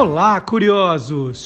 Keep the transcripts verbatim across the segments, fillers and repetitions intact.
Olá, curiosos!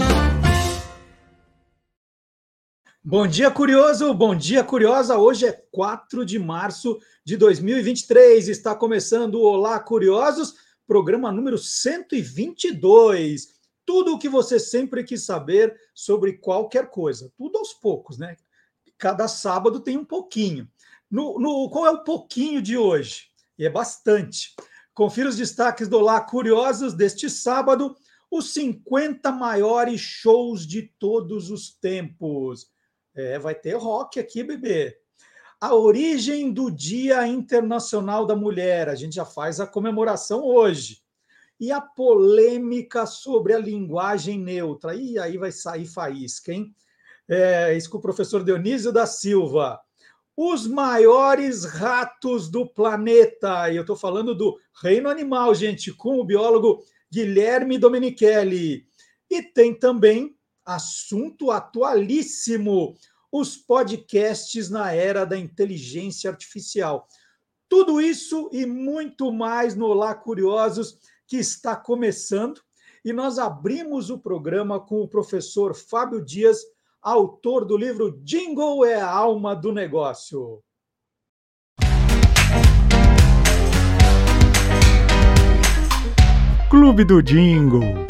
Bom dia, curioso! Bom dia, curiosa! Hoje é quatro de março de dois mil e vinte e três. Está começando o Olá, curiosos, programa número cento e vinte e dois. Tudo o que você sempre quis saber sobre qualquer coisa. Tudo aos poucos, né? Cada sábado tem um pouquinho. No, no, qual é o pouquinho de hoje? E é bastante. Confira os destaques do Olá, curiosos, deste sábado. Os cinquenta maiores shows de todos os tempos. É, vai ter rock aqui, bebê. A origem do Dia Internacional da Mulher. A gente já faz a comemoração hoje. E a polêmica sobre a linguagem neutra. E aí vai sair faísca, hein? É, isso com o professor Dionísio da Silva. Os maiores ratos do planeta. E eu estou falando do reino animal, gente, com o biólogo Guilherme Domenichelli. E tem também assunto atualíssimo: os podcasts na era da inteligência artificial. Tudo isso e muito mais no Olá Curiosos, que está começando. E nós abrimos o programa com o professor Fábio Dias, autor do livro Jingle é a Alma do Negócio. Clube do Jingle.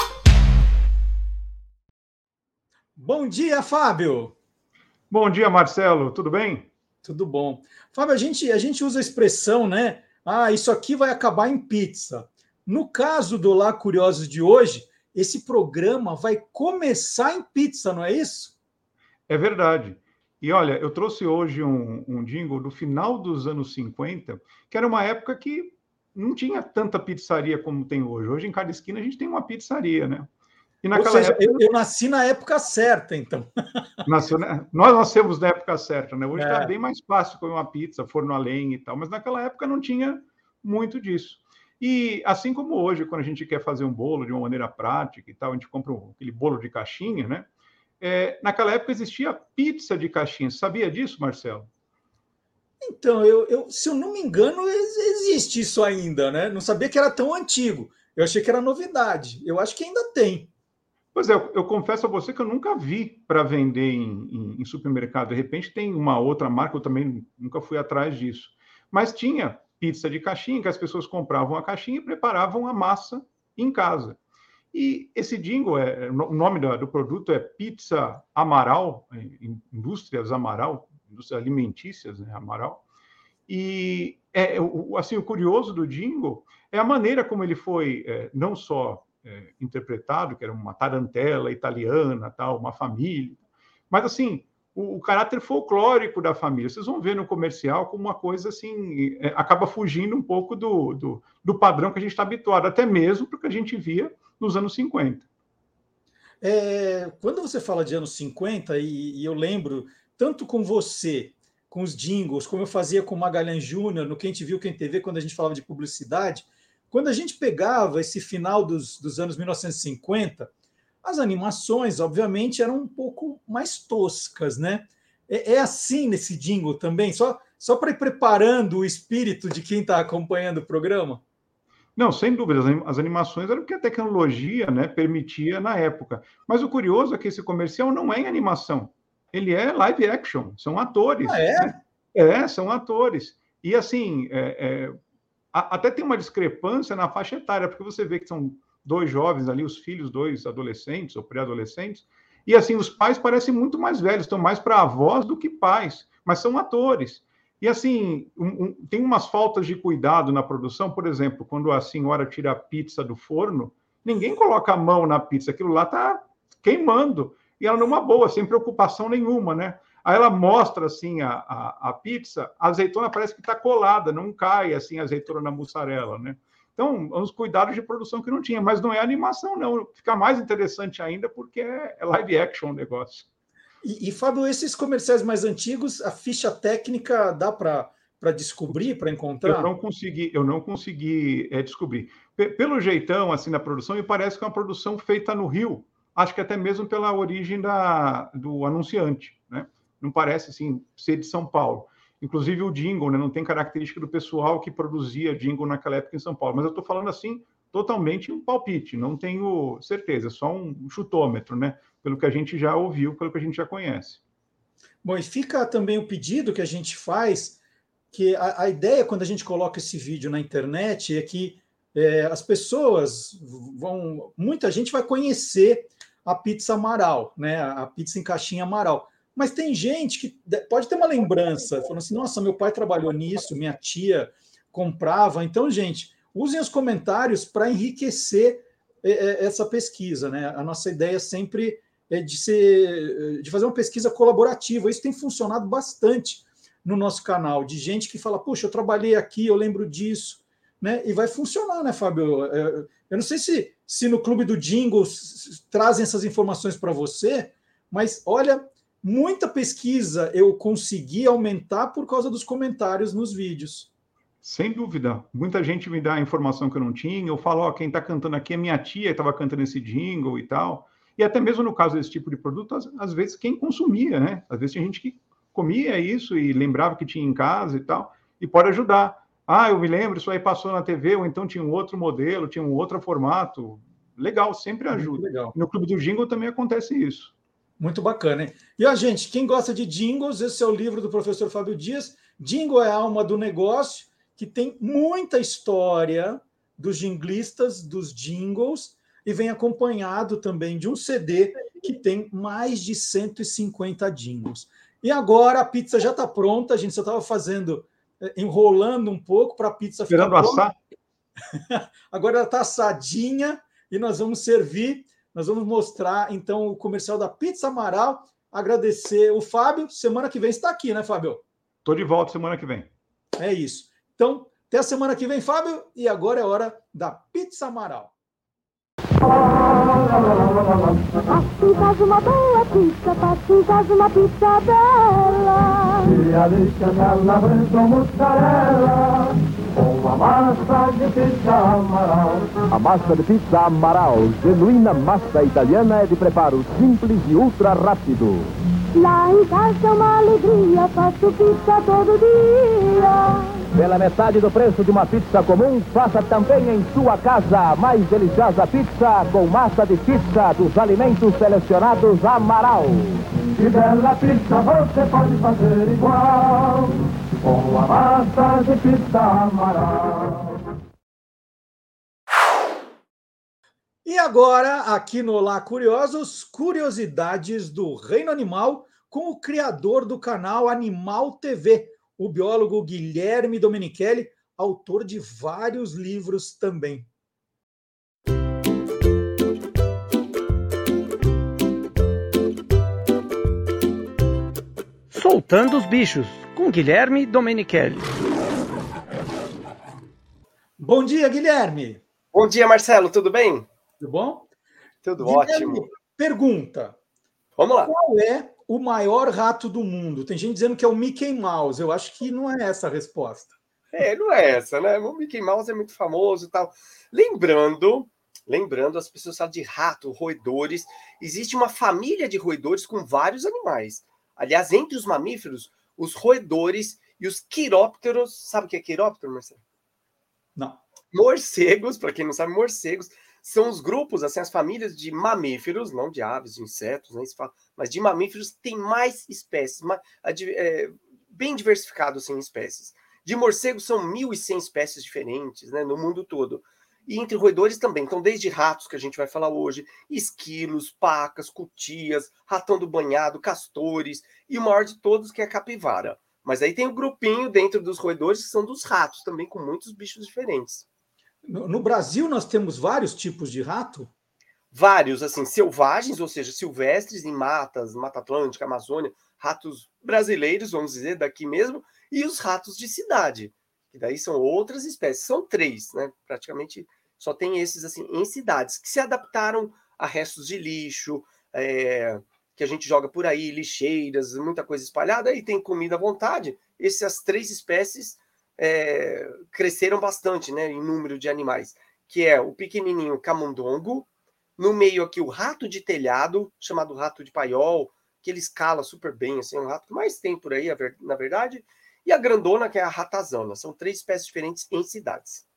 Bom dia, Fábio. Bom dia, Marcelo. Tudo bem? Tudo bom. Fábio, a gente, a gente usa a expressão, né? Ah, isso aqui vai acabar em pizza. No caso do Olá Curiosos de hoje, esse programa vai começar em pizza, não é isso? É verdade. E olha, eu trouxe hoje um, um jingle do final dos anos cinquenta, que era uma época que não tinha tanta pizzaria como tem hoje. Hoje, em cada esquina, a gente tem uma pizzaria, né? E naquela Ou seja, época... eu, eu nasci na época certa, então. Nasceu, né? Nós nascemos na época certa, né? Hoje está É. bem mais fácil comer uma pizza, forno a lenha e tal, mas naquela época não tinha muito disso. E assim como hoje, quando a gente quer fazer um bolo de uma maneira prática e tal, a gente compra um, aquele bolo de caixinha, né? É, naquela época existia pizza de caixinha. Você sabia disso, Marcelo? Então, eu, eu, se eu não me engano, existe isso ainda, né? Não sabia que era tão antigo. Eu achei que era novidade. Eu acho que ainda tem. Pois é, eu, eu confesso a você que eu nunca vi para vender em, em, em supermercado. De repente tem uma outra marca, eu também nunca fui atrás disso. Mas tinha pizza de caixinha, que as pessoas compravam a caixinha e preparavam a massa em casa. E esse jingle, é, o nome do, do produto é Pizza Amaral, Indústrias Amaral, Indústrias Alimentícias, né, Amaral. E é, o, assim, o curioso do jingle é a maneira como ele foi é, não só é, interpretado, que era uma tarantela italiana, tal, uma família, mas assim, o, o caráter folclórico da família. Vocês vão ver no comercial como uma coisa assim, é, acaba fugindo um pouco do, do, do padrão que a gente está habituado, até mesmo porque a gente via nos anos cinquenta. É, quando você fala de anos cinquenta, e, e eu lembro, tanto com você, com os jingles, como eu fazia com o Magalhães Júnior, no Quem Te Viu, Quem Te Vê, quando a gente falava de publicidade, quando a gente pegava esse final dos, dos anos mil novecentos e cinquenta, as animações, obviamente, eram um pouco mais toscas, né? É, é assim nesse jingle também? Só, só para ir preparando o espírito de quem está acompanhando o programa? Não, sem dúvida, as animações eram o que a tecnologia, né, permitia na época. Mas o curioso é que esse comercial não é em animação, ele é live action, são atores. Ah, é? Né? É, são atores. E assim, é, é, até tem uma discrepância na faixa etária, porque você vê que são dois jovens ali, os filhos, dois adolescentes ou pré-adolescentes, e assim, os pais parecem muito mais velhos, estão mais para avós do que pais, mas são atores. E assim, um, um, tem umas faltas de cuidado na produção, por exemplo, quando a senhora tira a pizza do forno, ninguém coloca a mão na pizza, aquilo lá está queimando, e ela numa boa, sem preocupação nenhuma, né? Aí ela mostra assim a, a, a pizza, a azeitona parece que está colada, não cai assim a azeitona na mussarela, né? Então, uns cuidados de produção que não tinha, mas não é animação, não. Fica mais interessante ainda porque é live action o negócio. E, e, Fábio, esses comerciais mais antigos, a ficha técnica dá para descobrir, para encontrar? Eu não consegui, eu não consegui é, descobrir. P- pelo jeitão, assim, na produção, me parece que é uma produção feita no Rio. Acho que até mesmo pela origem da, do anunciante, né? Não parece, assim, ser de São Paulo. Inclusive o jingle, né? Não tem característica do pessoal que produzia jingle naquela época em São Paulo. Mas eu estou falando, assim, totalmente um palpite, não tenho certeza, só um chutômetro, né? Pelo que a gente já ouviu, pelo que a gente já conhece. Bom, e fica também o pedido que a gente faz, que a, a ideia quando a gente coloca esse vídeo na internet é que é, as pessoas vão, muita gente vai conhecer a pizza Amaral, né? A pizza em caixinha Amaral. Mas tem gente que pode ter uma lembrança, falando assim, nossa, meu pai trabalhou nisso, minha tia comprava. Então, gente, usem os comentários para enriquecer essa pesquisa, né? A nossa ideia sempre é de, ser, de fazer uma pesquisa colaborativa. Isso tem funcionado bastante no nosso canal, de gente que fala, puxa, eu trabalhei aqui, eu lembro disso, né? E vai funcionar, né, Fábio? Eu não sei se, se no Clube do Jingle trazem essas informações para você, mas olha, muita pesquisa eu consegui aumentar por causa dos comentários nos vídeos. Sem dúvida. Muita gente me dá a informação que eu não tinha. Eu falo, ó, quem está cantando aqui é minha tia, que estava cantando esse jingle e tal. E até mesmo no caso desse tipo de produto, às, às vezes quem consumia, né? Às vezes tinha gente que comia isso e lembrava que tinha em casa e tal, e pode ajudar. Ah, eu me lembro, isso aí passou na T V, ou então tinha um outro modelo, tinha um outro formato. Legal, sempre ajuda. Legal. No Clube do Jingle também acontece isso. Muito bacana, hein? E a gente, quem gosta de jingles, esse é o livro do professor Fábio Dias. Jingle é a alma do negócio, que tem muita história dos jinglistas, dos jingles, e vem acompanhado também de um C D que tem mais de cento e cinquenta jingles. E agora a pizza já está pronta, a gente só estava fazendo, enrolando um pouco para a pizza Esperando ficar pronta. assar? Agora ela está assadinha e nós vamos servir. Nós vamos mostrar, então, o comercial da Pizza Amaral. Agradecer o Fábio. Semana que vem está aqui, né, Fábio? Estou de volta semana que vem. É isso. Então, até a semana que vem, Fábio. E agora é hora da Pizza Amaral. Faça em casa uma boa pizza, faça em casa uma pizza bela. Dia de canela, branco, mussarela, com a massa de pizza Amaral. A massa de pizza Amaral, genuína massa italiana, é de preparo simples e ultra rápido. Lá em casa é uma alegria, faço pizza todo dia. Pela metade do preço de uma pizza comum, faça também em sua casa a mais deliciosa pizza com massa de pizza dos alimentos selecionados Amaral. Que bela pizza você pode fazer igual, com a massa de pizza Amaral. E agora, aqui no Olá Curiosos, curiosidades do reino animal com o criador do canal Animal T V, o biólogo Guilherme Domenichelli, autor de vários livros também. Soltando os bichos, com Guilherme Domenichelli. Bom dia, Guilherme. Bom dia, Marcelo, tudo bem? Tudo bom? Tudo Guilherme, ótimo. Pergunta. Vamos lá. Qual é o maior rato do mundo? Tem gente dizendo que é o Mickey Mouse. Eu acho que não é essa a resposta. É, não é essa, né? O Mickey Mouse é muito famoso e tal. Lembrando, lembrando, as pessoas falam de rato, roedores. Existe uma família de roedores com vários animais. Aliás, entre os mamíferos, os roedores e os quirópteros. Sabe o que é quiróptero, Marcelo? Não. Morcegos, para quem não sabe, morcegos são os grupos, assim, as famílias de mamíferos, não de aves, de insetos, nem se fala, mas de mamíferos que tem mais espécies, mais, é, bem diversificado assim, em espécies. De morcegos são mil e cem espécies diferentes, né, no mundo todo. E entre roedores também, então desde ratos, que a gente vai falar hoje, esquilos, pacas, cutias, ratão do banhado, castores, e o maior de todos que é a capivara. Mas aí tem um grupinho dentro dos roedores que são dos ratos, também com muitos bichos diferentes. No, no Brasil, nós temos vários tipos de rato? Vários, assim, selvagens, ou seja, silvestres em matas, Mata Atlântica, Amazônia, ratos brasileiros, vamos dizer, daqui mesmo, e os ratos de cidade, que daí são outras espécies. São três, né? Praticamente só tem esses, assim, em cidades, que se adaptaram a restos de lixo, é, que a gente joga por aí, lixeiras, muita coisa espalhada, e tem comida à vontade. Essas três espécies é, cresceram bastante, né, em número de animais, que é o pequenininho camundongo, no meio aqui o rato de telhado, chamado rato de paiol, que ele escala super bem, assim, é um rato que mais tem por aí, na verdade, e a grandona, que é a ratazana. São três espécies diferentes em cidades.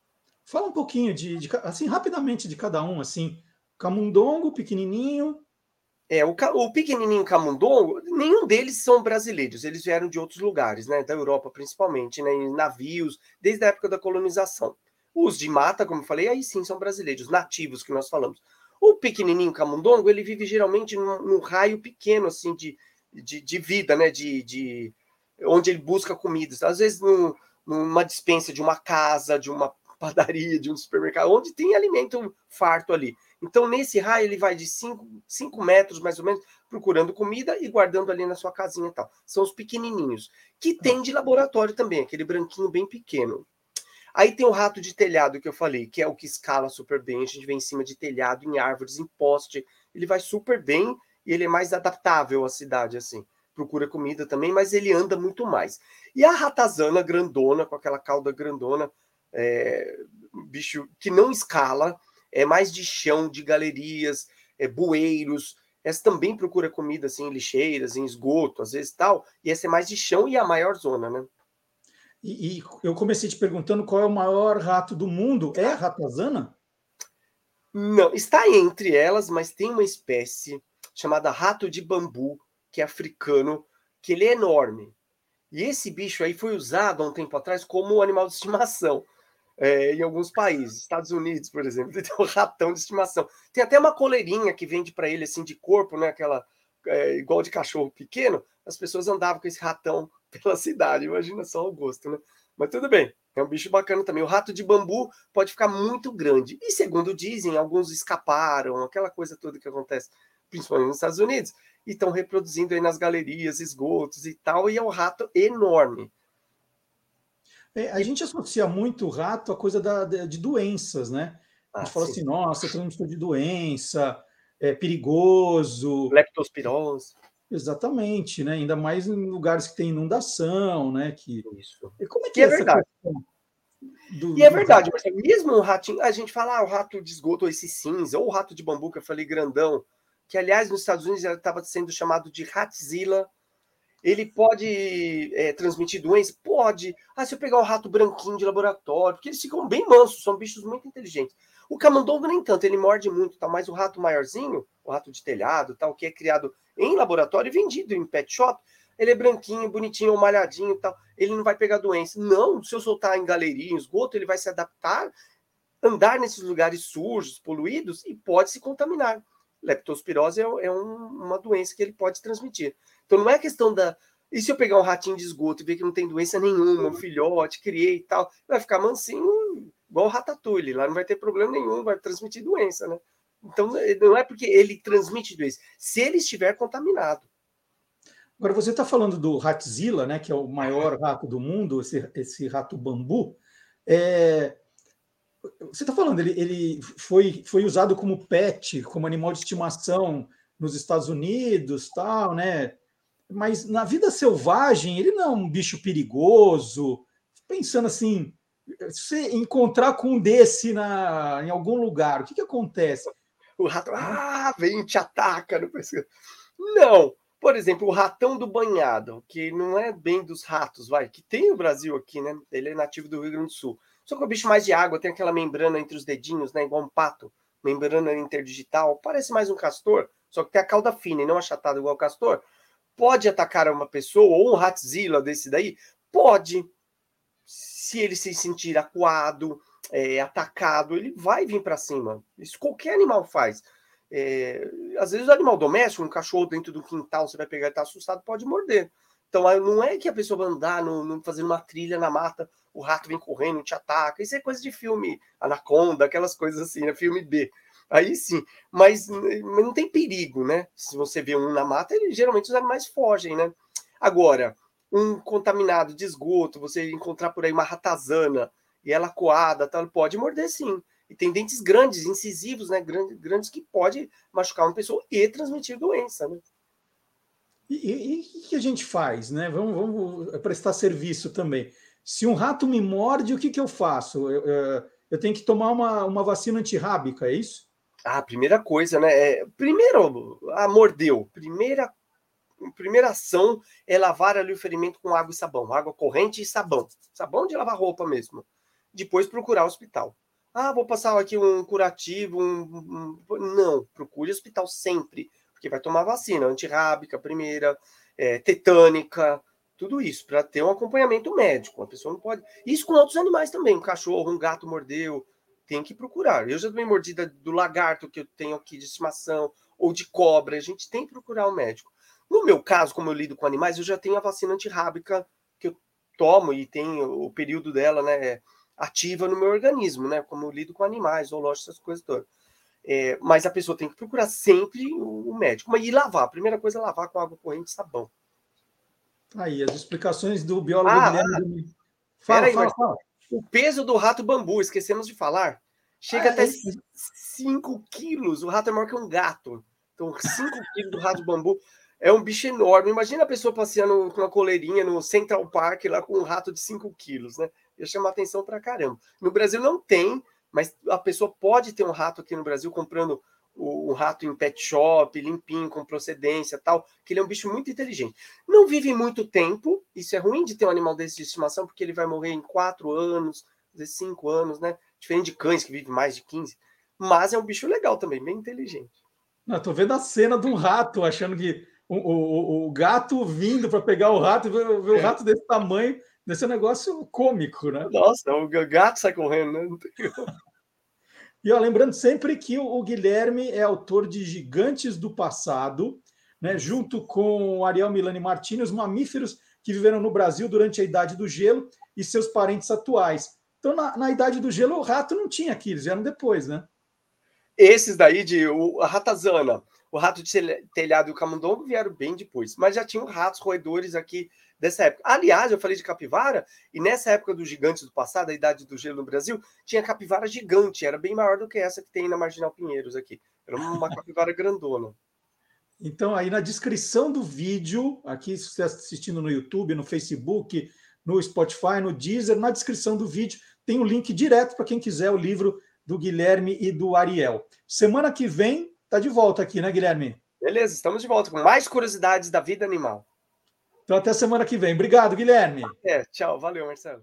Fala um pouquinho de, de assim, rapidamente de cada um, assim, camundongo, pequenininho. É, o, o pequenininho camundongo, nenhum deles são brasileiros, eles vieram de outros lugares, né, da Europa principalmente, né, em navios, desde a época da colonização. Os de mata, como eu falei, aí sim são brasileiros, nativos que nós falamos. O pequenininho camundongo, ele vive geralmente num, num raio pequeno, assim, de, de, de vida, né, de, de, onde ele busca comidas. Às vezes num, numa despensa de uma casa, de uma padaria, de um supermercado, onde tem alimento farto ali. Então, nesse raio, ele vai de cinco metros, mais ou menos, procurando comida e guardando ali na sua casinha e tal. São os pequenininhos, que tem de laboratório também, aquele branquinho bem pequeno. Aí tem o rato de telhado que eu falei, que é o que escala super bem. A gente vem em cima de telhado, em árvores, em poste. Ele vai super bem e ele é mais adaptável à cidade, assim. Procura comida também, mas ele anda muito mais. E a ratazana grandona, com aquela cauda grandona, é, bicho que não escala, é mais de chão, de galerias, é, bueiros. Essa também procura comida assim, em lixeiras, em esgoto, às vezes tal. E essa é mais de chão e a maior zona, né? E, e eu comecei te perguntando qual é o maior rato do mundo. É a ratazana? Não, está entre elas, mas tem uma espécie chamada rato de bambu, que é africano, que ele é enorme. E esse bicho aí foi usado há um tempo atrás como animal de estimação. É, em alguns países, Estados Unidos, por exemplo, tem um ratão de estimação. Tem até uma coleirinha que vende para ele assim de corpo, né? Aquela é, igual de cachorro pequeno. As pessoas andavam com esse ratão pela cidade. Imagina só o gosto, né? Mas tudo bem, é um bicho bacana também. O rato de bambu pode ficar muito grande. E segundo dizem, alguns escaparam, aquela coisa toda que acontece, principalmente nos Estados Unidos, e estão reproduzindo aí nas galerias, esgotos e tal. E é um rato enorme. É, a gente associa muito o rato à coisa da, de doenças, né? A gente Ah, fala sim. assim, nossa, transmissor de doença, é perigoso. Leptospirose. Exatamente, né? Ainda mais em lugares que tem inundação, né? Que... Isso. E como é que E é é essa verdade. questão do, E é do rato? verdade, mas mesmo o ratinho, a gente fala, ah, o rato de esgoto, ou esse cinza, ou o rato de bambu, que eu falei grandão, que aliás nos Estados Unidos estava sendo chamado de ratzilla. Ele pode é, transmitir doença? Pode. Ah, se eu pegar um rato branquinho de laboratório, porque eles ficam bem mansos, são bichos muito inteligentes. O camundongo nem tanto, ele morde muito, tá? Mas o rato maiorzinho, o rato de telhado, tal, que é criado em laboratório e vendido em pet shop, ele é branquinho, bonitinho, malhadinho, tal. Ele não vai pegar doença. Não, se eu soltar em galeria, em esgoto, ele vai se adaptar, andar nesses lugares sujos, poluídos e pode se contaminar. Leptospirose é, é um, uma doença que ele pode transmitir. Então não é questão da... E se eu pegar um ratinho de esgoto e ver que não tem doença nenhuma, um filhote, criei e tal, vai ficar mansinho, igual o ratatouille, lá não vai ter problema nenhum, vai transmitir doença, né? Então não é porque ele transmite doença, se ele estiver contaminado. Agora, você está falando do Ratzilla, né, que é o maior rato do mundo, esse, esse rato bambu. É... Você está falando, ele, ele foi, foi usado como pet, como animal de estimação nos Estados Unidos, tal, né? Mas na vida selvagem, ele não é um bicho perigoso. Pensando assim, se você encontrar com um desse na, em algum lugar, o que, que acontece? O rato, ah, vem, te ataca no pescoço. Não. Por exemplo, o ratão do banhado, que não é bem dos ratos, vai, que tem no Brasil aqui, né? Ele é nativo do Rio Grande do Sul. Só que o bicho mais de água, tem aquela membrana entre os dedinhos, né? Igual um pato, membrana interdigital, parece mais um castor, só que tem a cauda fina e não achatada igual o castor. Pode atacar uma pessoa, ou um ratzilla desse daí? Pode. Se ele se sentir acuado, é, atacado, ele vai vir para cima. Isso qualquer animal faz. É, às vezes o animal doméstico, um cachorro dentro do quintal, você vai pegar e tá assustado, pode morder. Então não é que a pessoa vai andar no, no, fazendo uma trilha na mata, o rato vem correndo, te ataca. Isso é coisa de filme Anaconda, aquelas coisas assim, né? Filme B. Aí sim, mas, mas não tem perigo, né? Se você vê um na mata, ele, geralmente os animais fogem, né? Agora, um contaminado de esgoto, você encontrar por aí uma ratazana e ela coada, tal, pode morder sim. E tem dentes grandes, incisivos, né? Grandes, grandes que pode machucar uma pessoa e transmitir doença, né? E o que a gente faz, né? Vamos, vamos prestar serviço também. Se um rato me morde, o que, que eu faço? Eu, eu tenho que tomar uma, uma vacina antirrábica, é isso? Ah, primeira coisa, né? É, primeiro, ah, mordeu. Primeira, primeira ação é lavar ali o ferimento com água e sabão. Água corrente e sabão. Sabão de lavar roupa mesmo. Depois procurar o hospital. Ah, vou passar aqui um curativo, um, um... não, procure hospital sempre, porque vai tomar vacina antirrábica, primeira, é, tetânica, tudo isso, para ter um acompanhamento médico. A pessoa não pode... Isso com outros animais também, um cachorro, um gato mordeu, tem que procurar. Eu já tomei mordida do lagarto que eu tenho aqui de estimação, ou de cobra, a gente tem que procurar o médico. No meu caso, como eu lido com animais, eu já tenho a vacina antirrábica que eu tomo e tem o período dela, né, ativa no meu organismo, né, como eu lido com animais, zoológico, essas coisas todas. É, mas a pessoa tem que procurar sempre o, o médico. Mas e lavar? A primeira coisa é lavar com água corrente e sabão. Aí, as explicações do biólogo Ah, Guilherme. ah, Fala, aí, fala, fala. O peso do rato bambu, esquecemos de falar, chega ah, até é... cinco quilos. O rato é maior que um gato. Então, cinco quilos do rato bambu é um bicho enorme. Imagina a pessoa passeando com uma coleirinha no Central Park lá com um rato de cinco quilos, né? Ia chamar atenção pra caramba. No Brasil não tem, mas a pessoa pode ter um rato aqui no Brasil comprando o, o rato em pet shop, limpinho, com procedência e tal, que ele é um bicho muito inteligente. Não vive muito tempo, isso é ruim de ter um animal desse de estimação, porque ele vai morrer em quatro anos, às vezes cinco anos, né? Diferente de cães, que vivem mais de quinze. Mas é um bicho legal também, bem inteligente. Não, tô vendo a cena de um rato, achando que o, o, o gato vindo para pegar o rato, ver, ver o rato desse tamanho, desse negócio cômico, né? Nossa, o gato sai correndo, né? Não tem... E ó, lembrando sempre que o Guilherme é autor de Gigantes do Passado, né, junto com o Ariel Milani Martini, os mamíferos que viveram no Brasil durante a Idade do Gelo e seus parentes atuais. Então, na, na Idade do Gelo, o rato não tinha aqui, eles vieram depois, né? Esses daí, de o, a ratazana, o rato de telhado e o camundongo vieram bem depois, mas já tinham ratos roedores aqui dessa época. Aliás, eu falei de capivara, e nessa época dos gigantes do passado, a Idade do Gelo no Brasil, tinha capivara gigante, era bem maior do que essa que tem na Marginal Pinheiros aqui. Era uma capivara grandona. Então, aí na descrição do vídeo, aqui se você está assistindo no YouTube, no Facebook, no Spotify, no Deezer, na descrição do vídeo tem o um link direto para quem quiser o livro do Guilherme e do Ariel. Semana que vem, tá de volta aqui, né, Guilherme? Beleza, estamos de volta com mais curiosidades da vida animal. Então, até semana que vem. Obrigado, Guilherme. É, tchau. Valeu, Marcelo.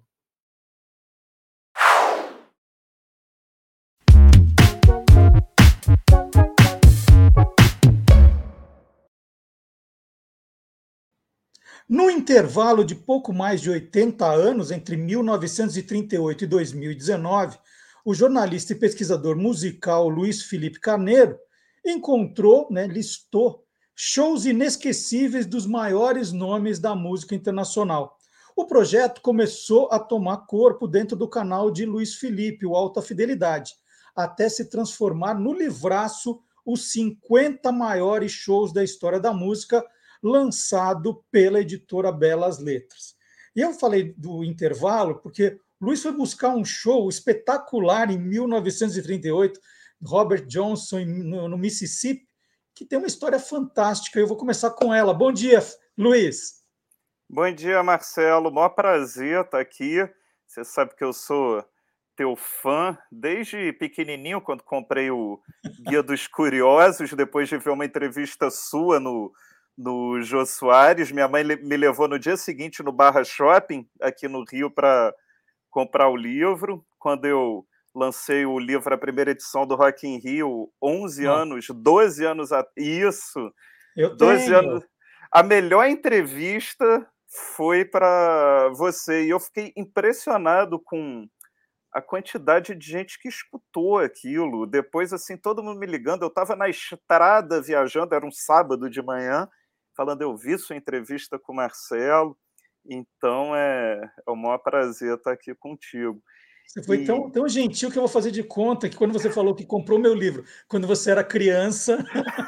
No intervalo de pouco mais de oitenta anos, entre mil novecentos e trinta e oito e dois mil e dezenove, o jornalista e pesquisador musical Luiz Felipe Carneiro encontrou, né, listou shows inesquecíveis dos maiores nomes da música internacional. O projeto começou a tomar corpo dentro do canal de Luiz Felipe, o Alta Fidelidade, até se transformar no livraço Os cinquenta Maiores Shows da História da Música, lançado pela editora Belas Letras. E eu falei do intervalo porque Luiz foi buscar um show espetacular em mil novecentos e trinta e oito, Robert Johnson no, no Mississippi, que tem uma história fantástica. Eu vou começar com ela. Bom dia, Luiz. Bom dia, Marcelo. Maior prazer estar aqui. Você sabe que eu sou teu fã desde pequenininho, quando comprei o Guia dos Curiosos, depois de ver uma entrevista sua no, no Jô Soares. Minha mãe me levou no dia seguinte no Barra Shopping, aqui no Rio, para comprar o livro. Quando eu lancei o livro, a primeira edição do Rock in Rio, onze anos, doze anos... A... Isso! Eu doze tenho. anos. A melhor entrevista foi para você. E eu fiquei impressionado com a quantidade de gente que escutou aquilo. Depois, assim, todo mundo me ligando. Eu estava na estrada viajando, era um sábado de manhã, falando, eu vi sua entrevista com o Marcelo. Então, é, é um maior prazer estar aqui contigo. Você foi e... tão, tão gentil que eu vou fazer de conta que quando você falou que comprou meu livro, quando você era criança...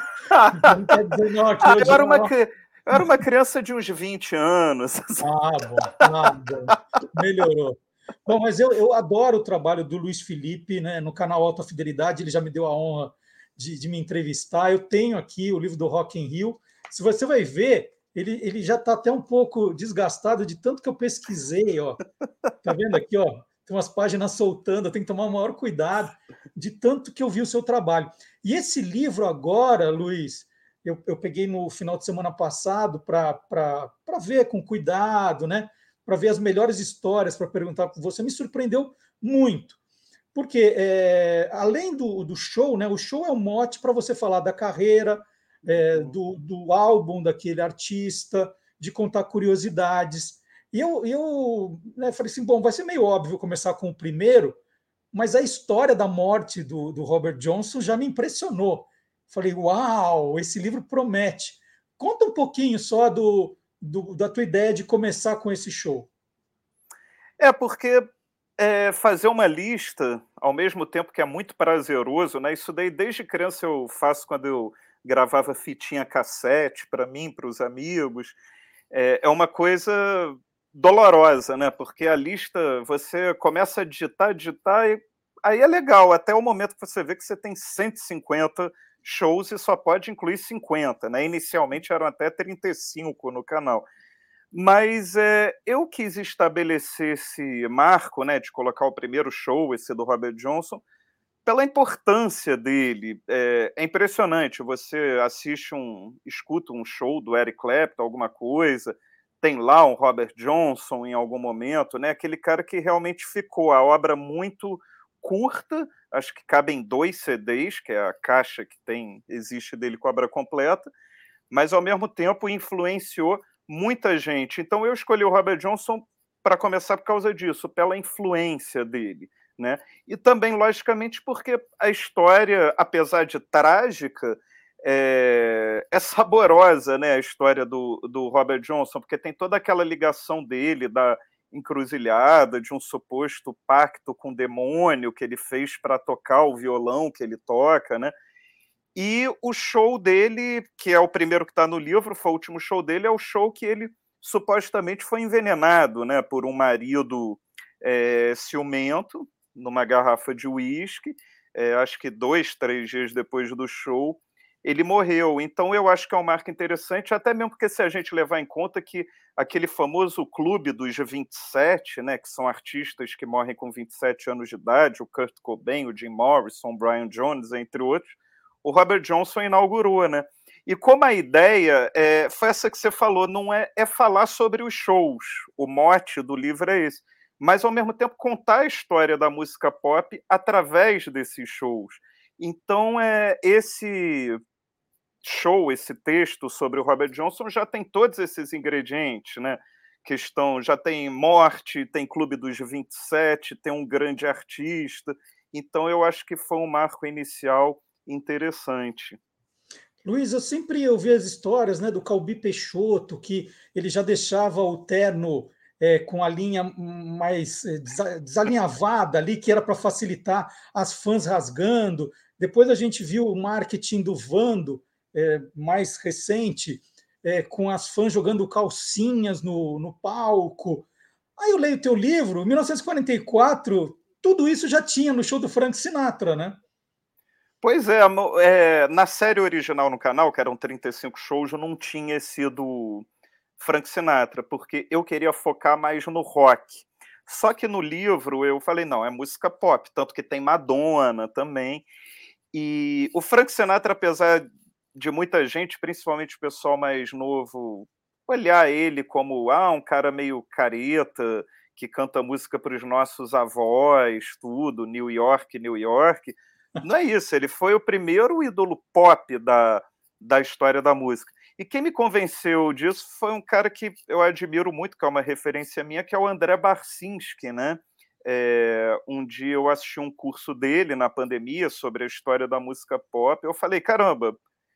não quer dizer, não, aqui ah, eu, era uma, eu era uma criança de uns vinte anos. Ah, bom, ah, bom. Melhorou. Bom, mas eu, eu adoro o trabalho do Luiz Felipe, né, no canal Alta Fidelidade, ele já me deu a honra de, de me entrevistar. Eu tenho aqui o livro do Rock in Rio. Se você vai ver, ele, ele já está até um pouco desgastado de tanto que eu pesquisei. Ó. Tá vendo aqui? Ó? Tem umas páginas soltando, eu tenho que tomar o maior cuidado de tanto que eu vi o seu trabalho. E esse livro agora, Luiz, eu, eu peguei no final de semana passado para ver com cuidado, né? Para ver as melhores histórias, para perguntar para você. Me surpreendeu muito. Porque, é, além do, do show, né, o show é um mote para você falar da carreira, é, do, do álbum daquele artista, de contar curiosidades. E eu, eu né, falei assim, bom, vai ser meio óbvio começar com o primeiro, mas a história da morte do, do Robert Johnson já me impressionou. Falei, uau, esse livro promete. Conta um pouquinho só do, do, da tua ideia de começar com esse show. É, porque é, fazer uma lista, ao mesmo tempo que é muito prazeroso, né? Isso daí desde criança eu faço quando eu gravava fitinha cassete para mim, para os amigos. É, é uma coisa dolorosa, né? Porque a lista, você começa a digitar, digitar, e aí é legal, até o momento que você vê que você tem cento e cinquenta shows e só pode incluir cinquenta, né? Inicialmente eram até trinta e cinco no canal. Mas é, eu quis estabelecer esse marco, né, de colocar o primeiro show, esse do Robert Johnson, pela importância dele. É, é impressionante, você assiste um, escuta um show do Eric Clapton, alguma coisa, tem lá um Robert Johnson em algum momento, né, aquele cara que realmente ficou, a obra muito curta, acho que cabem dois C Ds, que é a caixa que tem, existe dele com a obra completa, mas ao mesmo tempo influenciou muita gente. Então eu escolhi o Robert Johnson para começar por causa disso, pela influência dele, né? E também, logicamente, porque a história, apesar de trágica, é, é saborosa, né? A história do, do Robert Johnson, porque tem toda aquela ligação dele, da encruzilhada, de um suposto pacto com o demônio que ele fez para tocar o violão que ele toca, né? E o show dele, que é o primeiro que está no livro, foi o último show dele, é o show que ele supostamente foi envenenado, né, por um marido é, ciumento, numa garrafa de uísque, é, acho que dois, três dias depois do show, ele morreu. Então eu acho que é um marco interessante, até mesmo porque se a gente levar em conta que aquele famoso clube dos vinte e sete, né, que são artistas que morrem com vinte e sete anos de idade, o Kurt Cobain, o Jim Morrison, o Brian Jones, entre outros, o Robert Johnson inaugurou, né? E como a ideia é, foi essa que você falou, não é, é falar sobre os shows, o mote do livro é esse, mas ao mesmo tempo contar a história da música pop através desses shows. Então, é, esse show, esse texto sobre o Robert Johnson já tem todos esses ingredientes, né? Questão, já tem morte, tem Clube dos vinte e sete, tem um grande artista. Então, eu acho que foi um marco inicial interessante. Luiz, eu sempre ouvi as histórias, né, do Calbi Peixoto, que ele já deixava o terno é, com a linha mais desalinhavada ali, que era para facilitar as fãs rasgando. Depois a gente viu o marketing do Vando, é, mais recente, é, com as fãs jogando calcinhas no, no palco. Aí eu leio o teu livro, mil novecentos e quarenta e quatro, tudo isso já tinha no show do Frank Sinatra, né? Pois é, é, na série original no canal, que eram trinta e cinco shows, não tinha sido Frank Sinatra, porque eu queria focar mais no rock. Só que no livro eu falei, não, é música pop, tanto que tem Madonna também. E o Frank Sinatra, apesar de muita gente, principalmente o pessoal mais novo, olhar ele como ah, um cara meio careta, que canta música para os nossos avós, tudo, New York, New York... Não é isso, ele foi o primeiro ídolo pop da, da história da música. E quem me convenceu disso foi um cara que eu admiro muito, que é uma referência minha, que é o André Barcinski, né? É, um dia eu assisti um curso dele na pandemia sobre a história da música pop, eu falei, caramba,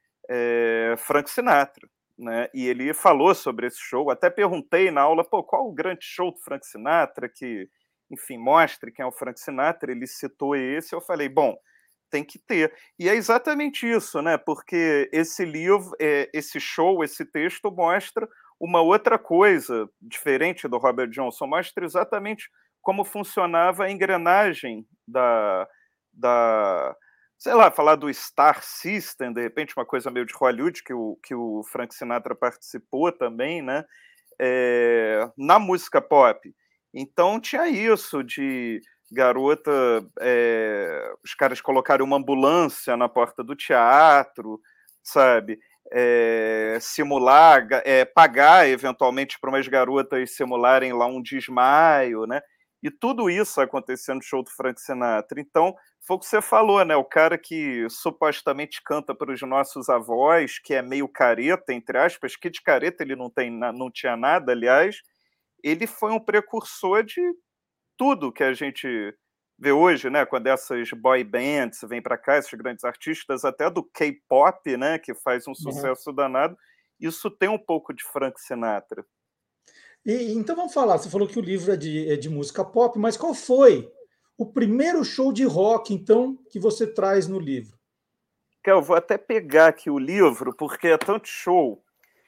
é, Frank Sinatra, né? E ele falou sobre esse show, até perguntei na aula, pô, qual o grande show do Frank Sinatra que, enfim, mostre quem é o Frank Sinatra, ele citou esse, eu falei, bom, tem que ter. E é exatamente isso, né? Porque esse livro, é, esse show, esse texto mostra uma outra coisa diferente do Robert Johnson, mostra exatamente como funcionava a engrenagem da, da sei lá, falar do Star System, de repente uma coisa meio de Hollywood, que o, que o Frank Sinatra participou também, né? É, na música pop. Então tinha isso de garota, é, os caras colocaram uma ambulância na porta do teatro, sabe? É, simular, é, pagar eventualmente para umas garotas simularem lá um desmaio, né? E tudo isso aconteceu no show do Frank Sinatra. Então, foi o que você falou, né? O cara que supostamente canta para os nossos avós, que é meio careta, entre aspas, que de careta ele não, tem, não tinha nada, aliás, ele foi um precursor de tudo que a gente vê hoje, né? Quando essas boy bands vêm para cá, esses grandes artistas, até do K-pop, né? Que faz um sucesso uhum. danado, isso tem um pouco de Frank Sinatra. E, então vamos falar, você falou que o livro é de, é de música pop, mas qual foi o primeiro show de rock, então, que você traz no livro? Eu vou até pegar aqui o livro, porque é tanto show.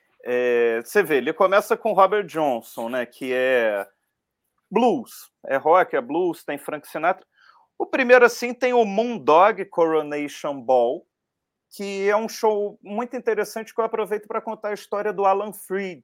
É, você vê, ele começa com Robert Johnson, né, que é blues, é rock, é blues, tem Frank Sinatra. O primeiro, assim, tem o Moondog Coronation Ball, que é um show muito interessante que eu aproveito para contar a história do Alan Freed,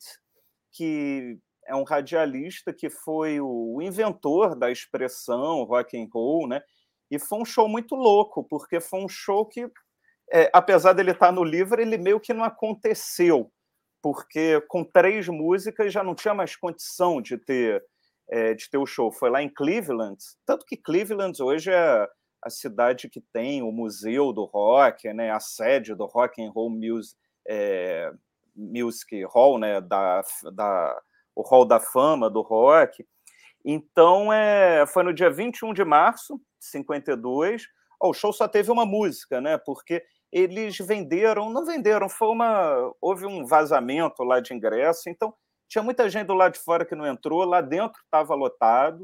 que é um radialista que foi o inventor da expressão rock and roll, né? E foi um show muito louco, porque foi um show que, é, apesar dele estar no livro, ele meio que não aconteceu, porque com três músicas já não tinha mais condição de ter, é, de ter o show. Foi lá em Cleveland, tanto que Cleveland hoje é a cidade que tem o museu do rock, né? A sede do Rock and Roll Music, é, Music Hall, né? Da, da o Hall da Fama do rock. Então, é, foi no dia vinte e um de março de cinquenta e dois. Oh, o show só teve uma música, né? Porque eles venderam, não venderam, foi uma, houve um vazamento lá de ingresso, então tinha muita gente do lado de fora que não entrou, lá dentro estava lotado.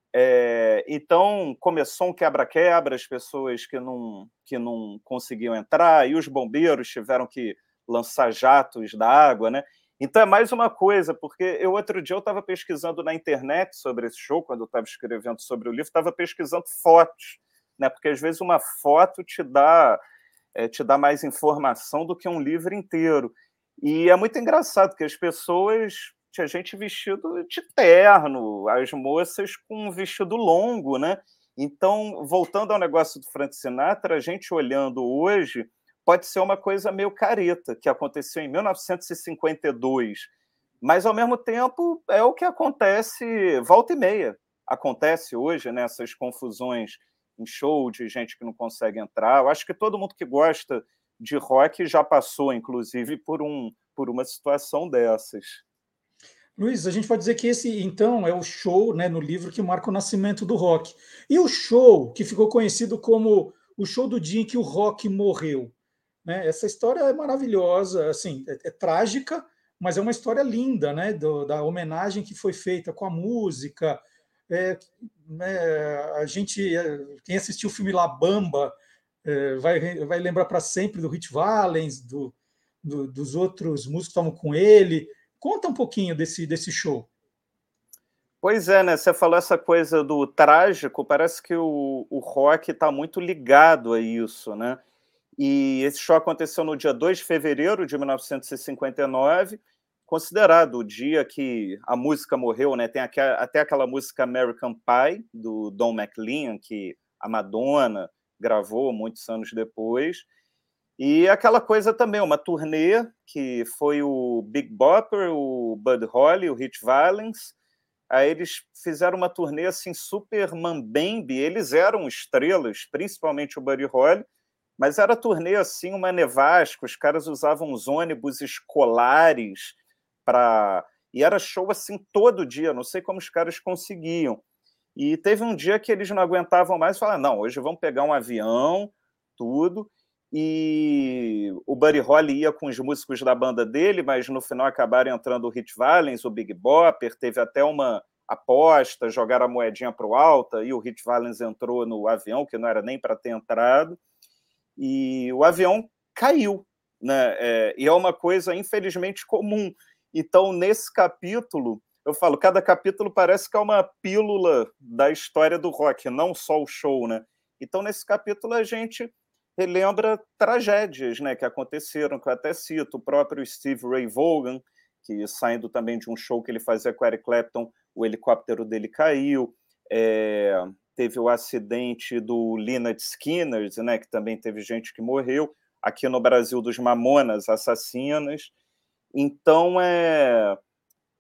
É, então, começou um quebra-quebra, as pessoas que não, que não conseguiam entrar, e os bombeiros tiveram que lançar jatos d'água, né? Então é mais uma coisa, porque eu outro dia eu estava pesquisando na internet sobre esse show, quando eu estava escrevendo sobre o livro, estava pesquisando fotos, né? Porque às vezes uma foto te dá, é, te dá mais informação do que um livro inteiro. E é muito engraçado que as pessoas, tinha gente vestido de terno, as moças com um vestido longo, né? Então, voltando ao negócio do Frank Sinatra, a gente olhando hoje, pode ser uma coisa meio careta, que aconteceu em mil novecentos e cinquenta e dois, mas, ao mesmo tempo, é o que acontece volta e meia. Acontece hoje, né, essas confusões em show de gente que não consegue entrar. Eu acho que todo mundo que gosta de rock já passou, inclusive, por, um, por uma situação dessas. Luiz, a gente pode dizer que esse, então, é o show, né, no livro que marca o nascimento do rock. E o show que ficou conhecido como o show do dia em que o rock morreu. Né? Essa história é maravilhosa, assim, é, é trágica, mas é uma história linda, né? Do, da homenagem que foi feita com a música. É, é, a gente, quem assistiu o filme La Bamba é, vai, vai lembrar para sempre do Ritchie Valens, do, do, dos outros músicos que estavam com ele. Conta um pouquinho desse, desse show. Pois é, né? Você falou essa coisa do trágico, parece que o, o rock está muito ligado a isso, né? E esse show aconteceu no dia dois de fevereiro de mil novecentos e cinquenta e nove, considerado o dia que a música morreu, né? Tem até aquela música American Pie, do Don McLean, que a Madonna gravou muitos anos depois. E aquela coisa também, uma turnê que foi o Big Bopper, o Buddy Holly, o Ritchie Valens. Aí eles fizeram uma turnê assim, super mambembe, eles eram estrelas, principalmente o Buddy Holly, mas era turnê assim, uma nevasca, os caras usavam os ônibus escolares para... E era show assim todo dia, não sei como os caras conseguiam. E teve um dia que eles não aguentavam mais e falaram, não, hoje vamos pegar um avião, tudo... E o Buddy Holly ia com os músicos da banda dele, mas no final acabaram entrando o Ritchie Valens, o Big Bopper, teve até uma aposta, jogaram a moedinha para o alto, e o Ritchie Valens entrou no avião, que não era nem para ter entrado, e o avião caiu, né? É, e é uma coisa, infelizmente, comum. Então, nesse capítulo, eu falo, cada capítulo parece que é uma pílula da história do rock, não só o show, né? Então, nesse capítulo, a gente relembra tragédias, né, que aconteceram, que eu até cito, o próprio Steve Ray Vaughan, que saindo também de um show que ele fazia com Eric Clapton, o helicóptero dele caiu, é, teve o acidente do Lynyrd Skynyrd, né, que também teve gente que morreu, aqui no Brasil dos Mamonas Assassinas. Então, é,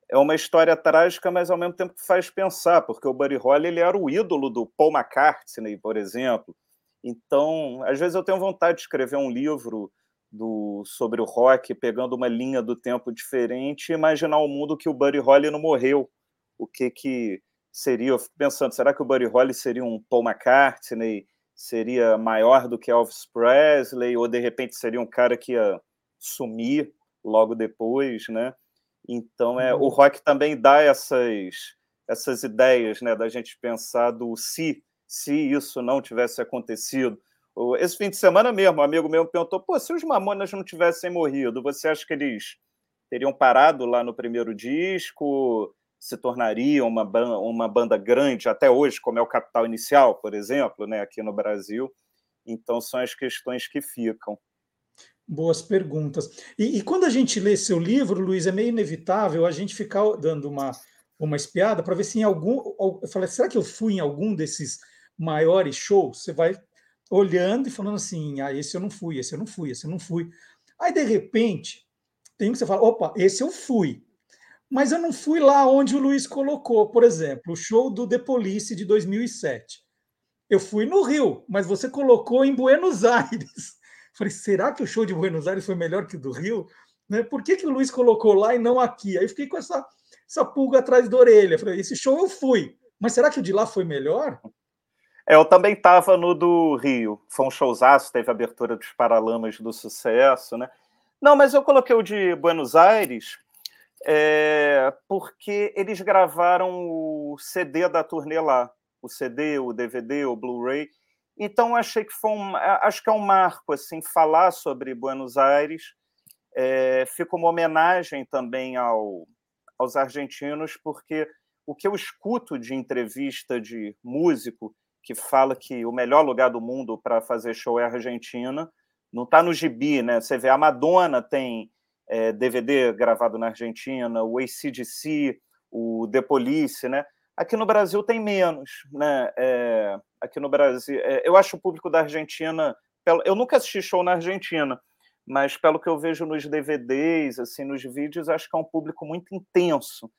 é uma história trágica, mas ao mesmo tempo que faz pensar, porque o Buddy Holly ele era o ídolo do Paul McCartney, por exemplo. Então, às vezes eu tenho vontade de escrever um livro do, sobre o rock, pegando uma linha do tempo diferente e imaginar o mundo que o Buddy Holly não morreu. O que, que seria? Eu fico pensando, será que o Buddy Holly seria um Paul McCartney? Seria maior do que Elvis Presley? Ou, de repente, seria um cara que ia sumir logo depois, né? Então, é, o rock também dá essas, essas ideias, né, da gente pensar do se, se isso não tivesse acontecido. Esse fim de semana mesmo, um amigo meu perguntou, pô, se os Mamonas não tivessem morrido, você acha que eles teriam parado lá no primeiro disco, se tornariam uma, uma banda grande até hoje, como é o Capital Inicial, por exemplo, né, aqui no Brasil? Então, são as questões que ficam. Boas perguntas. E, e quando a gente lê seu livro, Luiz, é meio inevitável a gente ficar dando uma, uma espiada para ver se em algum... Eu falei, será que eu fui em algum desses maiores shows? Você vai olhando e falando assim, ah, esse eu não fui, esse eu não fui, esse eu não fui. Aí, de repente, tem um que você fala, opa, esse eu fui. Mas eu não fui lá onde o Luiz colocou. Por exemplo, o show do The Police de dois mil e sete. Eu fui no Rio, mas você colocou em Buenos Aires. Falei, será que o show de Buenos Aires foi melhor que o do Rio? Né? Por que, que o Luiz colocou lá e não aqui? Aí eu fiquei com essa, essa pulga atrás da orelha. Falei, esse show eu fui, mas será que o de lá foi melhor? É, eu também estava no do Rio. Foi um showzaço, teve a abertura dos Paralamas do Sucesso, né? Não, mas eu coloquei o de Buenos Aires é, porque eles gravaram o C D da turnê lá. O C D, o D V D, o Blu-ray. Então, achei que foi um, acho que é um marco, assim, falar sobre Buenos Aires. É, fica uma homenagem também ao, aos argentinos, porque o que eu escuto de entrevista de músico que fala que o melhor lugar do mundo para fazer show é a Argentina, não está no gibi, né? Você vê, a Madonna tem é, D V D gravado na Argentina, o A C D C, o The Police, né? Aqui no Brasil tem menos, né? É, aqui no Brasil, é, eu acho o público da Argentina, eu nunca assisti show na Argentina, mas pelo que eu vejo nos D V Ds, assim, nos vídeos, acho que é um público muito intenso.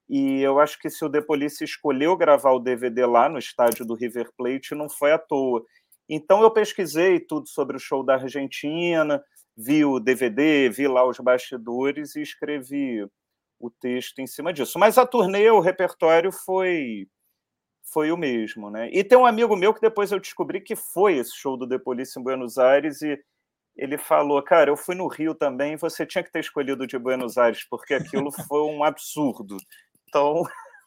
E eu acho que se o The Police escolheu gravar o D V D lá no estádio do River Plate, não foi à toa. Então eu pesquisei tudo sobre o show da Argentina, vi o D V D, vi lá os bastidores e escrevi o texto em cima disso. Mas a turnê, o repertório foi, foi o mesmo, né? E tem um amigo meu que depois eu descobri que foi esse show do The Police em Buenos Aires e ele falou, cara, eu fui no Rio também, você tinha que ter escolhido de Buenos Aires, porque aquilo foi um absurdo. Então...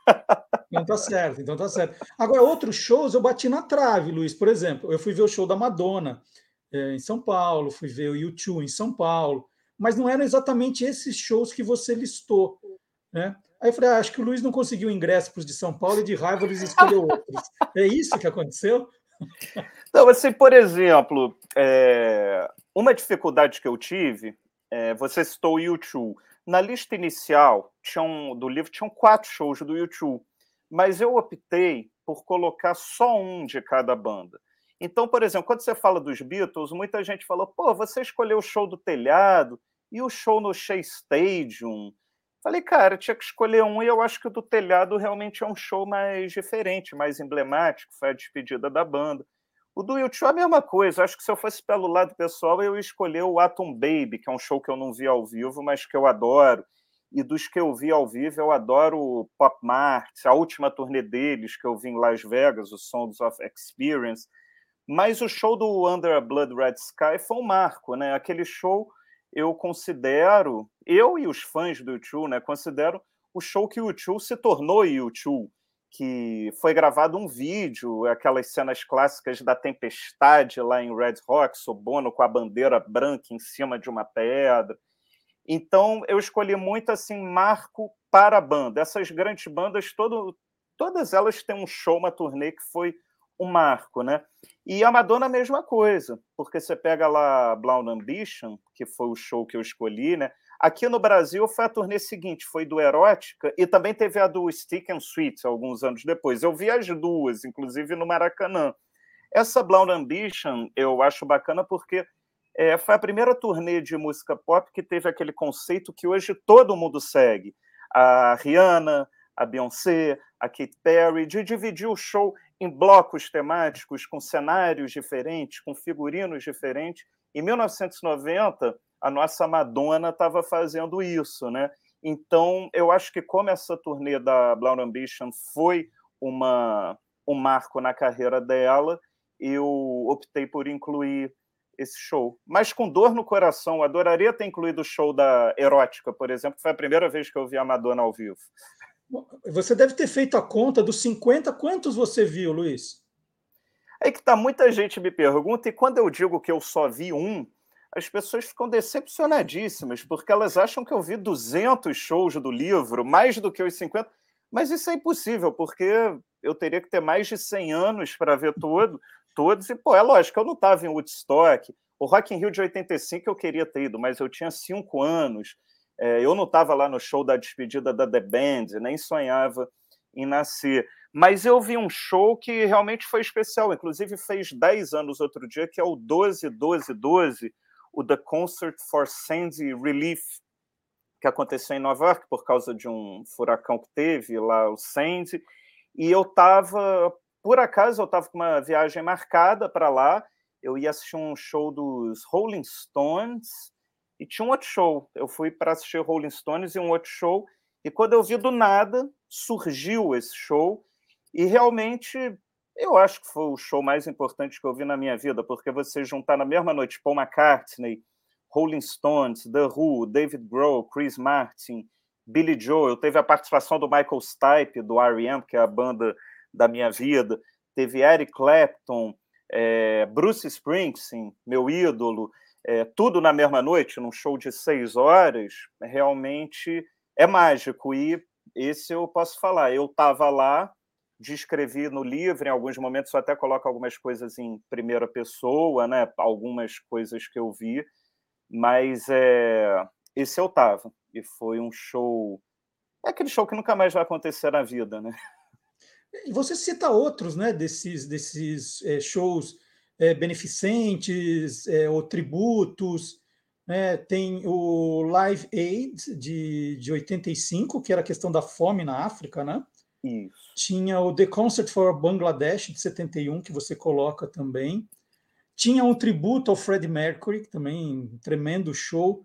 Então tá certo, então tá certo. Agora, outros shows eu bati na trave, Luiz. Por exemplo, eu fui ver o show da Madonna é, em São Paulo, fui ver o U dois em São Paulo, mas não eram exatamente esses shows que você listou, né? Aí eu falei, ah, acho que o Luiz não conseguiu ingresso para os de São Paulo e de raiva eles escolheu outros. É isso que aconteceu? Então, assim, por exemplo, é... uma dificuldade que eu tive, é... você citou o U dois. Na lista inicial tinham, do livro tinham quatro shows do U dois, mas eu optei por colocar só um de cada banda. Então, por exemplo, quando você fala dos Beatles, muita gente falou, pô, você escolheu o show do Telhado e o show no Shea Stadium. Falei, cara, tinha que escolher um e eu acho que o do Telhado realmente é um show mais diferente, mais emblemático, foi a despedida da banda. O do U dois é a mesma coisa, acho que se eu fosse pelo lado pessoal, eu ia escolher o Atom Baby, que é um show que eu não vi ao vivo, mas que eu adoro. E dos que eu vi ao vivo, eu adoro o Pop Mart, a última turnê deles, que eu vi em Las Vegas, o Songs of Experience. Mas o show do Under a Blood Red Sky foi um marco, né? Aquele show eu considero, eu e os fãs do U dois, né, considero o show que o U dois se tornou U dois, que foi gravado um vídeo, aquelas cenas clássicas da tempestade lá em Red Rocks, o Bono com a bandeira branca em cima de uma pedra. Então, eu escolhi muito assim, marco para a banda. Essas grandes bandas, todo, todas elas têm um show, uma turnê que foi um marco, né? E a Madonna a mesma coisa, porque você pega lá Blonde Ambition, que foi o show que eu escolhi, né? Aqui no Brasil foi a turnê seguinte, foi do Erótica, e também teve a do Stick and Sweet, alguns anos depois. Eu vi as duas, inclusive no Maracanã. Essa Blonde Ambition eu acho bacana porque é, foi a primeira turnê de música pop que teve aquele conceito que hoje todo mundo segue. a Rihanna, a Beyoncé, a Katy Perry, de dividir o show em blocos temáticos, com cenários diferentes, com figurinos diferentes. Em mil novecentos e noventa, a nossa Madonna estava fazendo isso, né? Então, eu acho que como essa turnê da Blonde Ambition foi uma, um marco na carreira dela, eu optei por incluir esse show. Mas com dor no coração, eu adoraria ter incluído o show da Erótica, por exemplo, que foi a primeira vez que eu vi a Madonna ao vivo. Você deve ter feito a conta dos cinquenta, quantos você viu, Luiz? É que tá, muita gente me pergunta, e quando eu digo que eu só vi um, as pessoas ficam decepcionadíssimas, porque elas acham que eu vi duzentos shows do livro, mais do que os cinquenta, mas isso é impossível, porque eu teria que ter mais de cem anos para ver todo, todos, e, pô, é lógico, eu não estava em Woodstock, o Rock in Rio de oitenta e cinco eu queria ter ido, mas eu tinha cinco anos, é, eu não estava lá no show da despedida da The Band, nem sonhava em nascer, mas eu vi um show que realmente foi especial, inclusive fez dez anos outro dia, que é o doze doze doze, o The Concert for Sandy Relief, que aconteceu em Nova York por causa de um furacão que teve lá, o Sandy, e eu estava, por acaso, eu estava com uma viagem marcada para lá, eu ia assistir um show dos Rolling Stones, e tinha um outro show, eu fui para assistir Rolling Stones e um outro show, e quando eu vi do nada, surgiu esse show, e realmente eu acho que foi o show mais importante que eu vi na minha vida, porque você juntar na mesma noite Paul McCartney, Rolling Stones, The Who, David Grohl, Chris Martin, Billy Joel, teve a participação do Michael Stipe, do R E M, que é a banda da minha vida, teve Eric Clapton, é, Bruce Springsteen, meu ídolo, é, tudo na mesma noite, num show de seis horas, realmente é mágico, e esse eu posso falar, eu estava lá, descrevi no livro, em alguns momentos eu até coloco algumas coisas em primeira pessoa, né? Algumas coisas que eu vi, mas é, esse eu estava, e foi um show, é aquele show que nunca mais vai acontecer na vida, né? E você cita outros, né, desses, desses é, shows é, beneficentes, é, ou tributos, né? Tem o Live Aid de, de oitenta e cinco, que era a questão da fome na África, né? Isso. Tinha o The Concert for Bangladesh, de setenta e um, que você coloca também. Tinha um tributo ao Freddie Mercury, que também um tremendo show,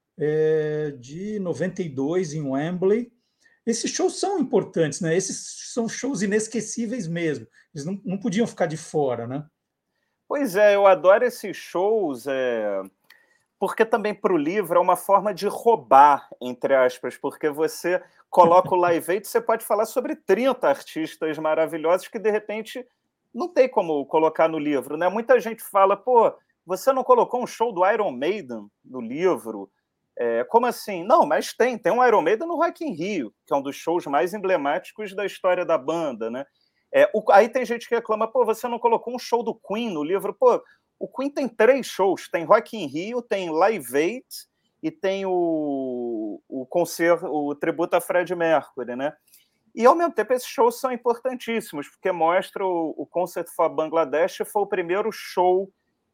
é, de noventa e dois, em Wembley. Esses shows são importantes, né? Esses são shows inesquecíveis mesmo. Eles não, não podiam ficar de fora, né? Pois é, eu adoro esses shows, é... porque também para o livro é uma forma de roubar, entre aspas, porque você coloca o Live Aid, você pode falar sobre trinta artistas maravilhosos que, de repente, não tem como colocar no livro, né? Muita gente fala, pô, você não colocou um show do Iron Maiden no livro? É, como assim? Não, mas tem, tem um Iron Maiden no Rock in Rio, que é um dos shows mais emblemáticos da história da banda, né? É, o, aí tem gente que reclama, pô, você não colocou um show do Queen no livro? Pô, o Queen tem três shows, tem Rock in Rio, tem Live Aid e tem o, o concerto, o tributo a Freddie Mercury, né? E, ao mesmo tempo, esses shows são importantíssimos, porque mostra o, o Concert for Bangladesh foi o primeiro show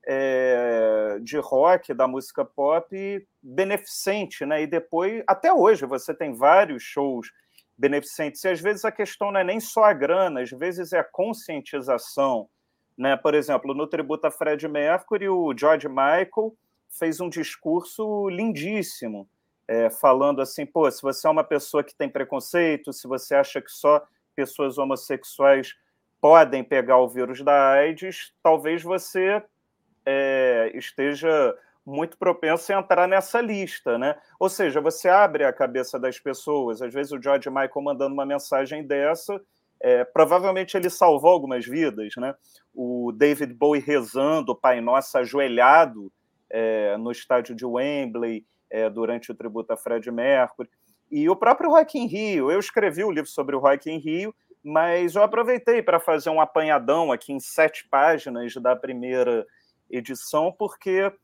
é, de rock, da música pop, beneficente, né? E depois, até hoje, você tem vários shows beneficentes, e às vezes a questão não é nem só a grana, às vezes é a conscientização, né? Por exemplo, no tributo a Freddie Mercury, o George Michael fez um discurso lindíssimo, é, falando assim, pô, se você é uma pessoa que tem preconceito, se você acha que só pessoas homossexuais podem pegar o vírus da AIDS, talvez você é, esteja muito propenso a entrar nessa lista, né? Ou seja, você abre a cabeça das pessoas, às vezes o George Michael mandando uma mensagem dessa, é, provavelmente ele salvou algumas vidas, né? O David Bowie rezando o Pai Nosso ajoelhado é, no estádio de Wembley é, durante o tributo a Freddie Mercury. E o próprio Rock in Rio, eu escrevi o livro sobre o Rock in Rio, mas eu aproveitei para fazer um apanhadão aqui em sete páginas da primeira edição, porque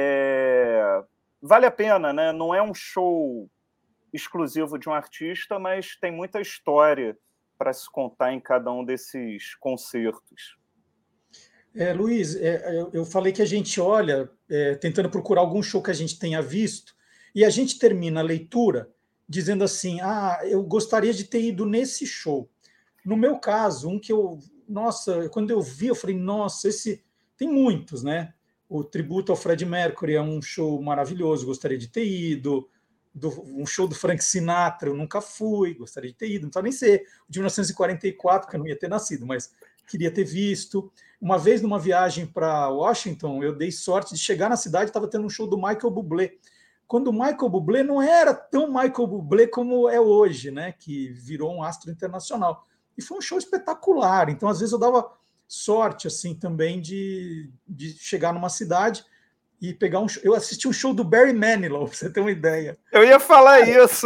é, vale a pena, né? Não é um show exclusivo de um artista, mas tem muita história para se contar em cada um desses concertos. É, Luiz, é, eu falei que a gente olha, é, tentando procurar algum show que a gente tenha visto, e a gente termina a leitura dizendo assim, ah, eu gostaria de ter ido nesse show. No meu caso, um que eu, nossa, quando eu vi, eu falei, nossa, esse, tem muitos, né? O tributo ao Freddie Mercury é um show maravilhoso, gostaria de ter ido. Do, um show do Frank Sinatra, eu nunca fui, gostaria de ter ido, não precisa nem ser o de mil novecentos e quarenta e quatro, que eu não ia ter nascido, mas queria ter visto. Uma vez, numa viagem para Washington, eu dei sorte de chegar na cidade e estava tendo um show do Michael Bublé. Quando o Michael Bublé não era tão Michael Bublé como é hoje, né? Que virou um astro internacional. E foi um show espetacular. Então, às vezes, eu dava sorte assim também de, de chegar numa cidade e pegar um show. Eu assisti um show do Barry Manilow, para você ter uma ideia. Eu ia falar isso.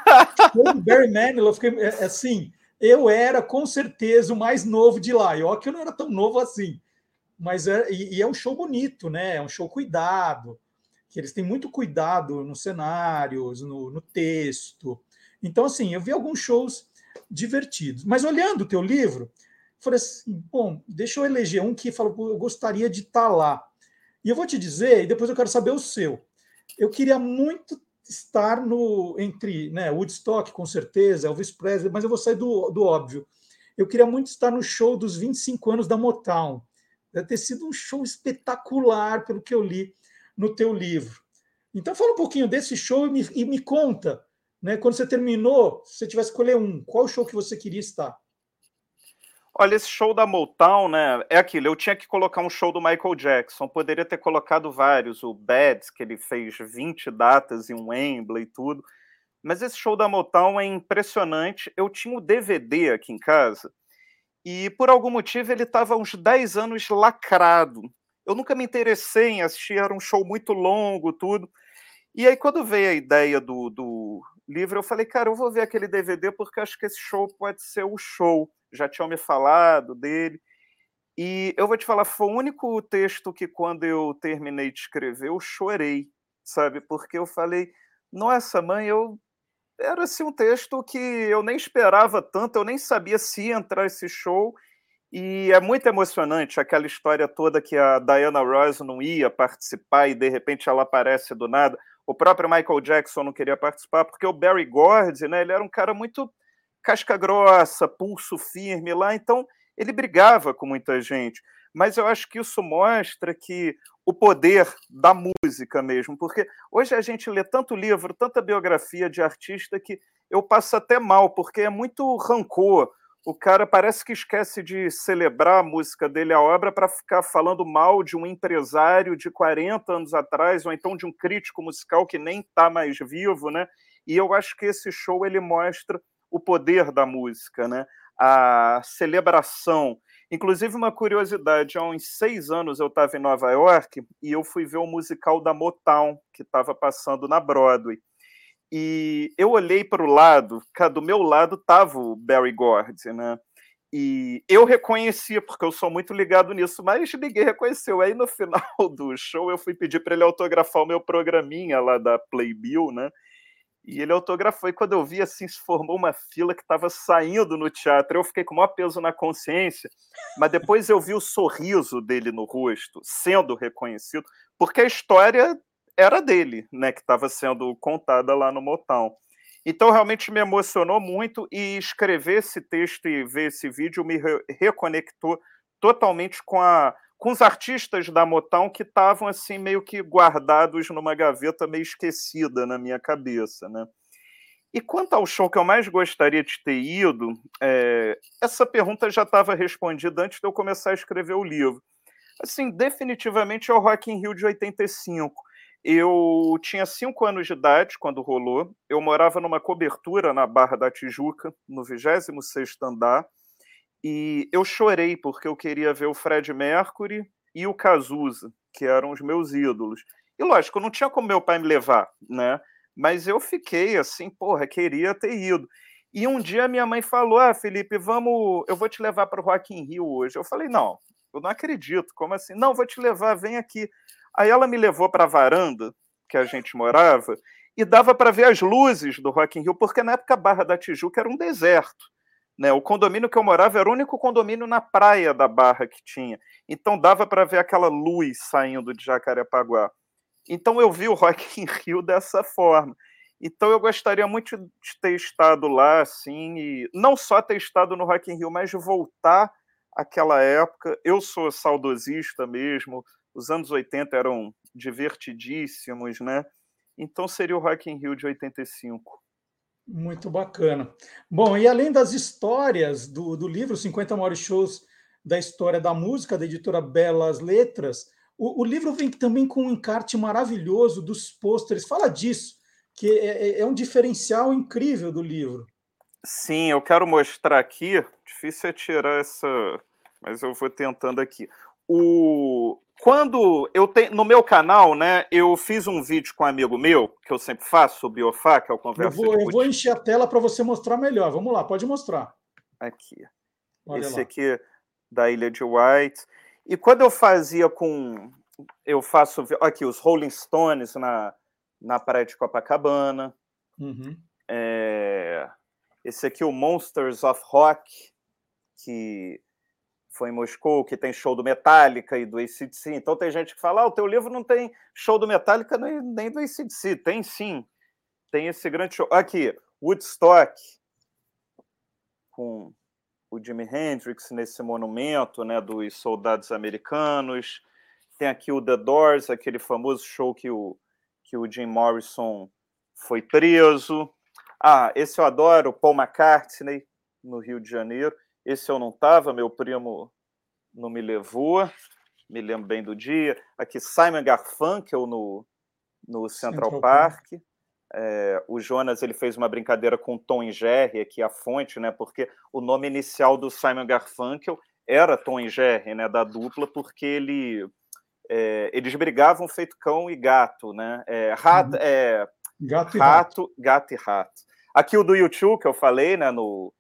O Barry Manilow, eu fiquei assim, eu era com certeza o mais novo de lá. E ó, que eu não era tão novo assim. Mas é, e, e é um show bonito, né? É um show cuidado, que eles têm muito cuidado nos cenários, no, no texto. Então, assim, eu vi alguns shows divertidos. Mas olhando o teu livro, falei assim, bom, deixa eu eleger um que falou, eu gostaria de estar lá. E eu vou te dizer, e depois eu quero saber o seu. Eu queria muito estar no entre, né, Woodstock, com certeza, Elvis Presley, mas eu vou sair do, do óbvio. Eu queria muito estar no show dos vinte e cinco anos da Motown. Deve ter sido um show espetacular, pelo que eu li no teu livro. Então, fala um pouquinho desse show e me, e me conta, né, quando você terminou, se você tivesse que escolher um, qual show que você queria estar? Olha, esse show da Motown, né, é aquilo, eu tinha que colocar um show do Michael Jackson, poderia ter colocado vários, o Bad, que ele fez vinte datas em Wembley e tudo, mas esse show da Motown é impressionante. Eu tinha o D V D aqui em casa, e por algum motivo ele estava há uns dez anos lacrado. Eu nunca me interessei em assistir, era um show muito longo, tudo. E aí, quando veio a ideia do, do livro, eu falei, cara, eu vou ver aquele D V D porque acho que esse show pode ser o show. Já tinham me falado dele. E eu vou te falar, foi o único texto que, quando eu terminei de escrever, eu chorei, sabe? Porque eu falei, nossa, mãe, eu... era assim, um texto que eu nem esperava tanto, eu nem sabia se ia entrar esse show. E é muito emocionante aquela história toda que a Diana Ross não ia participar e, de repente, ela aparece do nada. O próprio Michael Jackson não queria participar, porque o Berry Gordy, né, ele era um cara muito casca grossa, pulso firme lá, então ele brigava com muita gente. Mas eu acho que isso mostra que o poder da música mesmo, porque hoje a gente lê tanto livro, tanta biografia de artista que eu passo até mal, porque é muito rancor. O cara parece que esquece de celebrar a música dele, a obra, para ficar falando mal de um empresário de quarenta anos atrás, ou então de um crítico musical que nem está mais vivo, né? E eu acho que esse show ele mostra o poder da música, né? A celebração. Inclusive, uma curiosidade, há uns seis anos eu estava em Nova York e eu fui ver o musical da Motown, que estava passando na Broadway. E eu olhei para o lado, do meu lado estava o Berry Gordy, né? E eu reconhecia, porque eu sou muito ligado nisso, mas ninguém reconheceu. Aí, no final do show, eu fui pedir para ele autografar o meu programinha lá da Playbill, né? E ele autografou, e quando eu vi, assim, se formou uma fila que estava saindo no teatro. Eu fiquei com o maior peso na consciência, mas depois eu vi o sorriso dele no rosto, sendo reconhecido, porque a história era dele, né, que estava sendo contada lá no Motown. Então, realmente me emocionou muito, e escrever esse texto e ver esse vídeo me re- reconectou totalmente com, a, com os artistas da Motown que estavam assim meio que guardados numa gaveta meio esquecida na minha cabeça, né? E quanto ao show que eu mais gostaria de ter ido, é, essa pergunta já estava respondida antes de eu começar a escrever o livro. Assim, definitivamente é o Rock in Rio de oitenta e cinco. Eu tinha cinco anos de idade quando rolou. Eu morava numa cobertura na Barra da Tijuca, no vigésimo sexto andar, e eu chorei porque eu queria ver o Freddie Mercury e o Cazuza, que eram os meus ídolos. E, lógico, não tinha como meu pai me levar, né? Mas eu fiquei assim, porra, queria ter ido. E um dia minha mãe falou, ah, Felipe, vamos, eu vou te levar para o Rock in Rio hoje. Eu falei, não, eu não acredito, como assim? Não, vou te levar, vem aqui. Aí ela me levou para a varanda que a gente morava e dava para ver as luzes do Rock in Rio, porque na época a Barra da Tijuca era um deserto, né? O condomínio que eu morava era o único condomínio na praia da Barra que tinha. Então dava para ver aquela luz saindo de Jacarepaguá. Então eu vi o Rock in Rio dessa forma. Então eu gostaria muito de ter estado lá, assim, e não só ter estado no Rock in Rio, mas de voltar àquela época. Eu sou saudosista mesmo, os anos oitenta eram divertidíssimos, né? Então seria o Rock in Rio de oitenta e cinco. Muito bacana. Bom, e além das histórias do, do livro cinquenta Maiores Shows da História da Música, da editora Belas Letras, o, o livro vem também com um encarte maravilhoso dos pôsteres. Fala disso, que é, é um diferencial incrível do livro. Sim, eu quero mostrar aqui. Difícil é tirar essa, mas eu vou tentando aqui. O... Quando eu tenho no meu canal, né, eu fiz um vídeo com um amigo meu, que eu sempre faço, sobre o Biofá, que é o Conversa Eu vou, de eu vou encher a tela para você mostrar melhor. Vamos lá, pode mostrar. Aqui. Olha Esse lá. aqui da Ilha de White. E quando eu fazia com... Eu faço... Aqui, os Rolling Stones na, na praia de Copacabana. Uhum. É... Esse aqui, o Monsters of Rock, que foi em Moscou, que tem show do Metallica e do A C D C. Então tem gente que fala, ah, o teu livro não tem show do Metallica nem, nem do A C D C. Tem sim. Tem esse grande show. Aqui, Woodstock, com o Jimi Hendrix nesse monumento, né, dos soldados americanos. Tem aqui o The Doors, aquele famoso show que o, que o Jim Morrison foi preso. Ah, esse eu adoro, Paul McCartney, no Rio de Janeiro. Esse eu não estava, meu primo não me levou, me lembro bem do dia. Aqui, Simon Garfunkel no, no Central, Central Park. Park. É, o Jonas ele fez uma brincadeira com Tom e Jerry, aqui a fonte, né, porque o nome inicial do Simon Garfunkel era Tom e Jerry, né, da dupla, porque ele, é, eles brigavam feito cão e gato, né? É, rato, uhum. é, gato, e rato, rato. gato e rato. Aqui o do YouTube, que eu falei, né, no,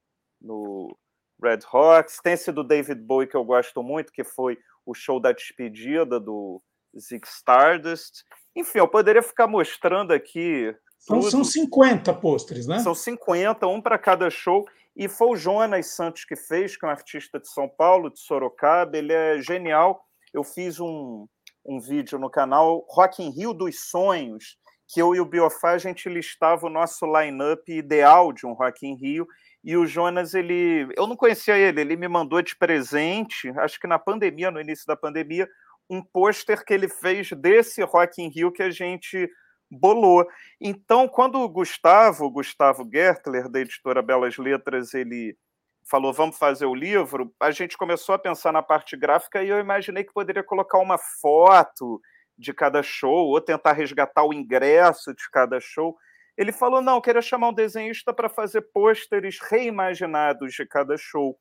no Red Hot. Tem esse do David Bowie, que eu gosto muito, que foi o show da despedida do Zig Stardust. Enfim, eu poderia ficar mostrando aqui tudo. São cinquenta pôsteres, né? São cinquenta, um para cada show. E foi o Jonas Santos que fez, que é um artista de São Paulo, de Sorocaba. Ele é genial. Eu fiz um, um vídeo no canal Rock in Rio dos Sonhos, que eu e o Biofá, a gente listava o nosso line-up ideal de um Rock in Rio. E o Jonas, ele... eu não conhecia ele, ele me mandou de presente, acho que na pandemia, no início da pandemia, um pôster que ele fez desse Rock in Rio que a gente bolou. Então, quando o Gustavo, Gustavo Gertler, da editora Belas Letras, ele falou, vamos fazer o livro, a gente começou a pensar na parte gráfica e eu imaginei que poderia colocar uma foto de cada show, ou tentar resgatar o ingresso de cada show. Ele falou, não, queria chamar um desenhista para fazer pôsteres reimaginados de cada show.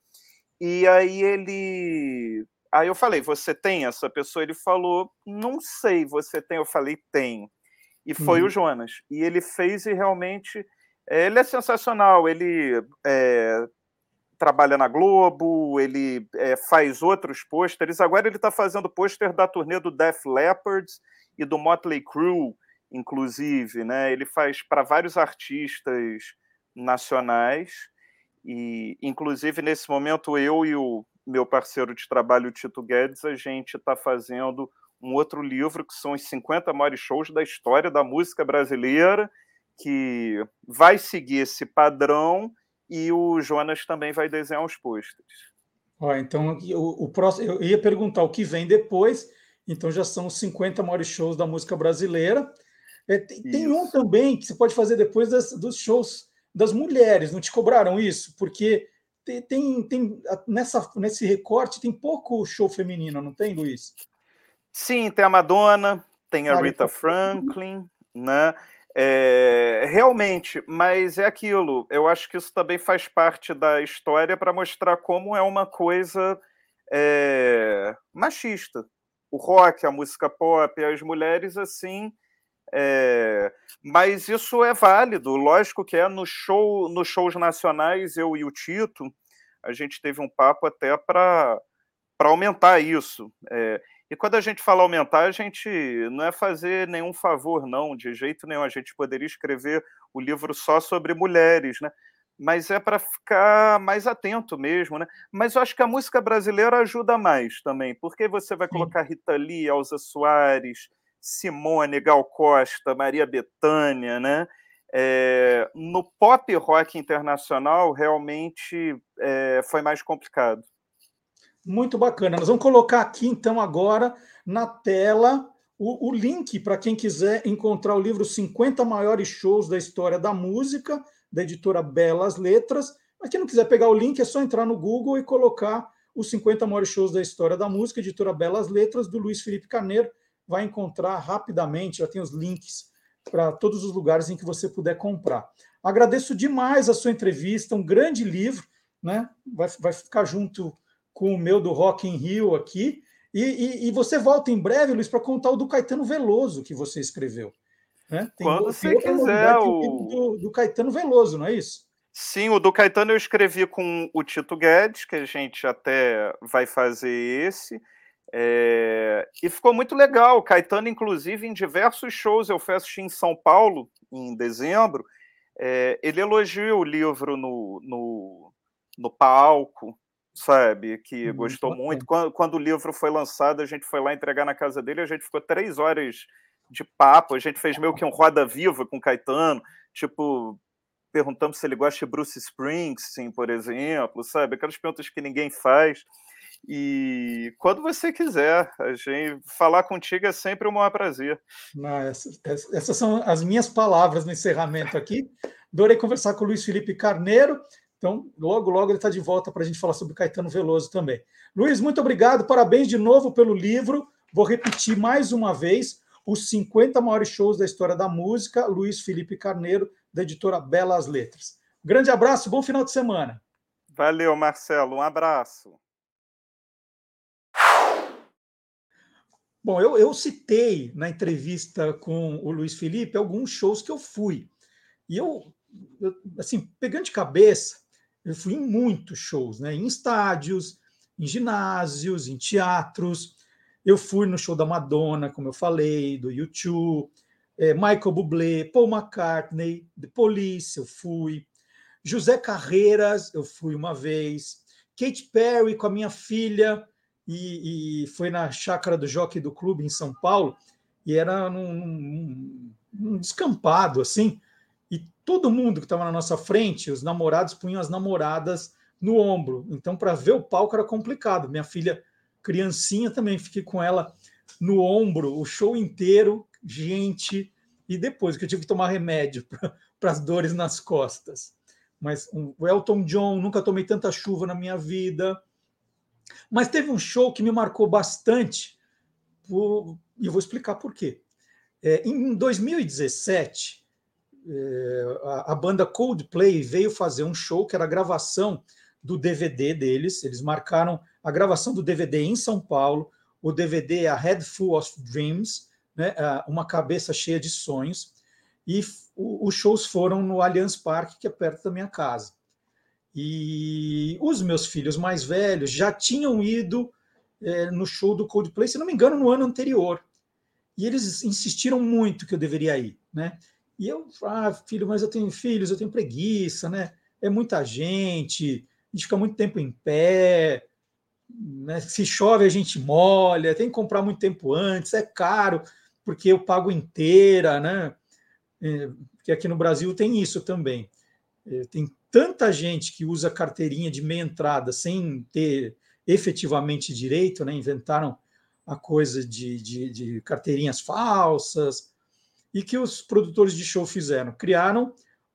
E aí ele... Aí eu falei, você tem essa pessoa? Ele falou, não sei, você tem? Eu falei, tenho. E foi uhum. o Jonas. E ele fez e realmente... Ele é sensacional. Ele é, trabalha na Globo, ele é, faz outros pôsteres. Agora ele está fazendo pôster da turnê do Def Leppard e do Motley Crue, inclusive, né? Ele faz para vários artistas nacionais e, inclusive, nesse momento, eu e o meu parceiro de trabalho, o Tito Guedes, a gente está fazendo um outro livro, que são os cinquenta maiores shows da história da música brasileira, que vai seguir esse padrão e o Jonas também vai desenhar os pôsteres. Ah, então, o, o próximo, eu ia perguntar o que vem depois, então já são os cinquenta maiores shows da música brasileira. É, tem, tem um também que você pode fazer depois das, dos shows das mulheres, não te cobraram isso? Porque tem, tem, tem nessa, nesse recorte tem pouco show feminino, não tem, Luiz? Sim, tem a Madonna, tem a Rita Franklin, né? É, realmente, mas é aquilo, eu acho que isso também faz parte da história para mostrar como é uma coisa é, machista. O rock, a música pop, as mulheres, assim... É, mas isso é válido, lógico que é. No show, nos shows nacionais, eu e o Tito, a gente teve um papo até para aumentar isso. É, e quando a gente fala aumentar, a gente não é fazer nenhum favor, não, de jeito nenhum. A gente poderia escrever o livro só sobre mulheres, né? Mas é para ficar mais atento mesmo, né? Mas eu acho que a música brasileira ajuda mais também, porque você vai colocar Rita Lee, Elza Soares, Simone, Gal Costa, Maria Bethânia, né? É, no pop rock internacional, realmente é, foi mais complicado. Muito bacana. Nós vamos colocar aqui, então, agora na tela o, o link para quem quiser encontrar o livro cinquenta Maiores Shows da História da Música, da editora Belas Letras. Mas quem não quiser pegar o link, é só entrar no Google e colocar os cinquenta Maiores Shows da História da Música, editora Belas Letras, do Luiz Felipe Carneiro. Vai encontrar rapidamente, já tem os links para todos os lugares em que você puder comprar. Agradeço demais a sua entrevista, um grande livro, né? Vai, vai ficar junto com o meu do Rock in Rio aqui, e, e, e você volta em breve, Luiz, para contar o do Caetano Veloso que você escreveu. Né? Tem, Quando tem você quiser. O... Do, do Caetano Veloso, não é isso? Sim, o do Caetano eu escrevi com o Tito Guedes, que a gente até vai fazer esse, é... e ficou muito legal. O Caetano, inclusive, em diversos shows, eu fui assistir em São Paulo, em dezembro, é... ele elogiou o livro no, no, no palco, sabe, que hum, gostou bacana. muito. Quando, quando o livro foi lançado, a gente foi lá entregar na casa dele, a gente ficou três horas de papo, a gente fez meio que um Roda Viva com o Caetano, tipo, perguntamos se ele gosta de Bruce Springsteen, por exemplo, sabe, aquelas perguntas que ninguém faz. E quando você quiser, a gente falar contigo é sempre um maior prazer. Não, essas, essas são as minhas palavras no encerramento aqui. Adorei conversar com o Luiz Felipe Carneiro. Então, logo, logo ele está de volta para a gente falar sobre Caetano Veloso também. Luiz, muito obrigado, parabéns de novo pelo livro. Vou repetir mais uma vez, os cinquenta Maiores Shows da História da Música, Luiz Felipe Carneiro, da editora Belas Letras. Um grande abraço, bom final de semana. Valeu, Marcelo, um abraço. Bom, eu, eu citei na entrevista com o Luiz Felipe alguns shows que eu fui. E eu, eu assim, pegando de cabeça, eu fui em muitos shows, né? Em estádios, em ginásios, em teatros. Eu fui no show da Madonna, como eu falei, do U dois, é, Michael Bublé, Paul McCartney, The Police, eu fui. José Carreiras, eu fui uma vez. Katy Perry com a minha filha, e, e foi na chácara do Jockey do Clube, em São Paulo, e era num, num, num descampado, assim, e todo mundo que estava na nossa frente, os namorados punham as namoradas no ombro. Então, para ver o palco era complicado. Minha filha, criancinha, também fiquei com ela no ombro o show inteiro, gente, e depois que eu tive que tomar remédio para as dores nas costas. Mas um, o Elton John, nunca tomei tanta chuva na minha vida. Mas teve um show que me marcou bastante, por, e eu vou explicar por quê. É, em dois mil e dezessete, a banda Coldplay veio fazer um show que era a gravação do D V D deles. Eles marcaram a gravação do D V D em São Paulo. O D V D é A Head Full of Dreams, né? Uma cabeça cheia de sonhos. E os shows foram no Allianz Parque, que é perto da minha casa. E os meus filhos mais velhos já tinham ido é, no show do Coldplay, se não me engano, no ano anterior. E eles insistiram muito que eu deveria ir, né? E eu, ah, filho, mas eu tenho filhos, eu tenho preguiça, né? É muita gente, a gente fica muito tempo em pé, né? Se chove a gente molha, tem que comprar muito tempo antes, é caro, porque eu pago inteira, né? Porque aqui no Brasil tem isso também. Tem tanta gente que usa carteirinha de meia entrada sem ter efetivamente direito, né? Inventaram a coisa de, de, de carteirinhas falsas. E que os produtores de show fizeram? Criaram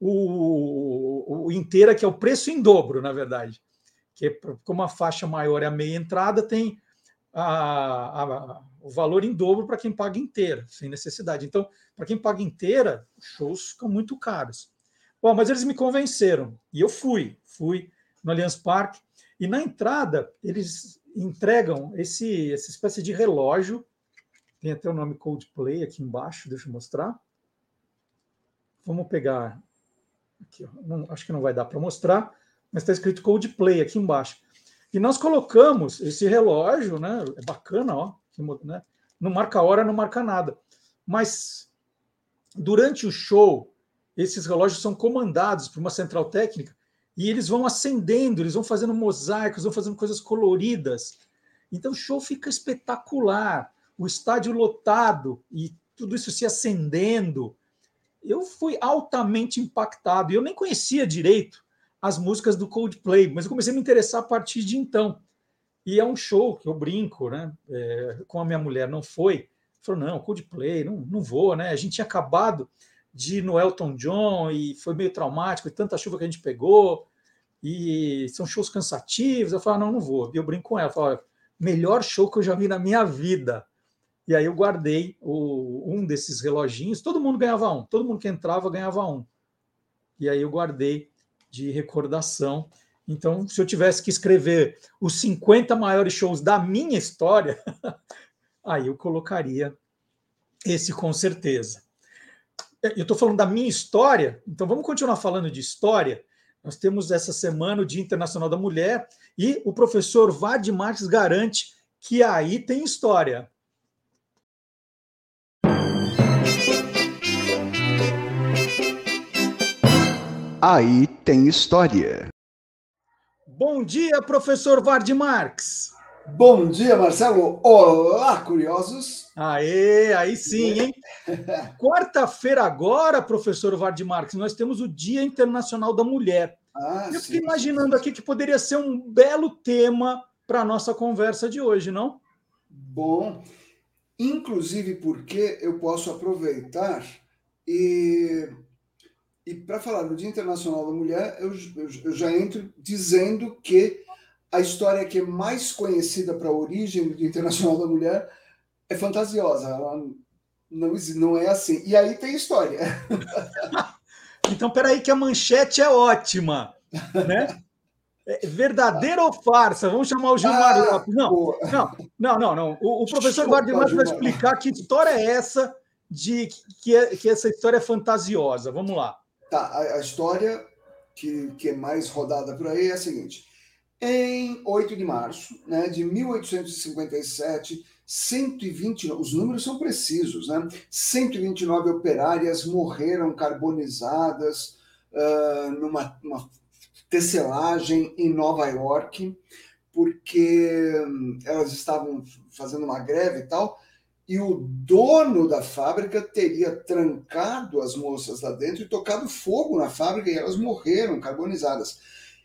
o, o inteira, que é o preço em dobro, na verdade. Que é, como a faixa maior é a meia entrada, tem a, a, o valor em dobro para quem paga inteira, sem necessidade. Então, para quem paga inteira, os shows ficam muito caros. Bom, mas eles me convenceram, e eu fui. Fui no Allianz Parque, e na entrada eles entregam esse, essa espécie de relógio. Tem até o nome Coldplay aqui embaixo, deixa eu mostrar. Vamos pegar aqui, não, acho que não vai dar para mostrar, mas está escrito Coldplay aqui embaixo. E nós colocamos esse relógio, né? É bacana, ó, né? Não marca hora, não marca nada. Mas durante o show, esses relógios são comandados por uma central técnica e eles vão acendendo, eles vão fazendo mosaicos, vão fazendo coisas coloridas. Então o show fica espetacular. O estádio lotado e tudo isso se acendendo. eu fui altamente impactado. Eu nem conhecia direito as músicas do Coldplay, mas eu comecei a me interessar a partir de então. E é um show que eu brinco, né? É, com a minha mulher, não foi. Falou, não, Coldplay, não, não vou, né? A gente tinha acabado de ir no Elton John e foi meio traumático, e tanta chuva que a gente pegou, e são shows cansativos. Eu falo, não, não vou. E eu brinco com ela, falo, melhor show que eu já vi na minha vida. E aí eu guardei o, um desses reloginhos, todo mundo ganhava um, todo mundo que entrava ganhava um. E aí eu guardei de recordação. Então, se eu tivesse que escrever os cinquenta maiores shows da minha história, aí eu colocaria esse com certeza. Eu estou falando da minha história, então vamos continuar falando de história. Nós temos essa semana o Dia Internacional da Mulher e o professor Wad Marx garante que aí tem história. Aí tem história. Bom dia, professor Wad Marx. Bom dia, Marcelo. Olá, curiosos. Aê, aí sim, hein? Quarta-feira agora, professor Wad Marx, nós temos o Dia Internacional da Mulher. Ah, Eu fiquei sim, imaginando sim. aqui que poderia ser um belo tema para a nossa conversa de hoje, não? Bom, inclusive porque eu posso aproveitar e, e para falar do Dia Internacional da Mulher, eu, eu, eu já entro dizendo que a história que é mais conhecida para a origem do Dia Internacional da Mulher é fantasiosa. Ela não, não é assim. E aí tem história. Então, peraí que a manchete é ótima, né? É verdadeira ou farsa? Vamos chamar o Gilmar Ah, Lopes. Não, boa. não, não, não, não. O, o professor Chupa, Wad Marx vai Gilmar. explicar que história é essa de que, é, que essa história é fantasiosa. Vamos lá. Tá, a, a história que, que é mais rodada por aí é a seguinte. Em oito de março, né, de mil oitocentos e cinquenta e sete, cento e vinte, os números são precisos, né? cento e vinte e nove operárias morreram carbonizadas uh, numa, numa tecelagem em Nova York, porque elas estavam fazendo uma greve e tal, e o dono da fábrica teria trancado as moças lá dentro e tocado fogo na fábrica, e elas morreram carbonizadas.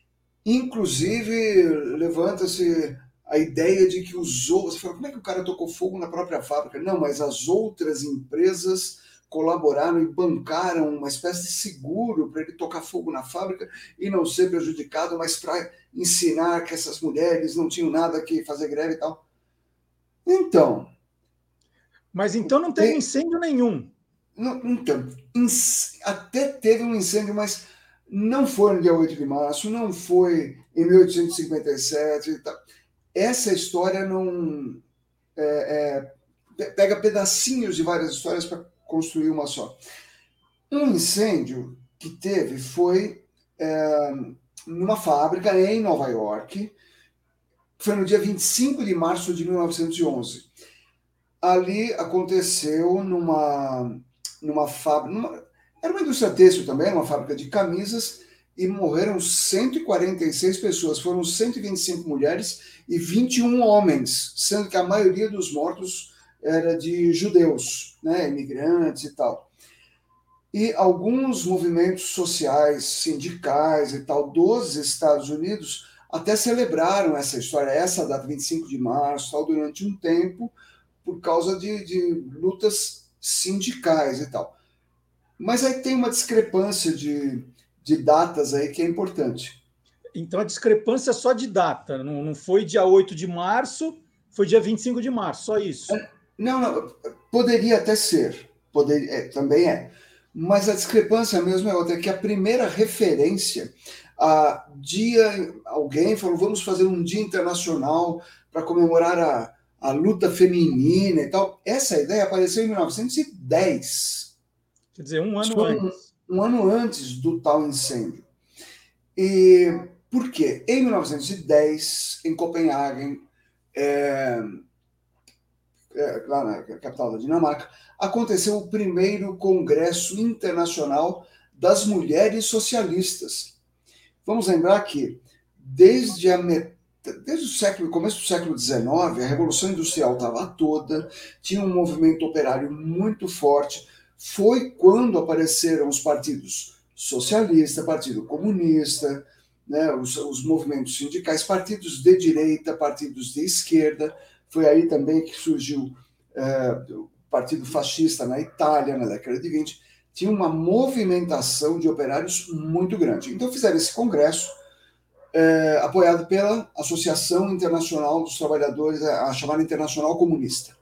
Inclusive, levanta-se a ideia de que os outros... Você fala, como é que o cara tocou fogo na própria fábrica? Não, mas as outras empresas colaboraram e bancaram uma espécie de seguro para ele tocar fogo na fábrica e não ser prejudicado, mas para ensinar que essas mulheres não tinham nada que fazer greve e tal. Então... Mas então não teve incêndio nenhum. Não, então, até teve um incêndio, mas... não foi no dia oito de março, não foi em mil oitocentos e cinquenta e sete. Tá. Essa história não é, é, pega pedacinhos de várias histórias para construir uma só. Um incêndio que teve foi é, numa fábrica em Nova York, foi no dia vinte e cinco de março de mil novecentos e onze. Ali aconteceu numa, numa fábrica... Numa, era uma indústria têxtil também, uma fábrica de camisas, e morreram cento e quarenta e seis pessoas. Foram cento e vinte e cinco mulheres e vinte e um homens, sendo que a maioria dos mortos era de judeus, né, imigrantes e tal. E alguns movimentos sociais, sindicais e tal, dos Estados Unidos até celebraram essa história, essa data, vinte e cinco de março, tal, durante um tempo, por causa de, de lutas sindicais e tal. Mas aí tem uma discrepância de, de datas aí que é importante. Então a discrepância é só de data, não, não foi dia oito de março, foi dia vinte e cinco de março, só isso. Não, não, poderia até ser, poder, é, também é. Mas a discrepância mesmo é outra, é que a primeira referência a dia, alguém falou, vamos fazer um dia internacional para comemorar a, a luta feminina e tal. Essa ideia apareceu em mil novecentos e dez. Quer dizer, um ano Foi antes. Um, um ano antes do tal incêndio. E por quê? Em mil novecentos e dez, em Copenhague, é, é, lá na capital da Dinamarca, aconteceu o primeiro Congresso Internacional das Mulheres Socialistas. Vamos lembrar que, desde, a met... desde o século, começo do século dezenove, a Revolução Industrial estava toda, tinha um movimento operário muito forte, foi quando apareceram os partidos socialista, Partido Comunista, né, os, os movimentos sindicais, partidos de direita, partidos de esquerda. Foi aí também que surgiu é, o Partido Fascista na Itália, na década de vinte. Tinha uma movimentação de operários muito grande. Então fizeram esse congresso, é, apoiado pela Associação Internacional dos Trabalhadores, a chamada Internacional Comunista.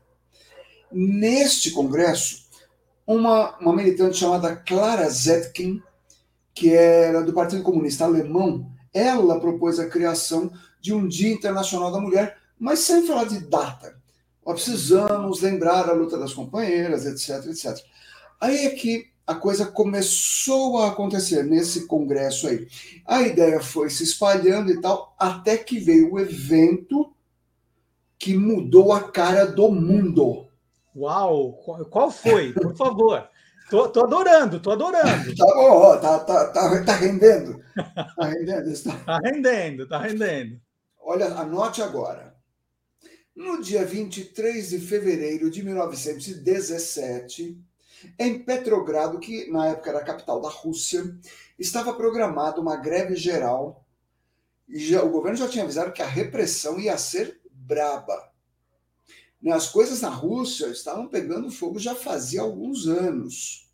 Neste congresso, uma, uma militante chamada Clara Zetkin, que era do Partido Comunista Alemão, ela propôs a criação de um Dia Internacional da Mulher, mas sem falar de data. Nós precisamos lembrar a luta das companheiras, etc, etcétera. Aí é que a coisa começou a acontecer nesse congresso aí. A ideia foi se espalhando e tal, até que veio o evento que mudou a cara do mundo. Uau! Qual foi? Por favor. Tô, tô adorando, tô adorando. Tá bom, tá, tá, tá, tá rendendo. Tá rendendo, está... tá rendendo, tá rendendo. Olha, anote agora. No dia vinte e três de fevereiro de mil novecentos e dezessete, em Petrogrado, que na época era a capital da Rússia, estava programada uma greve geral e já, o governo já tinha avisado que a repressão ia ser braba. As coisas na Rússia estavam pegando fogo já fazia alguns anos.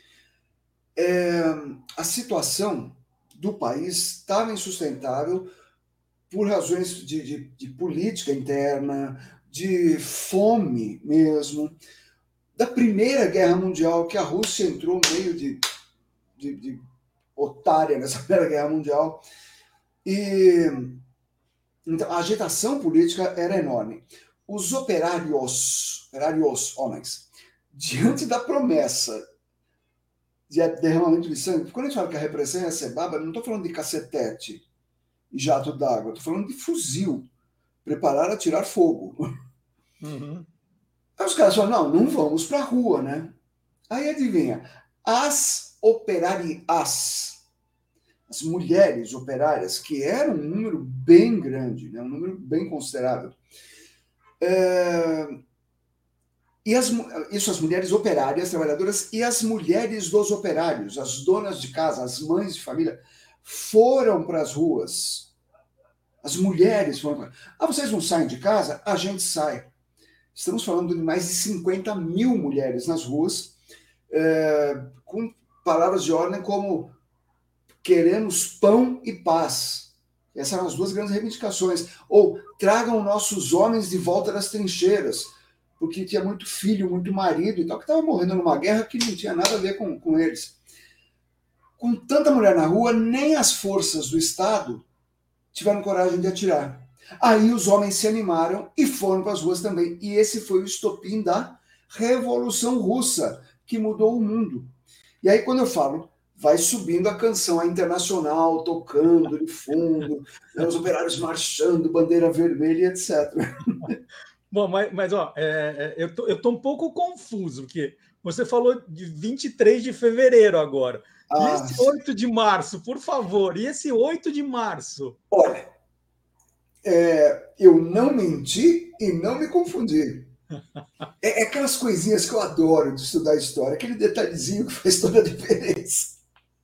É, a situação do país estava insustentável por razões de, de, de política interna, de fome mesmo, da Primeira Guerra Mundial, que a Rússia entrou meio de, de, de otária nessa Primeira Guerra Mundial. E então, a agitação política era enorme. Os operários, operários homens, diante da promessa de derramamento de sangue, quando a gente fala que a repressão ia ser baba, não estou falando de cacetete e jato d'água, estou falando de fuzil, preparar a tirar fogo. Uhum. Aí os caras falam, não, não vamos para a rua, né? Aí adivinha, as operárias, as mulheres operárias, que eram um número bem grande, né? Um número bem considerável, É, e as, isso as mulheres operárias, trabalhadoras, e as mulheres dos operários, as donas de casa, as mães de família, foram para as ruas. As mulheres foram para... Ah, vocês não saem de casa? A gente sai. Estamos falando de mais de cinquenta mil mulheres nas ruas, é, com palavras de ordem como queremos pão e paz. Essas eram as duas grandes reivindicações. Ou tragam nossos homens de volta das trincheiras, porque tinha muito filho, muito marido e tal, que estava morrendo numa guerra que não tinha nada a ver com, com eles. Com tanta mulher na rua, nem as forças do Estado tiveram coragem de atirar. Aí os homens se animaram e foram para as ruas também. E esse foi o estopim da Revolução Russa, que mudou o mundo. E aí, quando eu falo, vai subindo a canção, a Internacional, tocando de fundo, né, os operários marchando, bandeira vermelha, etcétera. Bom, mas, mas ó, é, é, eu tô, eu tô um pouco confuso, porque você falou de vinte e três de fevereiro agora. E ah, esse oito de março, por favor? E esse oito de março? Olha, é, eu não menti e não me confundi. É, é aquelas coisinhas que eu adoro de estudar história, aquele detalhezinho que faz toda a diferença.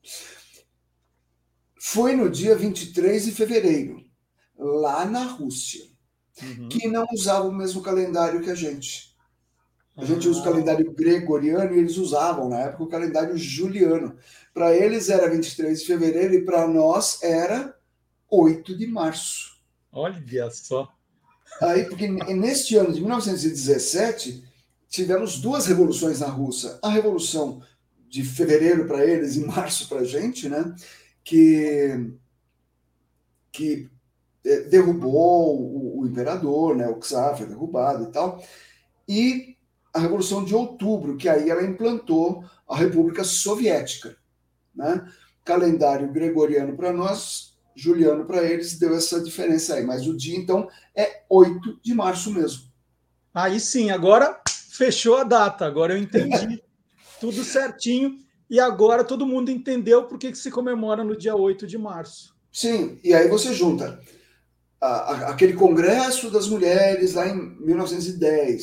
Foi no dia vinte e três de fevereiro, lá na Rússia, uhum. que não usava o mesmo calendário que a gente. A gente uhum. usa o calendário gregoriano e eles usavam, na época, o calendário juliano. Para eles era vinte e três de fevereiro e para nós era oito de março. Olha só. Aí, porque neste ano de mil novecentos e dezessete, tivemos duas revoluções na Rússia. A Revolução de fevereiro para eles e março para a gente, né? que, que derrubou o, o imperador, né? O czar foi derrubado e tal. E a Revolução de Outubro, que aí ela implantou a República Soviética. Né? Calendário gregoriano para nós, juliano para eles, deu essa diferença aí. Mas o dia, então, é oito de março mesmo. Aí sim, agora fechou a data, agora eu entendi tudo certinho. E agora todo mundo entendeu por que, que se comemora no dia oito de março. Sim, e aí você junta a, a, aquele Congresso das Mulheres lá em mil novecentos e dez,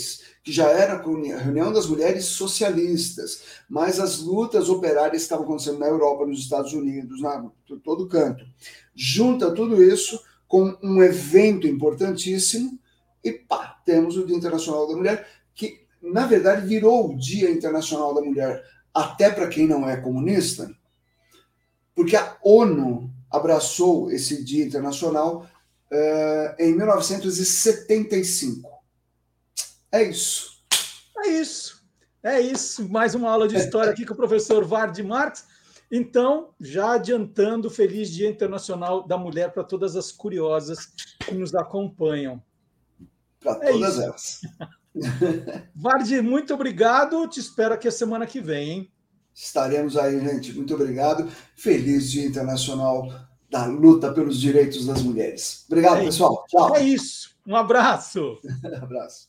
que já era a reunião das mulheres socialistas, mas as lutas operárias estavam acontecendo na Europa, nos Estados Unidos, na todo canto. Junta tudo isso com um evento importantíssimo e pá, temos o Dia Internacional da Mulher, que, na verdade, virou o Dia Internacional da Mulher, até para quem não é comunista, porque a ONU abraçou esse Dia Internacional uh, em mil novecentos e setenta e cinco. É isso. É isso. É isso. Mais uma aula de história aqui com o professor Vardy Marx. Então, já adiantando, feliz Dia Internacional da Mulher para todas as curiosas que nos acompanham. Para é todas isso. elas. Vardy, muito obrigado. Te espero aqui a semana que vem, hein? Estaremos aí, gente. Muito obrigado. Feliz Dia Internacional da Luta pelos Direitos das Mulheres. Obrigado, é pessoal. Isso. Tchau. É isso. Um abraço. Um abraço.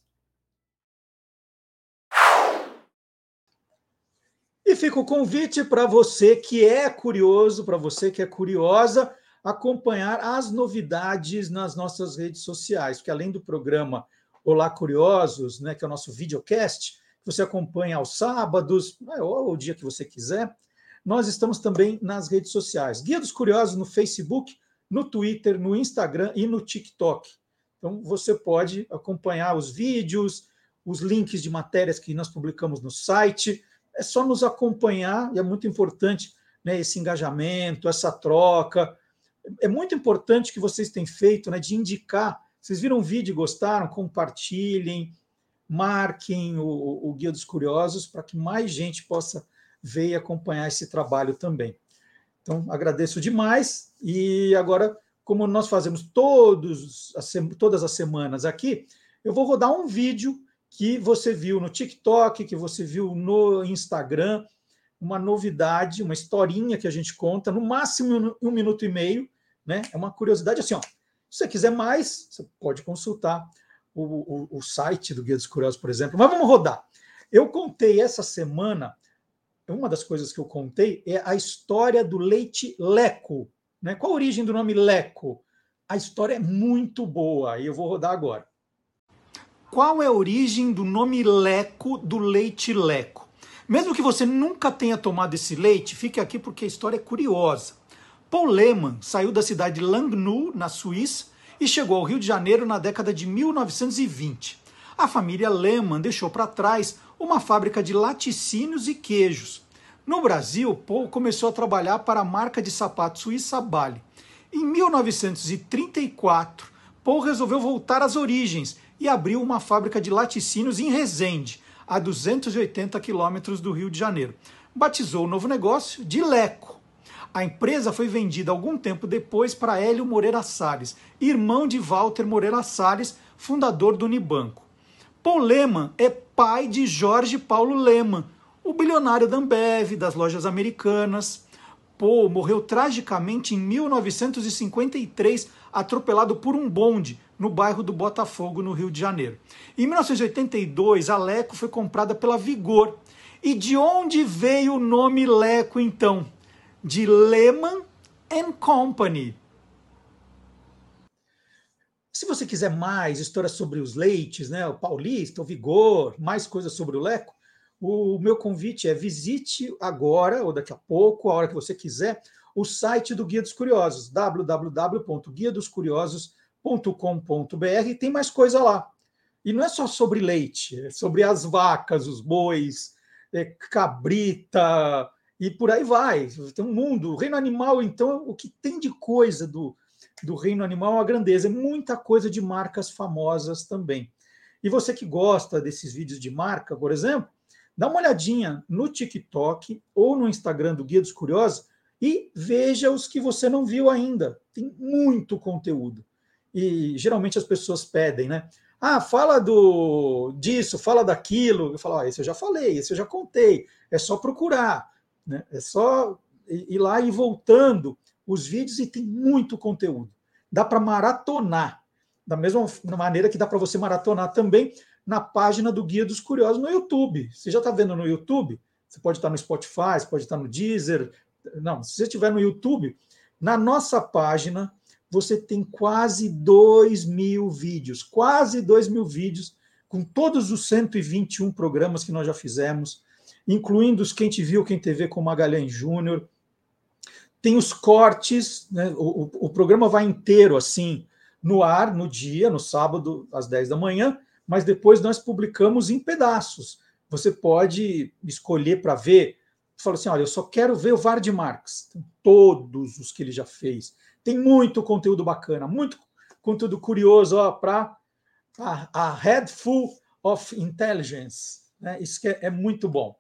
E fica o convite para você que é curioso, para você que é curiosa, acompanhar as novidades nas nossas redes sociais, porque além do programa Olá Curiosos, né, que é o nosso videocast, que você acompanha aos sábados, ou o dia que você quiser, nós estamos também nas redes sociais. Guia dos Curiosos no Facebook, no Twitter, no Instagram e no TikTok. Então, você pode acompanhar os vídeos, os links de matérias que nós publicamos no site. É só nos acompanhar, e é muito importante, né, esse engajamento, essa troca. É muito importante que vocês têm feito, né, de indicar. Vocês viram o vídeo e gostaram? Compartilhem, marquem o, o Guia dos Curiosos para que mais gente possa ver e acompanhar esse trabalho também. Então, agradeço demais. E agora, como nós fazemos todos, todas as semanas aqui, eu vou rodar um vídeo que você viu no TikTok, que você viu no Instagram, uma novidade, uma historinha que a gente conta, no máximo um minuto e meio, né? É uma curiosidade assim, ó. Se você quiser mais, você pode consultar o, o, o site do Guia dos Curiosos, por exemplo. Mas vamos rodar. Eu contei essa semana, uma das coisas que eu contei é a história do leite Leco, né? Qual a origem do nome Leco? A história é muito boa, e eu vou rodar agora. Qual é a origem do nome Leco, do leite Leco? Mesmo que você nunca tenha tomado esse leite, fique aqui porque a história é curiosa. Paul Lehmann saiu da cidade de Langnau, na Suíça, e chegou ao Rio de Janeiro na década de mil novecentos e vinte. A família Lehmann deixou para trás uma fábrica de laticínios e queijos. No Brasil, Paul começou a trabalhar para a marca de sapatos suíça Bally. Em mil novecentos e trinta e quatro, Paul resolveu voltar às origens e abriu uma fábrica de laticínios em Resende, a duzentos e oitenta quilômetros do Rio de Janeiro. Batizou o novo negócio de Leco. A empresa foi vendida algum tempo depois para Hélio Moreira Salles, irmão de Walter Moreira Salles, fundador do Unibanco. Paul Lehmann é pai de Jorge Paulo Lehmann, o bilionário da Ambev, das lojas americanas. Paul morreu tragicamente em mil novecentos e cinquenta e três, atropelado por um bonde, no bairro do Botafogo, no Rio de Janeiro. Em mil novecentos e oitenta e dois, a Leco foi comprada pela Vigor. E de onde veio o nome Leco, então? De Lehmann and Company. Se você quiser mais histórias sobre os leites, né, o Paulista, o Vigor, mais coisas sobre o Leco, o meu convite é visite agora, ou daqui a pouco, a hora que você quiser, o site do Guia dos Curiosos, w w w ponto guia dos curiosos ponto com ponto b r. Tem mais coisa lá. E não é só sobre leite, é sobre as vacas, os bois, é cabrita, e por aí vai. Tem um mundo. O reino animal, então, o que tem de coisa do, do reino animal é uma grandeza. É muita coisa de marcas famosas também. E você que gosta desses vídeos de marca, por exemplo, dá uma olhadinha no TikTok ou no Instagram do Guia dos Curiosos e veja os que você não viu ainda. Tem muito conteúdo. E geralmente as pessoas pedem, né? Ah, fala do disso, fala daquilo. Eu falo, ah, esse eu já falei, esse eu já contei. É só procurar, né? É só ir lá e voltando os vídeos e tem muito conteúdo. Dá para maratonar. Da mesma maneira que dá para você maratonar também na página do Guia dos Curiosos no YouTube. Você já está vendo no YouTube? Você pode estar no Spotify, você pode estar no Deezer. Não, se você estiver no YouTube, na nossa página você tem quase dois mil vídeos, quase dois mil vídeos com todos os cento e vinte e um programas que nós já fizemos, incluindo os Quem Te Viu, Quem Te Vê com Magalhães Júnior. Tem os cortes, né? o, o, o programa vai inteiro assim no ar, no dia, no sábado, às dez da manhã, mas depois nós publicamos em pedaços. Você pode escolher para ver. Você fala assim, olha, eu só quero ver o Ward Marx. Tem todos os que ele já fez. Tem muito conteúdo bacana, muito conteúdo curioso para a, a Head Full of Intelligence. Né? Isso que é, é muito bom.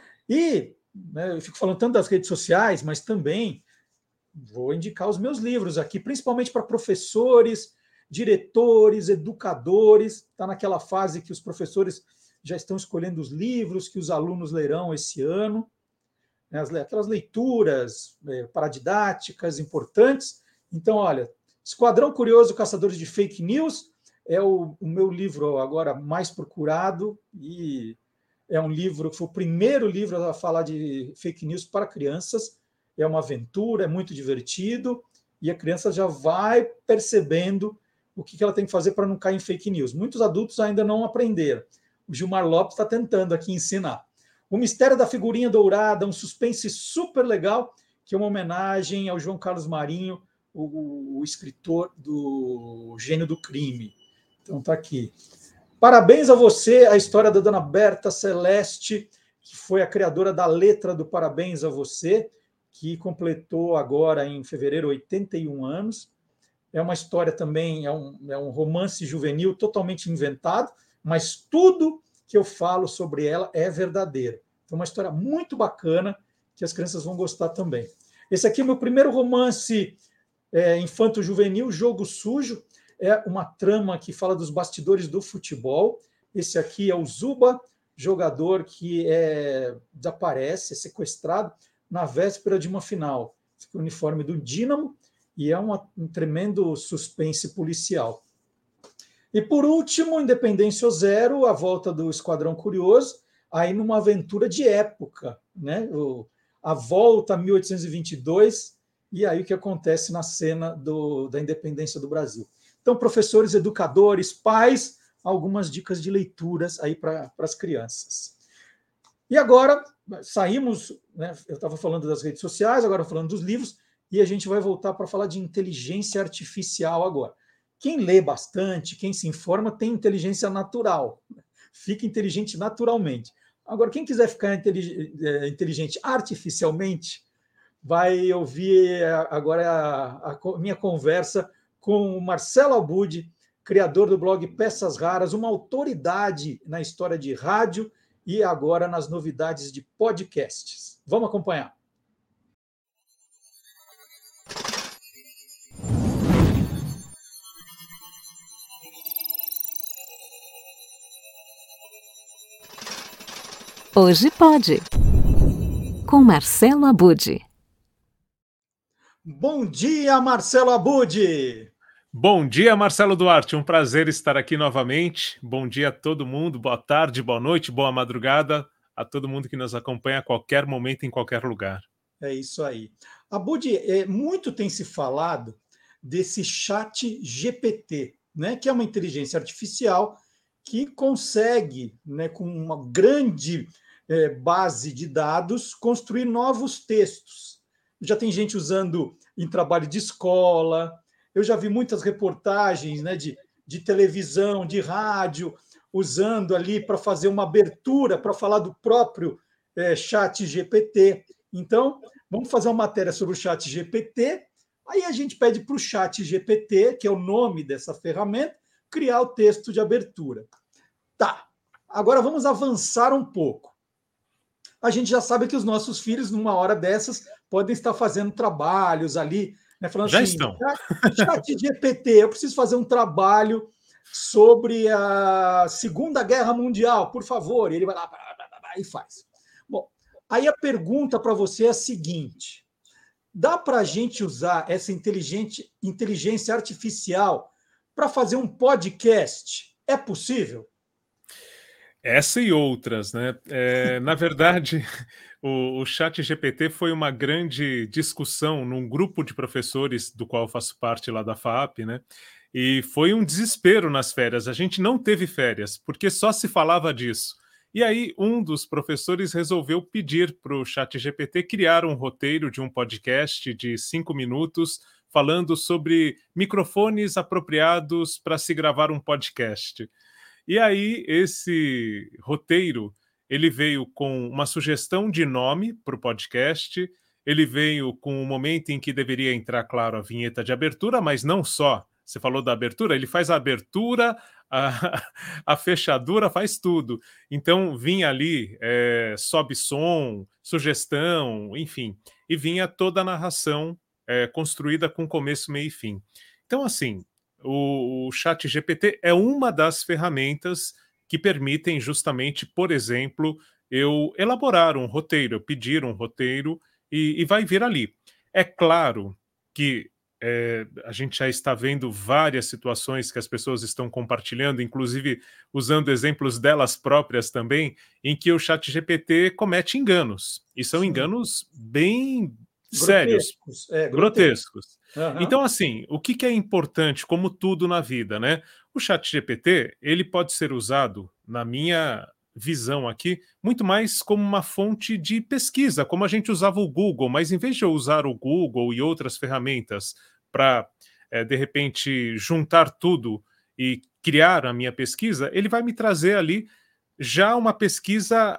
E né, eu fico falando tanto das redes sociais, mas também vou indicar os meus livros aqui, principalmente para professores, diretores, educadores. Está naquela fase que os professores já estão escolhendo os livros que os alunos lerão esse ano, né, aquelas leituras é, paradidáticas importantes. Então, olha, Esquadrão Curioso, Caçadores de Fake News, é o, o meu livro agora mais procurado, e é um livro que foi o primeiro livro a falar de fake news para crianças. É uma aventura, é muito divertido, e a criança já vai percebendo o que ela tem que fazer para não cair em fake news. Muitos adultos ainda não aprenderam. O Gilmar Lopes está tentando aqui ensinar. O Mistério da Figurinha Dourada, um suspense super legal, que é uma homenagem ao João Carlos Marinho, o, o escritor do Gênio do Crime. Então está aqui. Parabéns a você, a história da Dona Berta Celeste, que foi a criadora da letra do Parabéns a Você, que completou agora em fevereiro oitenta e um anos. É uma história também, é um, é um romance juvenil totalmente inventado, mas tudo que eu falo sobre ela é verdadeiro. É uma história muito bacana que as crianças vão gostar também. Esse aqui é o meu primeiro romance é, infanto-juvenil, Jogo Sujo. É uma trama que fala dos bastidores do futebol. Esse aqui é o Zuba, jogador que é, desaparece, é sequestrado na véspera de uma final. Esse aqui é o uniforme do Dínamo e é uma, um tremendo suspense policial. E, por último, Independência Zero, a volta do Esquadrão Curioso, aí numa aventura de época, né? O, a volta a mil oitocentos e vinte e dois, e aí o que acontece na cena do, da independência do Brasil. Então, professores, educadores, pais, algumas dicas de leituras aí para as crianças. E agora, saímos, né? Eu estava falando das redes sociais, agora falando dos livros, e a gente vai voltar para falar de inteligência artificial agora. Quem lê bastante, quem se informa, tem inteligência natural. Fica inteligente naturalmente. Agora, quem quiser ficar inteligente artificialmente, vai ouvir agora a, a minha conversa com o Marcelo Abud, criador do blog Peças Raras, uma autoridade na história de rádio e agora nas novidades de podcasts. Vamos acompanhar. Hoje pode, com Marcelo Abud. Bom dia, Marcelo Abud! Bom dia, Marcelo Duarte, um prazer estar aqui novamente. Bom dia a todo mundo, boa tarde, boa noite, boa madrugada a todo mundo que nos acompanha a qualquer momento, em qualquer lugar. É isso aí. Abud, é, muito tem se falado desse chat G P T, né, que é uma inteligência artificial que consegue, né, com uma grande é, base de dados, construir novos textos. Já tem gente usando em trabalho de escola, eu já vi muitas reportagens, né, de, de televisão, de rádio, usando ali para fazer uma abertura, para falar do próprio é, chat G P T. Então, vamos fazer uma matéria sobre o chat G P T, aí a gente pede para o chat G P T, que é o nome dessa ferramenta, criar o texto de abertura. Tá, agora vamos avançar um pouco. A gente já sabe que os nossos filhos, numa hora dessas, podem estar fazendo trabalhos ali, né, falando já assim, estão. Chat G P T, eu preciso fazer um trabalho sobre a Segunda Guerra Mundial, por favor. E ele vai lá e faz. Bom, aí a pergunta para você é a seguinte: dá para a gente usar essa inteligente, inteligência artificial para fazer um podcast? É possível? Essa e outras, né? É, na verdade, o, o chat G P T foi uma grande discussão num grupo de professores do qual eu faço parte lá da F A A P, né? E foi um desespero nas férias. A gente não teve férias, porque só se falava disso. E aí, um dos professores resolveu pedir para o ChatGPT criar um roteiro de um podcast de cinco minutos falando sobre microfones apropriados para se gravar um podcast. E aí, esse roteiro, ele veio com uma sugestão de nome para o podcast, ele veio com o momento em que deveria entrar, claro, a vinheta de abertura, mas não só. Você falou da abertura, ele faz a abertura, a, a fechadura, faz tudo. Então, vinha ali, é, sobe som, sugestão, enfim. E vinha toda a narração é, construída com começo, meio e fim. Então, assim, o, o ChatGPT é uma das ferramentas que permitem justamente, por exemplo, eu elaborar um roteiro, eu pedir um roteiro e, e vai vir ali. É claro que É, a gente já está vendo várias situações que as pessoas estão compartilhando, inclusive usando exemplos delas próprias também, em que o ChatGPT comete enganos. E são Sim. enganos bem sérios, grotescos. É, grotescos. Uhum. Então, assim, o que, que é importante, como tudo na vida, né? O ChatGPT, ele pode ser usado, na minha visão aqui, muito mais como uma fonte de pesquisa, como a gente usava o Google, mas em vez de eu usar o Google e outras ferramentas para, é, de repente, juntar tudo e criar a minha pesquisa, ele vai me trazer ali já uma pesquisa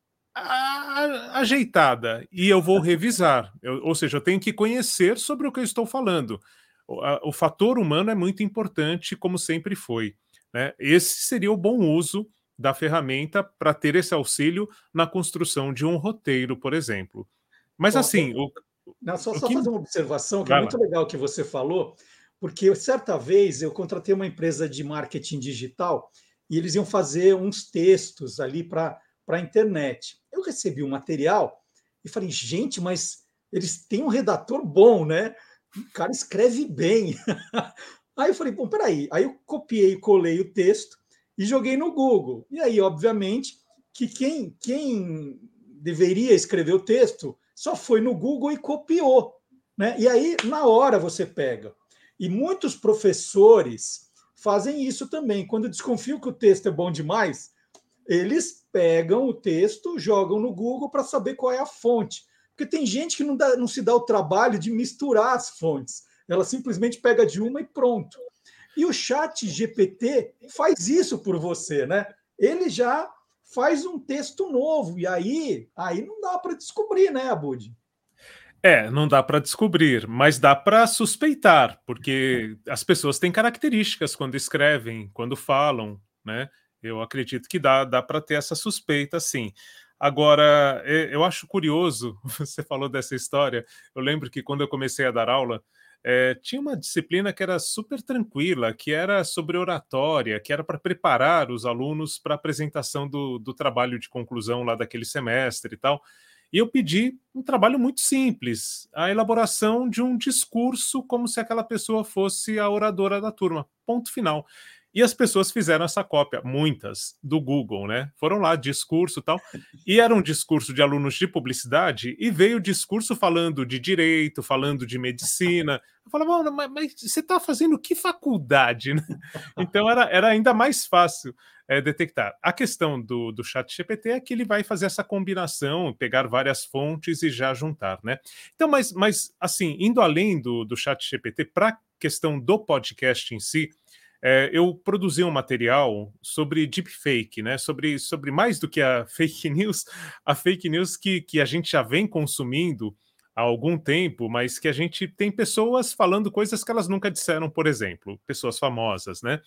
a, ajeitada, e eu vou revisar, eu, ou seja, eu tenho que conhecer sobre o que eu estou falando. O, a, o fator humano é muito importante, como sempre foi, né? Esse seria o bom uso da ferramenta para ter esse auxílio na construção de um roteiro, por exemplo. Mas Bom, assim... O, não, só, o só que... fazer uma observação, que Vai é muito lá. legal que você falou, porque certa vez eu contratei uma empresa de marketing digital e eles iam fazer uns textos ali para a internet. Eu recebi o material e falei, gente, mas eles têm um redator bom, né? O cara escreve bem. Aí eu falei, bom, peraí. Aí eu copiei e colei o texto e joguei no Google. E aí, obviamente, que quem, quem deveria escrever o texto só foi no Google e copiou, né? E aí, na hora, você pega. E muitos professores fazem isso também. Quando desconfiam que o texto é bom demais, eles pegam o texto, jogam no Google para saber qual é a fonte. Porque tem gente que não, dá, não se dá o trabalho de misturar as fontes. Ela simplesmente pega de uma e pronto. E o ChatGPT faz isso por você, né? Ele já faz um texto novo, e aí, aí não dá para descobrir, né, Abud? É, não dá para descobrir, mas dá para suspeitar, porque as pessoas têm características quando escrevem, quando falam, né? Eu acredito que dá, dá para ter essa suspeita, sim. Agora, eu acho curioso, você falou dessa história, eu lembro que quando eu comecei a dar aula, É, tinha uma disciplina que era super tranquila, que era sobre oratória, que era para preparar os alunos para a apresentação do, do trabalho de conclusão lá daquele semestre e tal. E eu pedi um trabalho muito simples, a elaboração de um discurso como se aquela pessoa fosse a oradora da turma, ponto final. E as pessoas fizeram essa cópia, muitas, do Google, né? Foram lá, discurso e tal. E era um discurso de alunos de publicidade e veio o discurso falando de direito, falando de medicina. Eu falava, mas, mas você está fazendo que faculdade, né? Então era, era ainda mais fácil é, detectar. A questão do, do ChatGPT é que ele vai fazer essa combinação, pegar várias fontes e já juntar, né? Então, mas, mas assim, indo além do, do ChatGPT, para a questão do podcast em si, É, eu produzi um material sobre deepfake, né? sobre, sobre mais do que a fake news, a fake news que, que a gente já vem consumindo há algum tempo, mas que a gente tem pessoas falando coisas que elas nunca disseram, por exemplo, pessoas famosas, né?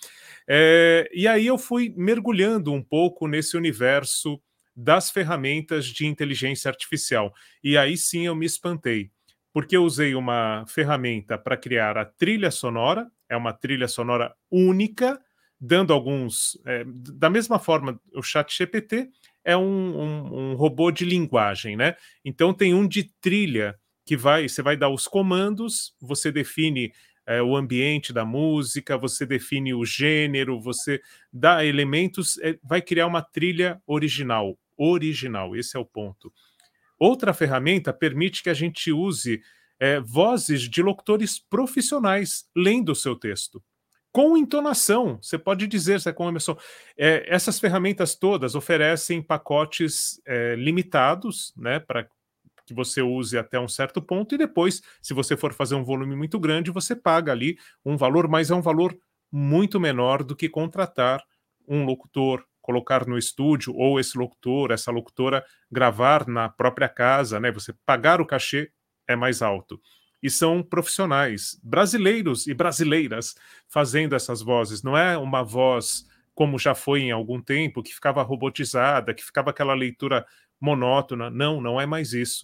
É, e aí eu fui mergulhando um pouco nesse universo das ferramentas de inteligência artificial. E aí sim eu me espantei, porque eu usei uma ferramenta para criar a trilha sonora, é uma trilha sonora única, dando alguns... É, da mesma forma, o ChatGPT é um, um, um robô de linguagem, né? Então tem um de trilha, que vai, você vai dar os comandos, você define é, o ambiente da música, você define o gênero, você dá elementos, é, vai criar uma trilha original. Original, esse é o ponto. Outra ferramenta permite que a gente use é, vozes de locutores profissionais lendo o seu texto. com entonação. Você pode dizer, Zé, com Emerson, é, essas ferramentas todas oferecem pacotes é, limitados, né, para que você use até um certo ponto, e depois, se você for fazer um volume muito grande, você paga ali um valor, mas é um valor muito menor do que contratar um locutor, colocar no estúdio, ou esse locutor, essa locutora gravar na própria casa, né? Você pagar o cachê é mais alto. E são profissionais brasileiros e brasileiras fazendo essas vozes. Não é uma voz como já foi em algum tempo, que ficava robotizada, que ficava aquela leitura monótona. Não, não é mais isso.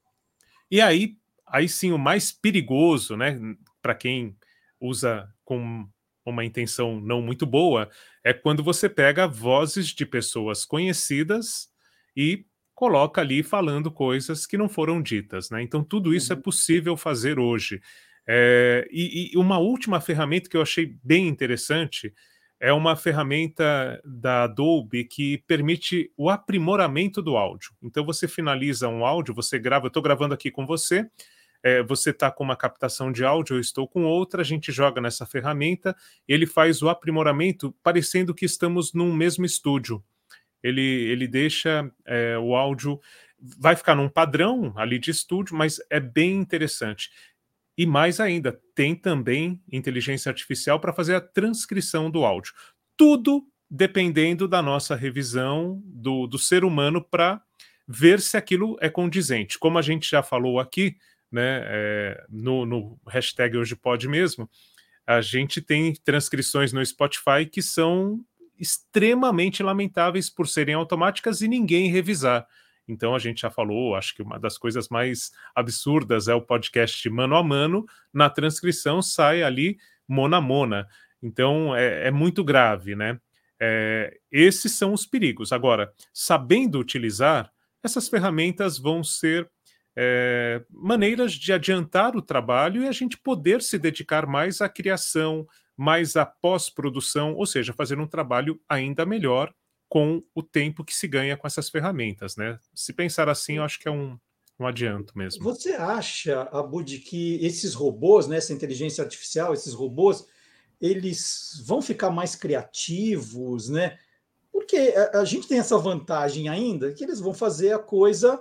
E aí, aí sim, o mais perigoso, né, para quem usa com uma intenção não muito boa, é quando você pega vozes de pessoas conhecidas e coloca ali falando coisas que não foram ditas, né? Então, tudo isso uhum. é possível fazer hoje. É, e, e uma última ferramenta que eu achei bem interessante é uma ferramenta da Adobe que permite o aprimoramento do áudio. Então, você finaliza um áudio, você grava, eu estou gravando aqui com você, é, você está com uma captação de áudio, eu estou com outra, a gente joga nessa ferramenta, ele faz o aprimoramento parecendo que estamos num mesmo estúdio. Ele, ele deixa é, o áudio, vai ficar num padrão ali de estúdio, mas é bem interessante. E mais ainda, tem também inteligência artificial para fazer a transcrição do áudio. Tudo dependendo da nossa revisão do, do ser humano para ver se aquilo é condizente. Como a gente já falou aqui, né, é, no, no hashtag Hoje Pode mesmo, a gente tem transcrições no Spotify que são extremamente lamentáveis por serem automáticas e ninguém revisar. Então a gente já falou, acho que uma das coisas mais absurdas é o podcast mano a mano, na transcrição sai ali mona a mona. Então é, é muito grave, né? É, esses são os perigos. Agora, sabendo utilizar, essas ferramentas vão ser é, maneiras de adiantar o trabalho e a gente poder se dedicar mais à criação, mais à pós-produção, ou seja, fazer um trabalho ainda melhor com o tempo que se ganha com essas ferramentas, né? Se pensar assim, eu acho que é um, um adianto mesmo. Você acha, Abud, que esses robôs, né, essa inteligência artificial, esses robôs, eles vão ficar mais criativos, né? Porque a, a gente tem essa vantagem ainda, que eles vão fazer a coisa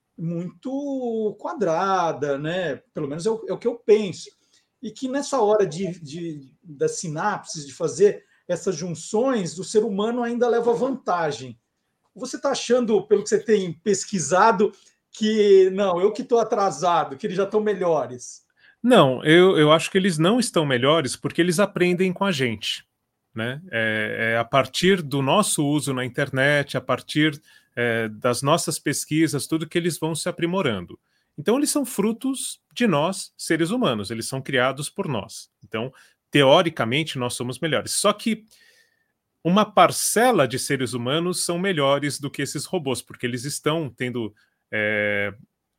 muito quadrada, né? Pelo menos é o, é o que eu penso. E que nessa hora de, de, das sinapses, de fazer essas junções, o ser humano ainda leva vantagem. Você está achando, pelo que você tem pesquisado, que não, eu que estou atrasado, que eles já estão melhores? Não, eu, eu acho que eles não estão melhores porque eles aprendem com a gente, né? É, é a partir do nosso uso na internet, a partir é, das nossas pesquisas, tudo que eles vão se aprimorando. Então, eles são frutos de nós, seres humanos, eles são criados por nós. Então, teoricamente, nós somos melhores. Só que uma parcela de seres humanos são melhores do que esses robôs, porque eles estão tendo... É,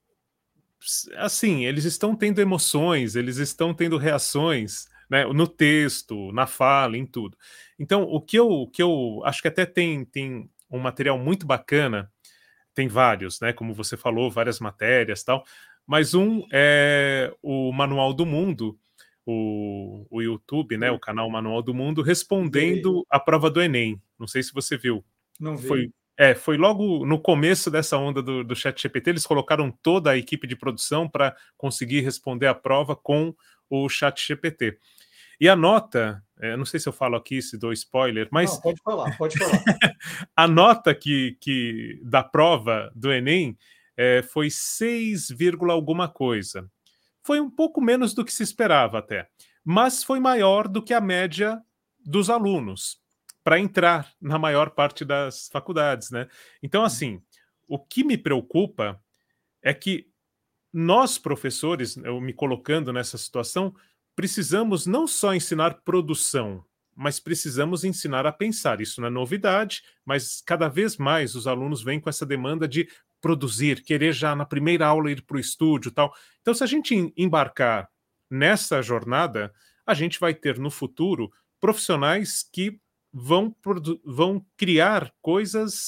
assim, eles estão tendo emoções, eles estão tendo reações, né, no texto, na fala, em tudo. Então, o que eu, o que eu acho que até tem, tem um material muito bacana, tem vários, né, como você falou, várias matérias e tal, mas um é o Manual do Mundo, o, o YouTube, né, o canal Manual do Mundo, respondendo a prova do Enem. Não sei se você viu. Não vi. Foi, é, foi logo no começo dessa onda do, do ChatGPT, eles colocaram toda a equipe de produção para conseguir responder a prova com o ChatGPT. E a nota, é, não sei se eu falo aqui, se dou spoiler, mas... Não, pode falar, pode falar. A nota que, que, da prova do Enem é, foi seis, alguma coisa. Foi um pouco menos do que se esperava até, mas foi maior do que a média dos alunos para entrar na maior parte das faculdades, né? Então, assim, o que me preocupa é que nós, professores, eu me colocando nessa situação, precisamos não só ensinar produção, mas precisamos ensinar a pensar. Isso não é novidade, mas cada vez mais os alunos vêm com essa demanda de produzir, querer já na primeira aula ir para o estúdio e tal. Então, se a gente embarcar nessa jornada, a gente vai ter no futuro profissionais que vão, vão criar coisas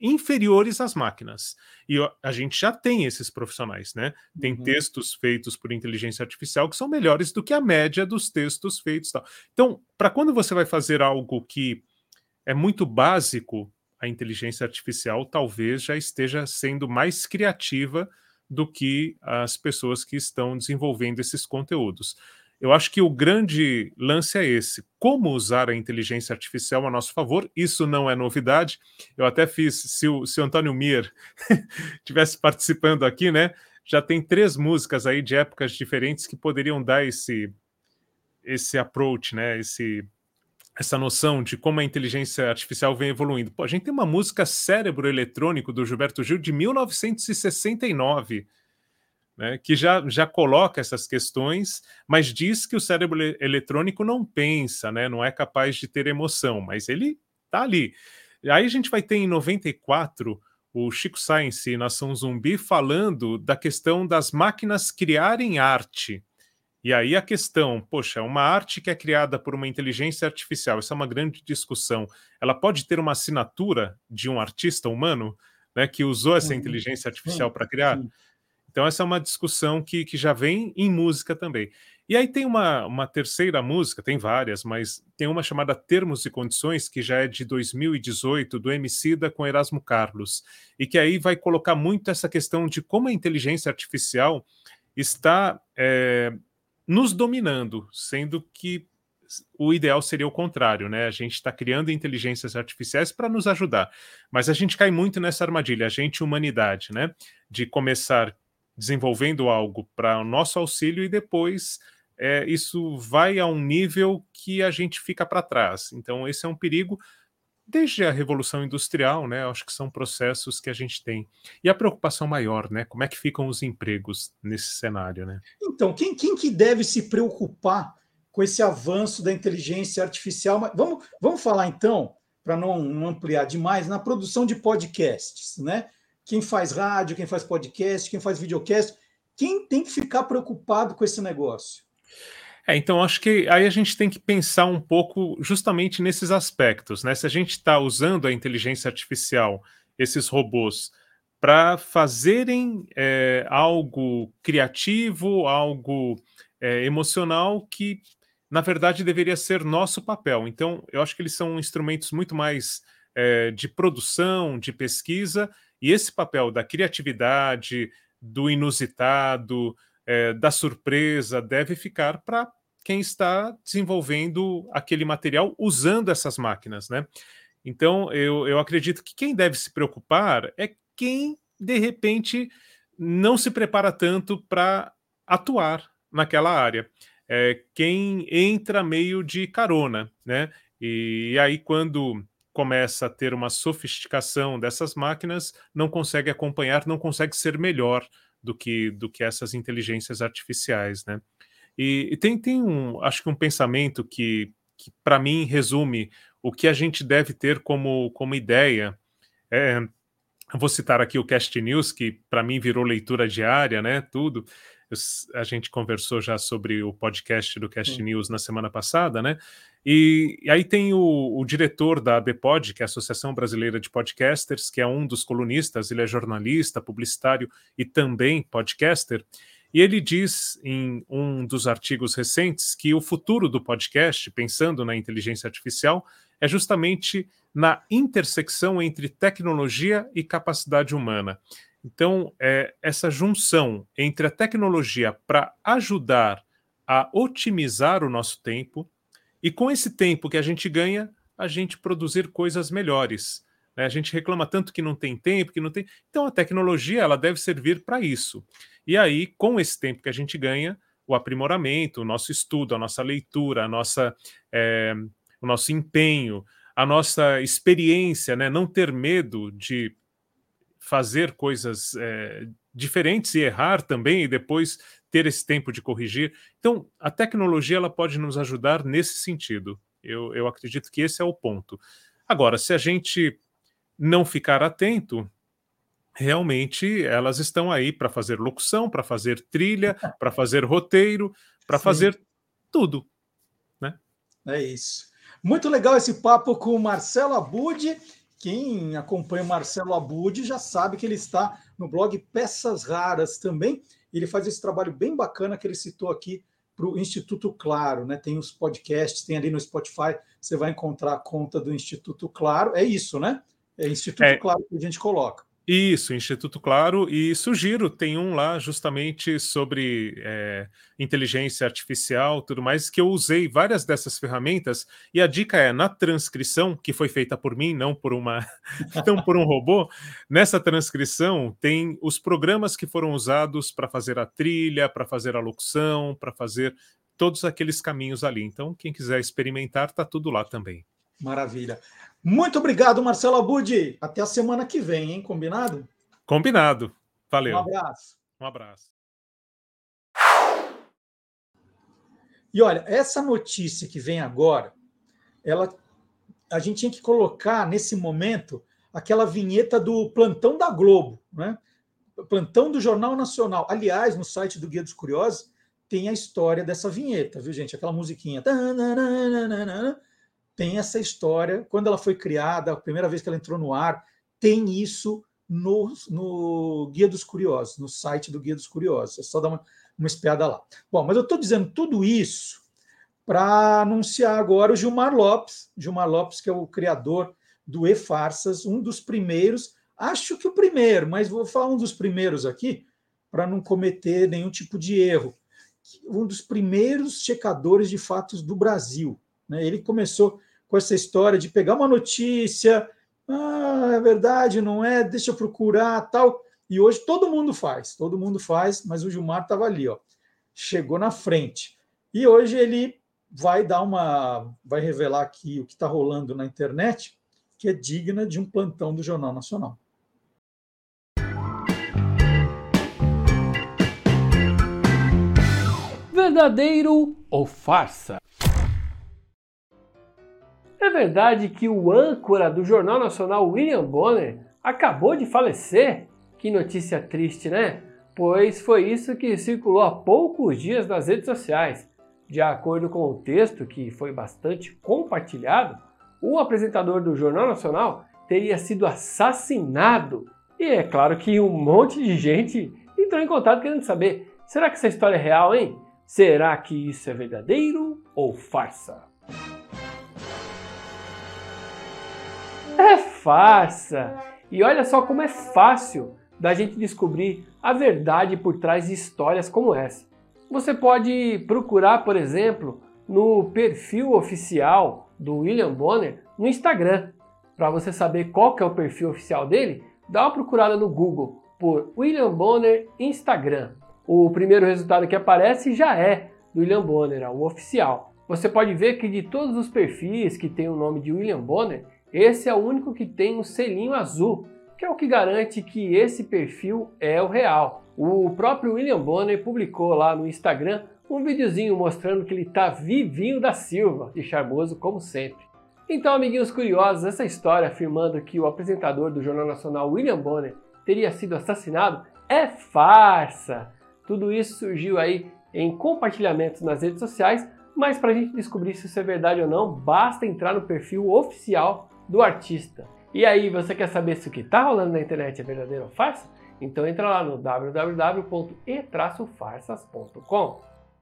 inferiores às máquinas. E a gente já tem esses profissionais, né? Tem Uhum. textos feitos por inteligência artificial que são melhores do que a média dos textos feitos. Tal. Então, para quando você vai fazer algo que é muito básico, a inteligência artificial talvez já esteja sendo mais criativa do que as pessoas que estão desenvolvendo esses conteúdos. Eu acho que o grande lance é esse, como usar a inteligência artificial a nosso favor. Isso não é novidade. Eu até fiz, se o, se o Antônio Mir estivesse participando aqui, né, já tem três músicas aí de épocas diferentes que poderiam dar esse, esse approach, né, esse, essa noção de como a inteligência artificial vem evoluindo. Pô, a gente tem uma música Cérebro Eletrônico do Gilberto Gil de mil novecentos e sessenta e nove, né, que já, já coloca essas questões, mas diz que o cérebro eletrônico não pensa, né, não é capaz de ter emoção, mas ele está ali. Aí a gente vai ter em noventa e quatro o Chico Science e Nação Zumbi falando da questão das máquinas criarem arte. E aí a questão, poxa, uma arte que é criada por uma inteligência artificial, isso é uma grande discussão, ela pode ter uma assinatura de um artista humano, né, que usou essa inteligência artificial para criar? Sim. Então essa é uma discussão que, que já vem em música também. E aí tem uma, uma terceira música, tem várias, mas tem uma chamada Termos e Condições, que já é de dois mil e dezoito, do Emicida com Erasmo Carlos, e que aí vai colocar muito essa questão de como a inteligência artificial está é, nos dominando, sendo que o ideal seria o contrário, né? A gente está criando inteligências artificiais para nos ajudar, mas a gente cai muito nessa armadilha, a gente, humanidade, né? De começar desenvolvendo algo para o nosso auxílio e depois é, isso vai a um nível que a gente fica para trás. Então esse é um perigo desde a Revolução Industrial, né? Acho que são processos que a gente tem. E a preocupação maior, né? Como é que ficam os empregos nesse cenário, né? Então, quem, quem que deve se preocupar com esse avanço da inteligência artificial? Mas vamos, vamos falar então, para não, não ampliar demais, na produção de podcasts, né? Quem faz rádio, quem faz podcast, quem faz videocast, quem tem que ficar preocupado com esse negócio? É, então, acho que aí a gente tem que pensar um pouco justamente nesses aspectos, né? Se a gente está usando a inteligência artificial, esses robôs, para fazerem é, algo criativo, algo é, emocional que, na verdade, deveria ser nosso papel. Então, eu acho que eles são instrumentos muito mais é, de produção, de pesquisa, e esse papel da criatividade, do inusitado, é, da surpresa, deve ficar para quem está desenvolvendo aquele material usando essas máquinas, né? Então, eu, eu acredito que quem deve se preocupar é quem, de repente, não se prepara tanto para atuar naquela área. É quem entra meio de carona, né? E, e aí, quando começa a ter uma sofisticação dessas máquinas, não consegue acompanhar, não consegue ser melhor do que, do que essas inteligências artificiais, né? E, e tem, tem um, acho que um pensamento que, que para mim, resume o que a gente deve ter como, como ideia. É, eu vou citar aqui o Cast News, que para mim virou leitura diária, né? Tudo. Eu, a gente conversou já sobre o podcast do Cast Sim. News na semana passada, né? E, e aí tem o, o diretor da A B Pod, que é a Associação Brasileira de Podcasters, que é um dos colunistas, ele é jornalista, publicitário e também podcaster, e ele diz em um dos artigos recentes que o futuro do podcast, pensando na inteligência artificial, é justamente na intersecção entre tecnologia e capacidade humana. Então, é, essa junção entre a tecnologia para ajudar a otimizar o nosso tempo e com esse tempo que a gente ganha, a gente produzir coisas melhores. Né? A gente reclama tanto que não tem tempo, que não tem... Então, a tecnologia ela deve servir para isso. E aí, com esse tempo que a gente ganha, o aprimoramento, o nosso estudo, a nossa leitura, a nossa, é, o nosso empenho, a nossa experiência, né? Não ter medo de fazer coisas é, diferentes e errar também, e depois ter esse tempo de corrigir. Então, a tecnologia ela pode nos ajudar nesse sentido. Eu, eu acredito que esse é o ponto. Agora, se a gente não ficar atento, realmente elas estão aí para fazer locução, para fazer trilha, para fazer roteiro, para fazer tudo, né? É isso. Muito legal esse papo com o Marcelo Abud. quem acompanha o Marcelo Abud já sabe que ele está no blog Peças Raras também. Ele faz esse trabalho bem bacana que ele citou aqui para o Instituto Claro, né? Tem os podcasts, tem ali no Spotify, você vai encontrar a conta do Instituto Claro. É isso, né? É Instituto é. Claro que a gente coloca. Isso, Instituto Claro, e sugiro, tem um lá justamente sobre é, inteligência artificial, tudo mais, que eu usei várias dessas ferramentas, e a dica é, na transcrição, que foi feita por mim, não por uma não por um robô, nessa transcrição tem os programas que foram usados para fazer a trilha, para fazer a locução, para fazer todos aqueles caminhos ali. Então, quem quiser experimentar, está tudo lá também. Maravilha. Muito obrigado, Marcelo Abud. Até a semana que vem, hein? Combinado? Combinado. Valeu. Um abraço. Um abraço. E olha, essa notícia que vem agora, ela, a gente tinha que colocar nesse momento aquela vinheta do Plantão da Globo, né? Plantão do Jornal Nacional. Aliás, no site do Guia dos Curiosos tem a história dessa vinheta, viu, gente? Aquela musiquinha. Tem essa história, quando ela foi criada, a primeira vez que ela entrou no ar, tem isso no, no Guia dos Curiosos, no site do Guia dos Curiosos. É só dar uma, uma espiada lá. Bom, mas eu estou dizendo tudo isso para anunciar agora o Gilmar Lopes, Gilmar Lopes, que é o criador do E-Farsas, um dos primeiros, acho que o primeiro, mas vou falar um dos primeiros aqui, para não cometer nenhum tipo de erro. Um dos primeiros checadores de fatos do Brasil. Ele começou com essa história de pegar uma notícia, ah, é verdade, não é, deixa eu procurar, tal, e hoje todo mundo faz, todo mundo faz, mas o Gilmar estava ali, ó, chegou na frente. E hoje ele vai dar uma, vai revelar aqui o que está rolando na internet, que é digna de um plantão do Jornal Nacional. Verdadeiro ou farsa? É verdade que o âncora do Jornal Nacional, William Bonner, acabou de falecer? Que notícia triste, né? Pois foi isso que circulou há poucos dias nas redes sociais. De acordo com o texto, que foi bastante compartilhado, o apresentador do Jornal Nacional teria sido assassinado. E é claro que um monte de gente entrou em contato querendo saber, será que essa história é real, hein? Será que isso é verdadeiro ou farsa? É farsa! E olha só como é fácil da gente descobrir a verdade por trás de histórias como essa. Você pode procurar, por exemplo, no perfil oficial do William Bonner no Instagram. Para você saber qual que é o perfil oficial dele, dá uma procurada no Google por William Bonner Instagram. O primeiro resultado que aparece já é do William Bonner, o oficial. Você pode ver que de todos os perfis que tem o nome de William Bonner, esse é o único que tem um selinho azul, que é o que garante que esse perfil é o real. O próprio William Bonner publicou lá no Instagram um videozinho mostrando que ele está vivinho da Silva, e charmoso como sempre. Então, amiguinhos curiosos, essa história afirmando que o apresentador do Jornal Nacional, William Bonner, teria sido assassinado é farsa. Tudo isso surgiu aí em compartilhamentos nas redes sociais, mas para a gente descobrir se isso é verdade ou não, basta entrar no perfil oficial do artista. E aí, você quer saber se o que está rolando na internet é verdadeiro ou farsa? Então entra lá no w w w ponto e farsas ponto com.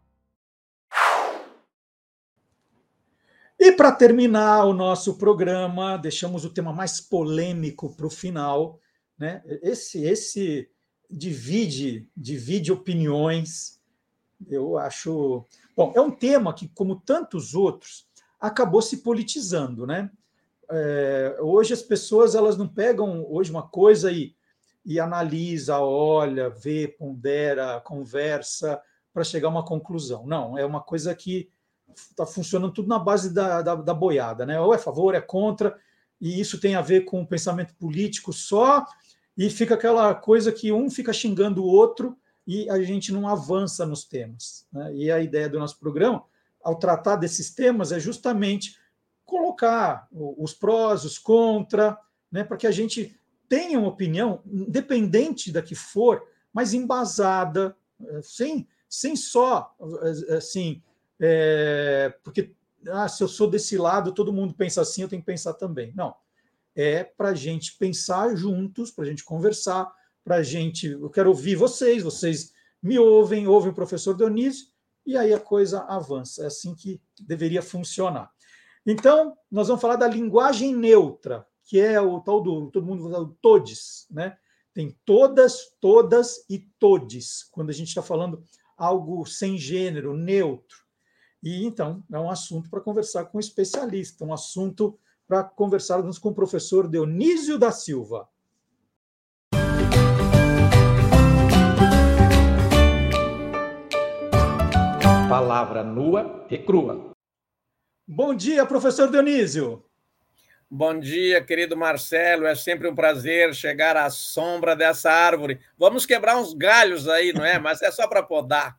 E para terminar o nosso programa, deixamos o tema mais polêmico para o final, né? Esse, esse divide, divide opiniões. Eu acho... Bom, é um tema que, como tantos outros, acabou se politizando, né? É, hoje as pessoas elas não pegam hoje uma coisa e, e analisa, olha, vê, pondera, conversa para chegar a uma conclusão. Não, é uma coisa que está funcionando tudo na base da, da, da boiada, né? Ou é a favor, é contra, e isso tem a ver com o pensamento político só, e fica aquela coisa que um fica xingando o outro e a gente não avança nos temas, né? E a ideia do nosso programa, ao tratar desses temas, é justamente colocar os prós, os contra, né, para que a gente tenha uma opinião, independente da que for, mas embasada, sem, sem só, assim, é, porque ah, se eu sou desse lado, todo mundo pensa assim, eu tenho que pensar também. Não. é para a gente pensar juntos, para a gente conversar, para a gente... Eu quero ouvir vocês, vocês me ouvem, ouvem o professor Dionísio, e aí a coisa avança. É assim que deveria funcionar. Então, nós vamos falar da linguagem neutra, que é o tal do... Todo mundo fala do todes, né? Tem todas, todas e todes, quando a gente está falando algo sem gênero, neutro. E, então, é um assunto para conversar com um especialista, um assunto para conversarmos com o professor Dionísio da Silva. Palavra nua e crua. Bom dia, professor Dionísio. Bom dia, querido Marcelo. É sempre um prazer chegar à sombra dessa árvore. Vamos quebrar uns galhos aí, não é? Mas é só para podar.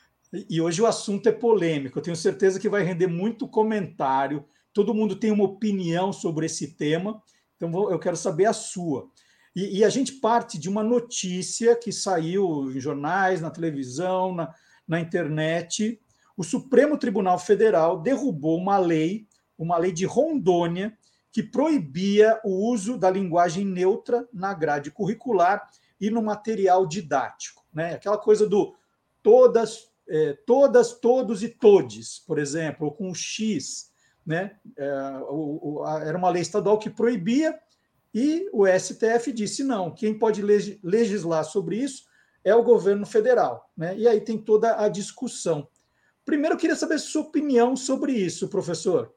E hoje o assunto é polêmico. Eu tenho certeza que vai render muito comentário. Todo mundo tem uma opinião sobre esse tema. Então, eu quero saber a sua. E, e a gente parte de uma notícia que saiu em jornais, na televisão, na, na internet. O Supremo Tribunal Federal derrubou uma lei, uma lei de Rondônia, que proibia o uso da linguagem neutra na grade curricular e no material didático, né? Aquela coisa do todas, é, todas, todos e todes, por exemplo, ou com o X, né? É, o, o, a, era uma lei estadual que proibia e o S T F disse não, quem pode legislar sobre isso é o governo federal, né? E aí tem toda a discussão. Primeiro, eu queria saber a sua opinião sobre isso, professor.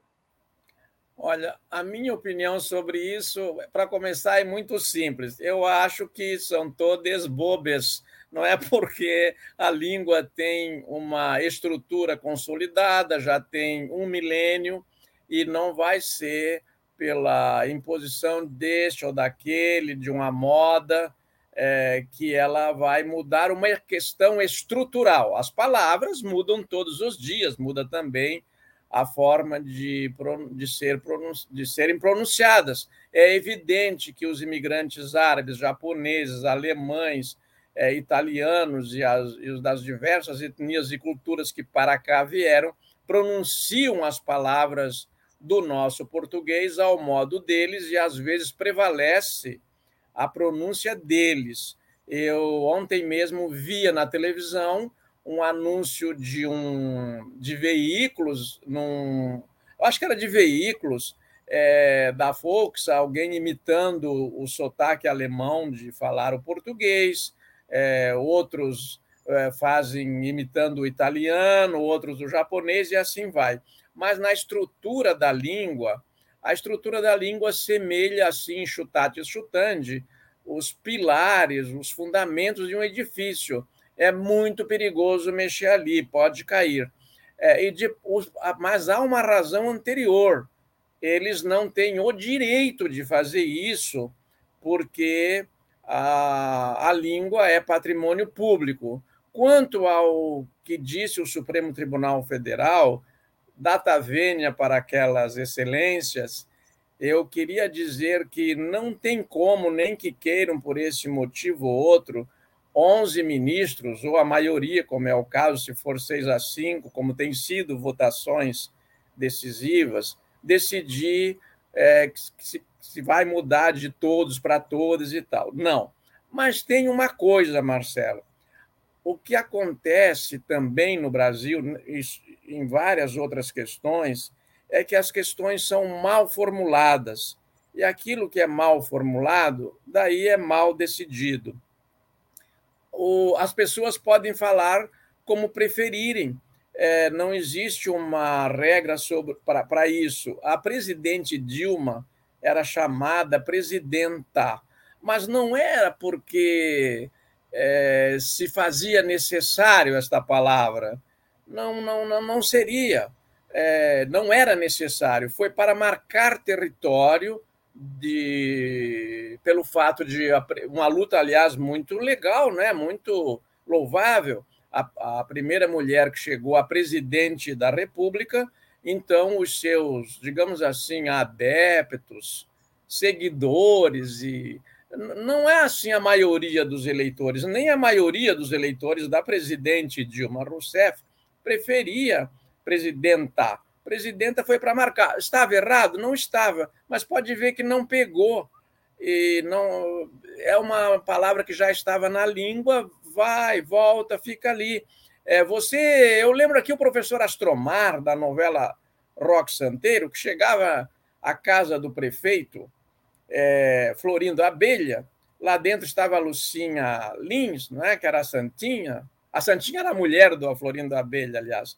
Olha, a minha opinião sobre isso, para começar, é muito simples. Eu acho que são todas bobas. Não é porque a língua tem uma estrutura consolidada, já tem um milênio, e não vai ser pela imposição deste ou daquele, de uma moda, é, que ela vai mudar uma questão estrutural. As palavras mudam todos os dias, muda também a forma de, de, ser, de serem pronunciadas. É evidente que os imigrantes árabes, japoneses, alemães, é, italianos e, as, e os das diversas etnias e culturas que para cá vieram pronunciam as palavras do nosso português ao modo deles e, às vezes, prevalece a pronúncia deles. Eu ontem mesmo via na televisão um anúncio de, um, de veículos, num, eu acho que era de veículos, é, da Volkswagen, alguém imitando o sotaque alemão de falar o português, é, outros é, fazem imitando o italiano, outros o japonês, e assim vai. Mas na estrutura da língua, a estrutura da língua semelha, assim, chutatis chutandi, os pilares, os fundamentos de um edifício. É muito perigoso mexer ali, pode cair. É, e de, os, mas há uma razão anterior. Eles não têm o direito de fazer isso, porque a, a língua é patrimônio público. Quanto ao que disse o Supremo Tribunal Federal, data vênia para aquelas excelências, eu queria dizer que não tem como, nem que queiram por esse motivo ou outro, onze ministros, ou a maioria, como é o caso, se for seis a cinco, como tem sido votações decisivas, decidir é, se, se vai mudar de todos para todas e tal. Não. Mas tem uma coisa, Marcelo. O que acontece também no Brasil, em várias outras questões, é que as questões são mal formuladas. E aquilo que é mal formulado, daí é mal decidido. As pessoas podem falar como preferirem. É, não existe uma regra para isso. A presidente Dilma era chamada presidenta, mas não era porque é, se fazia necessário esta palavra. Não, não, não, não seria. É, não era necessário. Foi para marcar território de, pelo fato de uma luta, aliás, muito legal, né? Muito louvável. A, a primeira mulher que chegou a presidente da República, então os seus, digamos assim, adeptos, seguidores, e não é assim a maioria dos eleitores, nem a maioria dos eleitores da presidente Dilma Rousseff preferia presidenta, presidenta foi para marcar. Estava errado? Não estava, mas pode ver que não pegou. E não é uma palavra que já estava na língua, vai, volta, fica ali. É, você, eu lembro aqui o professor Astromar, da novela Roque Santeiro, que chegava à casa do prefeito, é, Florindo Abelha. Lá dentro estava a Lucinha Lins, né, que era a Santinha. A Santinha era a mulher do Florindo Abelha, aliás.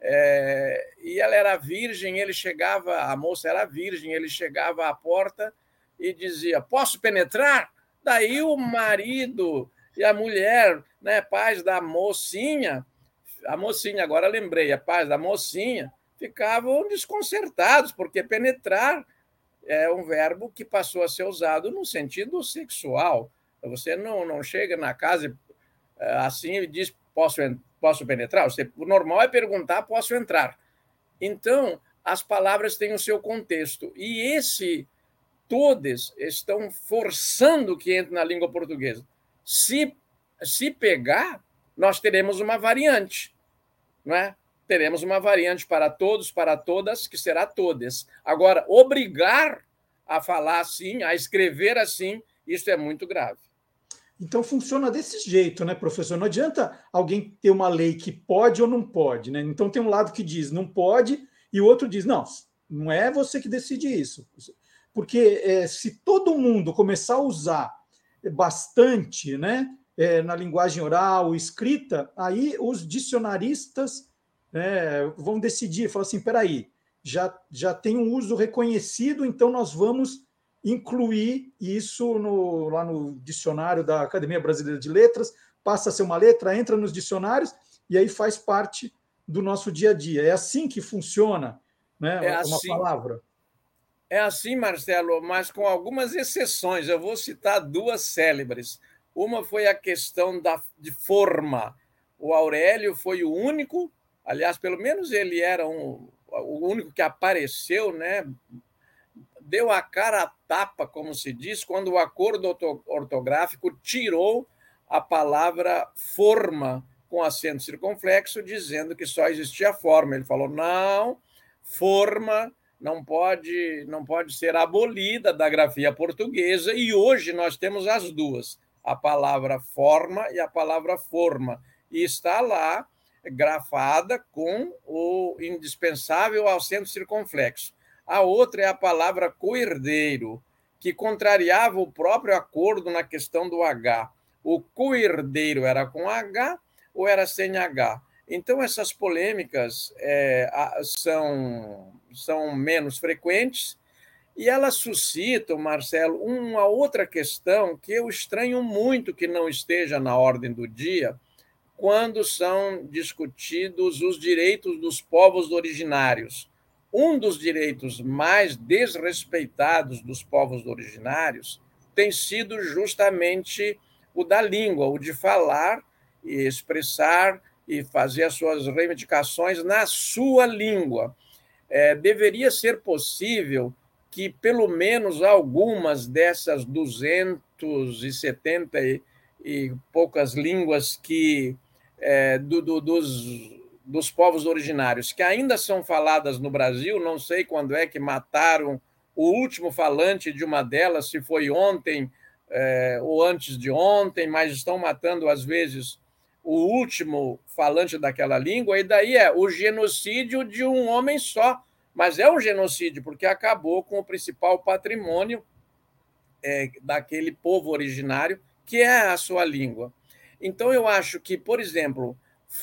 É, e ela era virgem, ele chegava, a moça era virgem, ele chegava à porta e dizia, posso penetrar? Daí o marido e a mulher, né, pais da mocinha, a mocinha, agora lembrei, a pais da mocinha, ficavam desconcertados, porque penetrar é um verbo que passou a ser usado no sentido sexual. Você não, não chega na casa assim e diz, posso, posso penetrar? Você, o normal é perguntar, posso entrar? Então, as palavras têm o seu contexto. E esse todos estão forçando que entre na língua portuguesa. Se, se pegar, nós teremos uma variante, não é? Teremos uma variante para todos, para todas, que será todas. Agora, obrigar a falar assim, a escrever assim, isso é muito grave. Então funciona desse jeito, né, professor? Não adianta alguém ter uma lei que pode ou não pode, né? Então tem um lado que diz não pode e o outro diz não, não é você que decide isso. Porque é, se todo mundo começar a usar bastante, né, é, na linguagem oral, escrita, aí os dicionaristas é, vão decidir, falar assim, peraí, já, já tem um uso reconhecido, então nós vamos incluir isso no, lá no dicionário da Academia Brasileira de Letras, passa a ser uma letra, entra nos dicionários e aí faz parte do nosso dia a dia. É assim que funciona, né, é uma assim. palavra? É assim, Marcelo, mas com algumas exceções. Eu vou citar duas célebres. Uma foi a questão da, de forma. O Aurélio foi o único, aliás, pelo menos ele era um, o único que apareceu, né? Deu a cara a tapa, como se diz, quando o acordo ortográfico tirou a palavra forma com acento circunflexo, dizendo que só existia forma. Ele falou, não, forma não pode, não pode ser abolida da grafia portuguesa, e hoje nós temos as duas, a palavra forma e a palavra forma, e está lá grafada com o indispensável acento circunflexo. A outra é a palavra coerdeiro, que contrariava o próprio acordo na questão do H. O coerdeiro era com H ou era sem H? Então, essas polêmicas é, são, são menos frequentes e elas suscitam, Marcelo, uma outra questão que eu estranho muito que não esteja na ordem do dia quando são discutidos os direitos dos povos originários. Um dos direitos mais desrespeitados dos povos originários tem sido justamente o da língua, o de falar e expressar e fazer as suas reivindicações na sua língua. É, deveria ser possível que, pelo menos, algumas dessas duzentas e setenta e, e poucas línguas que, é, do, do, dos, dos povos originários que ainda são faladas no Brasil, não sei quando é que mataram o último falante de uma delas, se foi ontem é, ou antes de ontem, mas estão matando, às vezes, o último falante daquela língua, e daí é o genocídio de um homem só, mas é um genocídio, porque acabou com o principal patrimônio é, daquele povo originário, que é a sua língua. Então, eu acho que, por exemplo,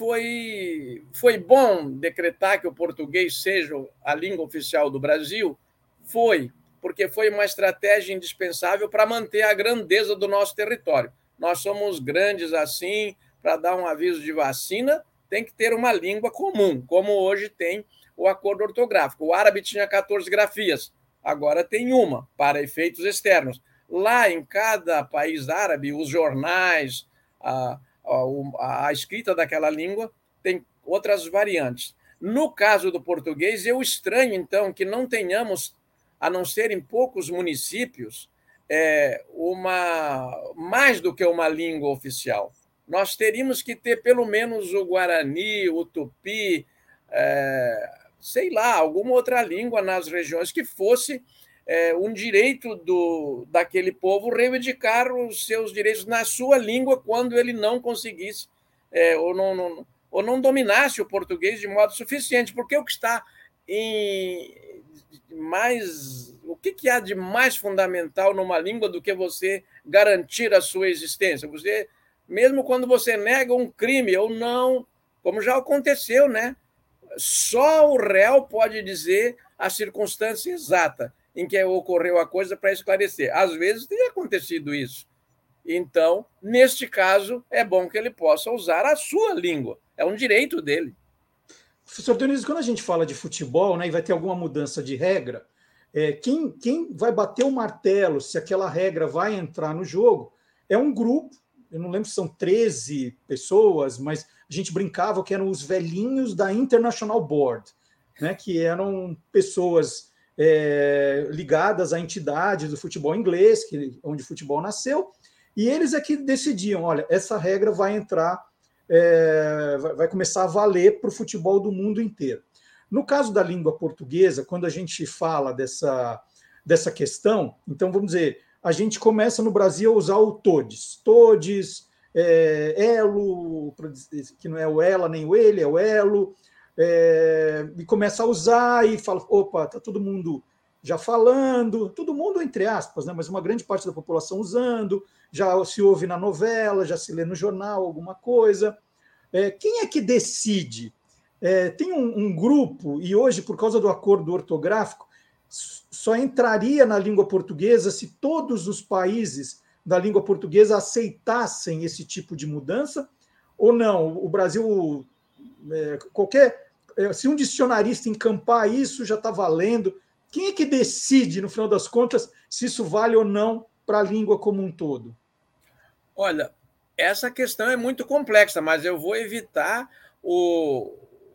foi, foi bom decretar que o português seja a língua oficial do Brasil? Foi, porque foi uma estratégia indispensável para manter a grandeza do nosso território. Nós somos grandes assim. Para dar um aviso de vacina, tem que ter uma língua comum, como hoje tem o acordo ortográfico. O árabe tinha quatorze grafias, agora tem uma, para efeitos externos. Lá em cada país árabe, os jornais, a, a, a escrita daquela língua tem outras variantes. No caso do português, eu estranho, então, que não tenhamos, a não ser em poucos municípios, é, uma, mais do que uma língua oficial. Nós teríamos que ter pelo menos o Guarani, o Tupi, é, sei lá, alguma outra língua nas regiões que fosse é, um direito do, daquele povo reivindicar os seus direitos na sua língua quando ele não conseguisse é, ou, não, não, ou não dominasse o português de modo suficiente, porque o que está em mais... O que, que há de mais fundamental numa língua do que você garantir a sua existência? Você, mesmo quando você nega um crime ou não, como já aconteceu, né? Só o réu pode dizer a circunstância exata em que ocorreu a coisa para esclarecer. Às vezes tem acontecido isso. Então, neste caso, é bom que ele possa usar a sua língua. É um direito dele. Professor Dionísio, quando a gente fala de futebol, né, e vai ter alguma mudança de regra, é, quem, quem vai bater o martelo se aquela regra vai entrar no jogo é um grupo, eu não lembro se são treze pessoas, mas a gente brincava que eram os velhinhos da International Board, né, que eram pessoas é, ligadas à entidade do futebol inglês, que, onde o futebol nasceu, e eles é que decidiam, olha, essa regra vai entrar, é, vai começar a valer para o futebol do mundo inteiro. No caso da língua portuguesa, quando a gente fala dessa, dessa questão, então vamos dizer, a gente começa no Brasil a usar o todes, todes, é, elo, que não é o ela nem o ele, é o elo, é, e começa a usar e fala, opa, está todo mundo já falando, todo mundo entre aspas, né, mas uma grande parte da população usando, já se ouve na novela, já se lê no jornal alguma coisa. É, quem é que decide? É, tem um, um grupo, e hoje, por causa do acordo ortográfico, só entraria na língua portuguesa se todos os países da língua portuguesa aceitassem esse tipo de mudança, ou não? O Brasil, é, qualquer... Se um dicionarista encampar isso, já está valendo. Quem é que decide, no final das contas, se isso vale ou não para a língua como um todo? Olha, essa questão é muito complexa, mas eu vou evitar o,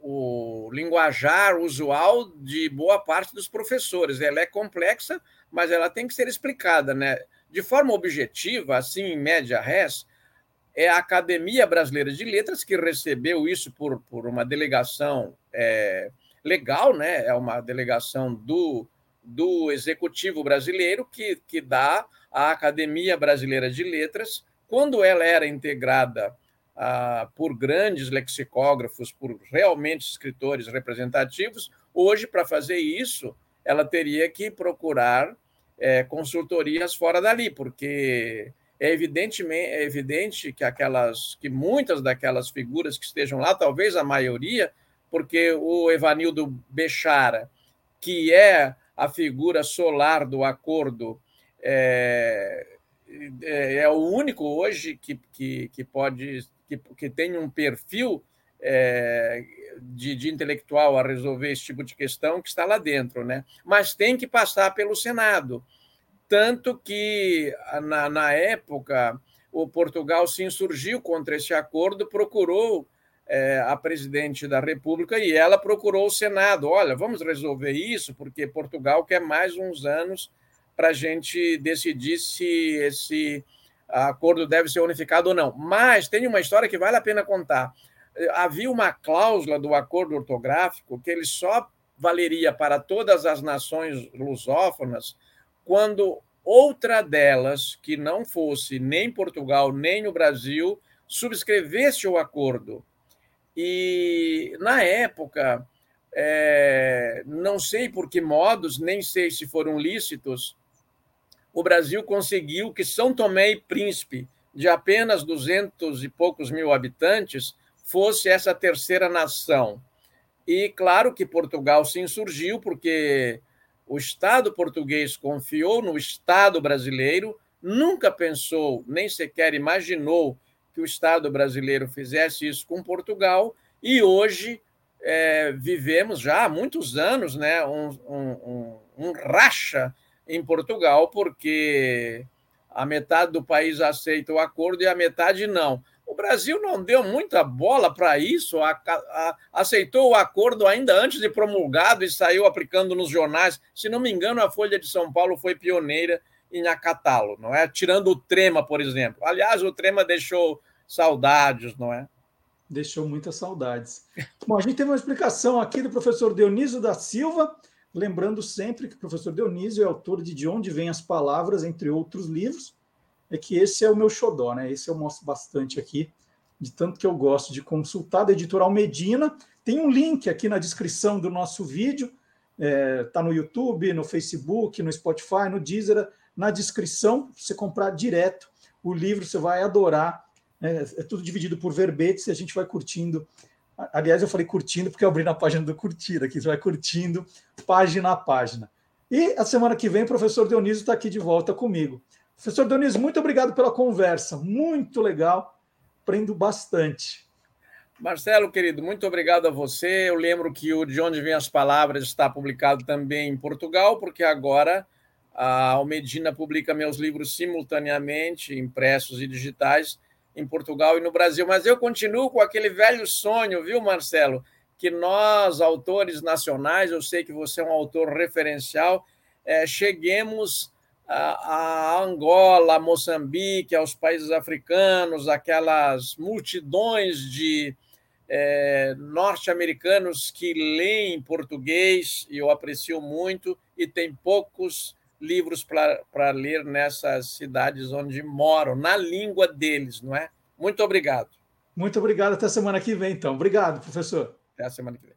o linguajar usual de boa parte dos professores. Ela é complexa, mas ela tem que ser explicada, né? De forma objetiva, assim, em média res, é a Academia Brasileira de Letras que recebeu isso por, por uma delegação é, legal, né? É uma delegação do, do Executivo brasileiro que, que dá à Academia Brasileira de Letras, quando ela era integrada ah, por grandes lexicógrafos, por realmente escritores representativos, hoje, para fazer isso, ela teria que procurar é, consultorias fora dali, porque é, evidentemente, é evidente que, aquelas, que muitas daquelas figuras que estejam lá, talvez a maioria, porque o Evanildo Bechara, que é a figura solar do acordo, é, é o único hoje que, que, que pode que, que tem um perfil é, de, de intelectual a resolver esse tipo de questão que está lá dentro, né? Mas tem que passar pelo Senado. Tanto que, na, na época, o Portugal se insurgiu contra esse acordo, procurou é, a presidente da República e ela procurou o Senado. Olha, vamos resolver isso, porque Portugal quer mais uns anos para a gente decidir se esse acordo deve ser unificado ou não. Mas tem uma história que vale a pena contar. Havia uma cláusula do acordo ortográfico que ele só valeria para todas as nações lusófonas quando outra delas, que não fosse nem Portugal nem o Brasil, subscrevesse o acordo. E, na época, é, não sei por que modos, nem sei se foram lícitos, o Brasil conseguiu que São Tomé e Príncipe, de apenas duzentos e poucos mil habitantes, fosse essa terceira nação. E, claro, que Portugal se insurgiu, porque o Estado português confiou no Estado brasileiro, nunca pensou, nem sequer imaginou que o Estado brasileiro fizesse isso com Portugal, e hoje é, vivemos já há muitos anos, né, um, um, um, um racha em Portugal, porque a metade do país aceita o acordo e a metade não. O Brasil não deu muita bola para isso, a, a, aceitou o acordo ainda antes de promulgado e saiu aplicando nos jornais. Se não me engano, a Folha de São Paulo foi pioneira em acatá-lo, não é? Tirando o Trema, por exemplo. Aliás, o Trema deixou saudades, não é? Deixou muitas saudades. Bom, a gente teve uma explicação aqui do professor Dionísio da Silva, lembrando sempre que o professor Dionísio é autor de De Onde Vêm as Palavras, entre outros livros, é que esse é o meu xodó, né? Esse eu mostro bastante aqui, de tanto que eu gosto de consultar, da Editorial Medina. Tem um link aqui na descrição do nosso vídeo, está é, no YouTube, no Facebook, no Spotify, no Deezer, na descrição, para você comprar direto o livro, você vai adorar. É, é tudo dividido por verbetes e a gente vai curtindo. Aliás, eu falei curtindo porque eu abri na página do curtir aqui, você vai curtindo página a página. E a semana que vem o professor Dionísio está aqui de volta comigo. Professor Dionísio, muito obrigado pela conversa, muito legal, aprendo bastante. Marcelo, querido, muito obrigado a você. Eu lembro que o De Onde Vêm as Palavras está publicado também em Portugal, porque agora a Almedina publica meus livros simultaneamente, impressos e digitais, em Portugal e no Brasil. Mas eu continuo com aquele velho sonho, viu, Marcelo? Que nós, autores nacionais, eu sei que você é um autor referencial, é, cheguemos a, a Angola, a Moçambique, aos países africanos, aquelas multidões de é, norte-americanos que leem português, e eu aprecio muito, e tem poucos livros para ler nessas cidades onde moram, na língua deles, não é? Muito obrigado. Muito obrigado. Até semana que vem, então. Obrigado, professor. Até a semana que vem.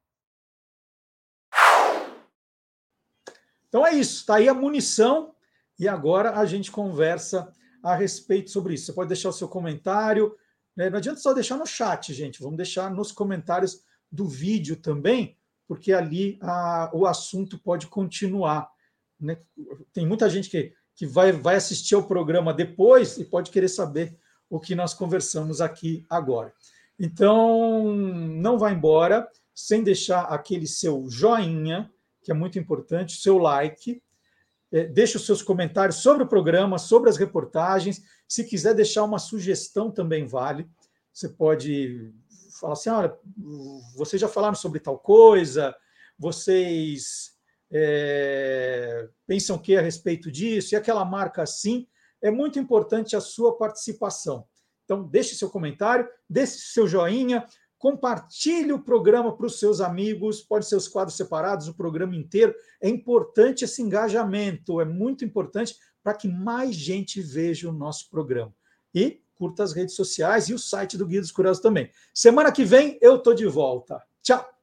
Então é isso. Está aí a munição e agora a gente conversa a respeito sobre isso. Você pode deixar o seu comentário. Né? Não adianta só deixar no chat, gente. Vamos deixar nos comentários do vídeo também, porque ali a, o assunto pode continuar. Né? Tem muita gente que, que vai, vai assistir ao programa depois e pode querer saber o que nós conversamos aqui agora. Então, não vá embora sem deixar aquele seu joinha, que é muito importante, seu like, é, deixe os seus comentários sobre o programa, sobre as reportagens. Se quiser deixar uma sugestão, também vale. Você pode falar assim, olha, vocês já falaram sobre tal coisa, vocês... É, pensam o que a respeito disso, e aquela marca assim, é muito importante a sua participação. Então, deixe seu comentário, deixe seu joinha, compartilhe o programa para os seus amigos, pode ser os quadros separados, o programa inteiro. É importante esse engajamento, é muito importante para que mais gente veja o nosso programa. E curta as redes sociais e o site do Guia dos Curiosos também. Semana que vem eu estou de volta. Tchau!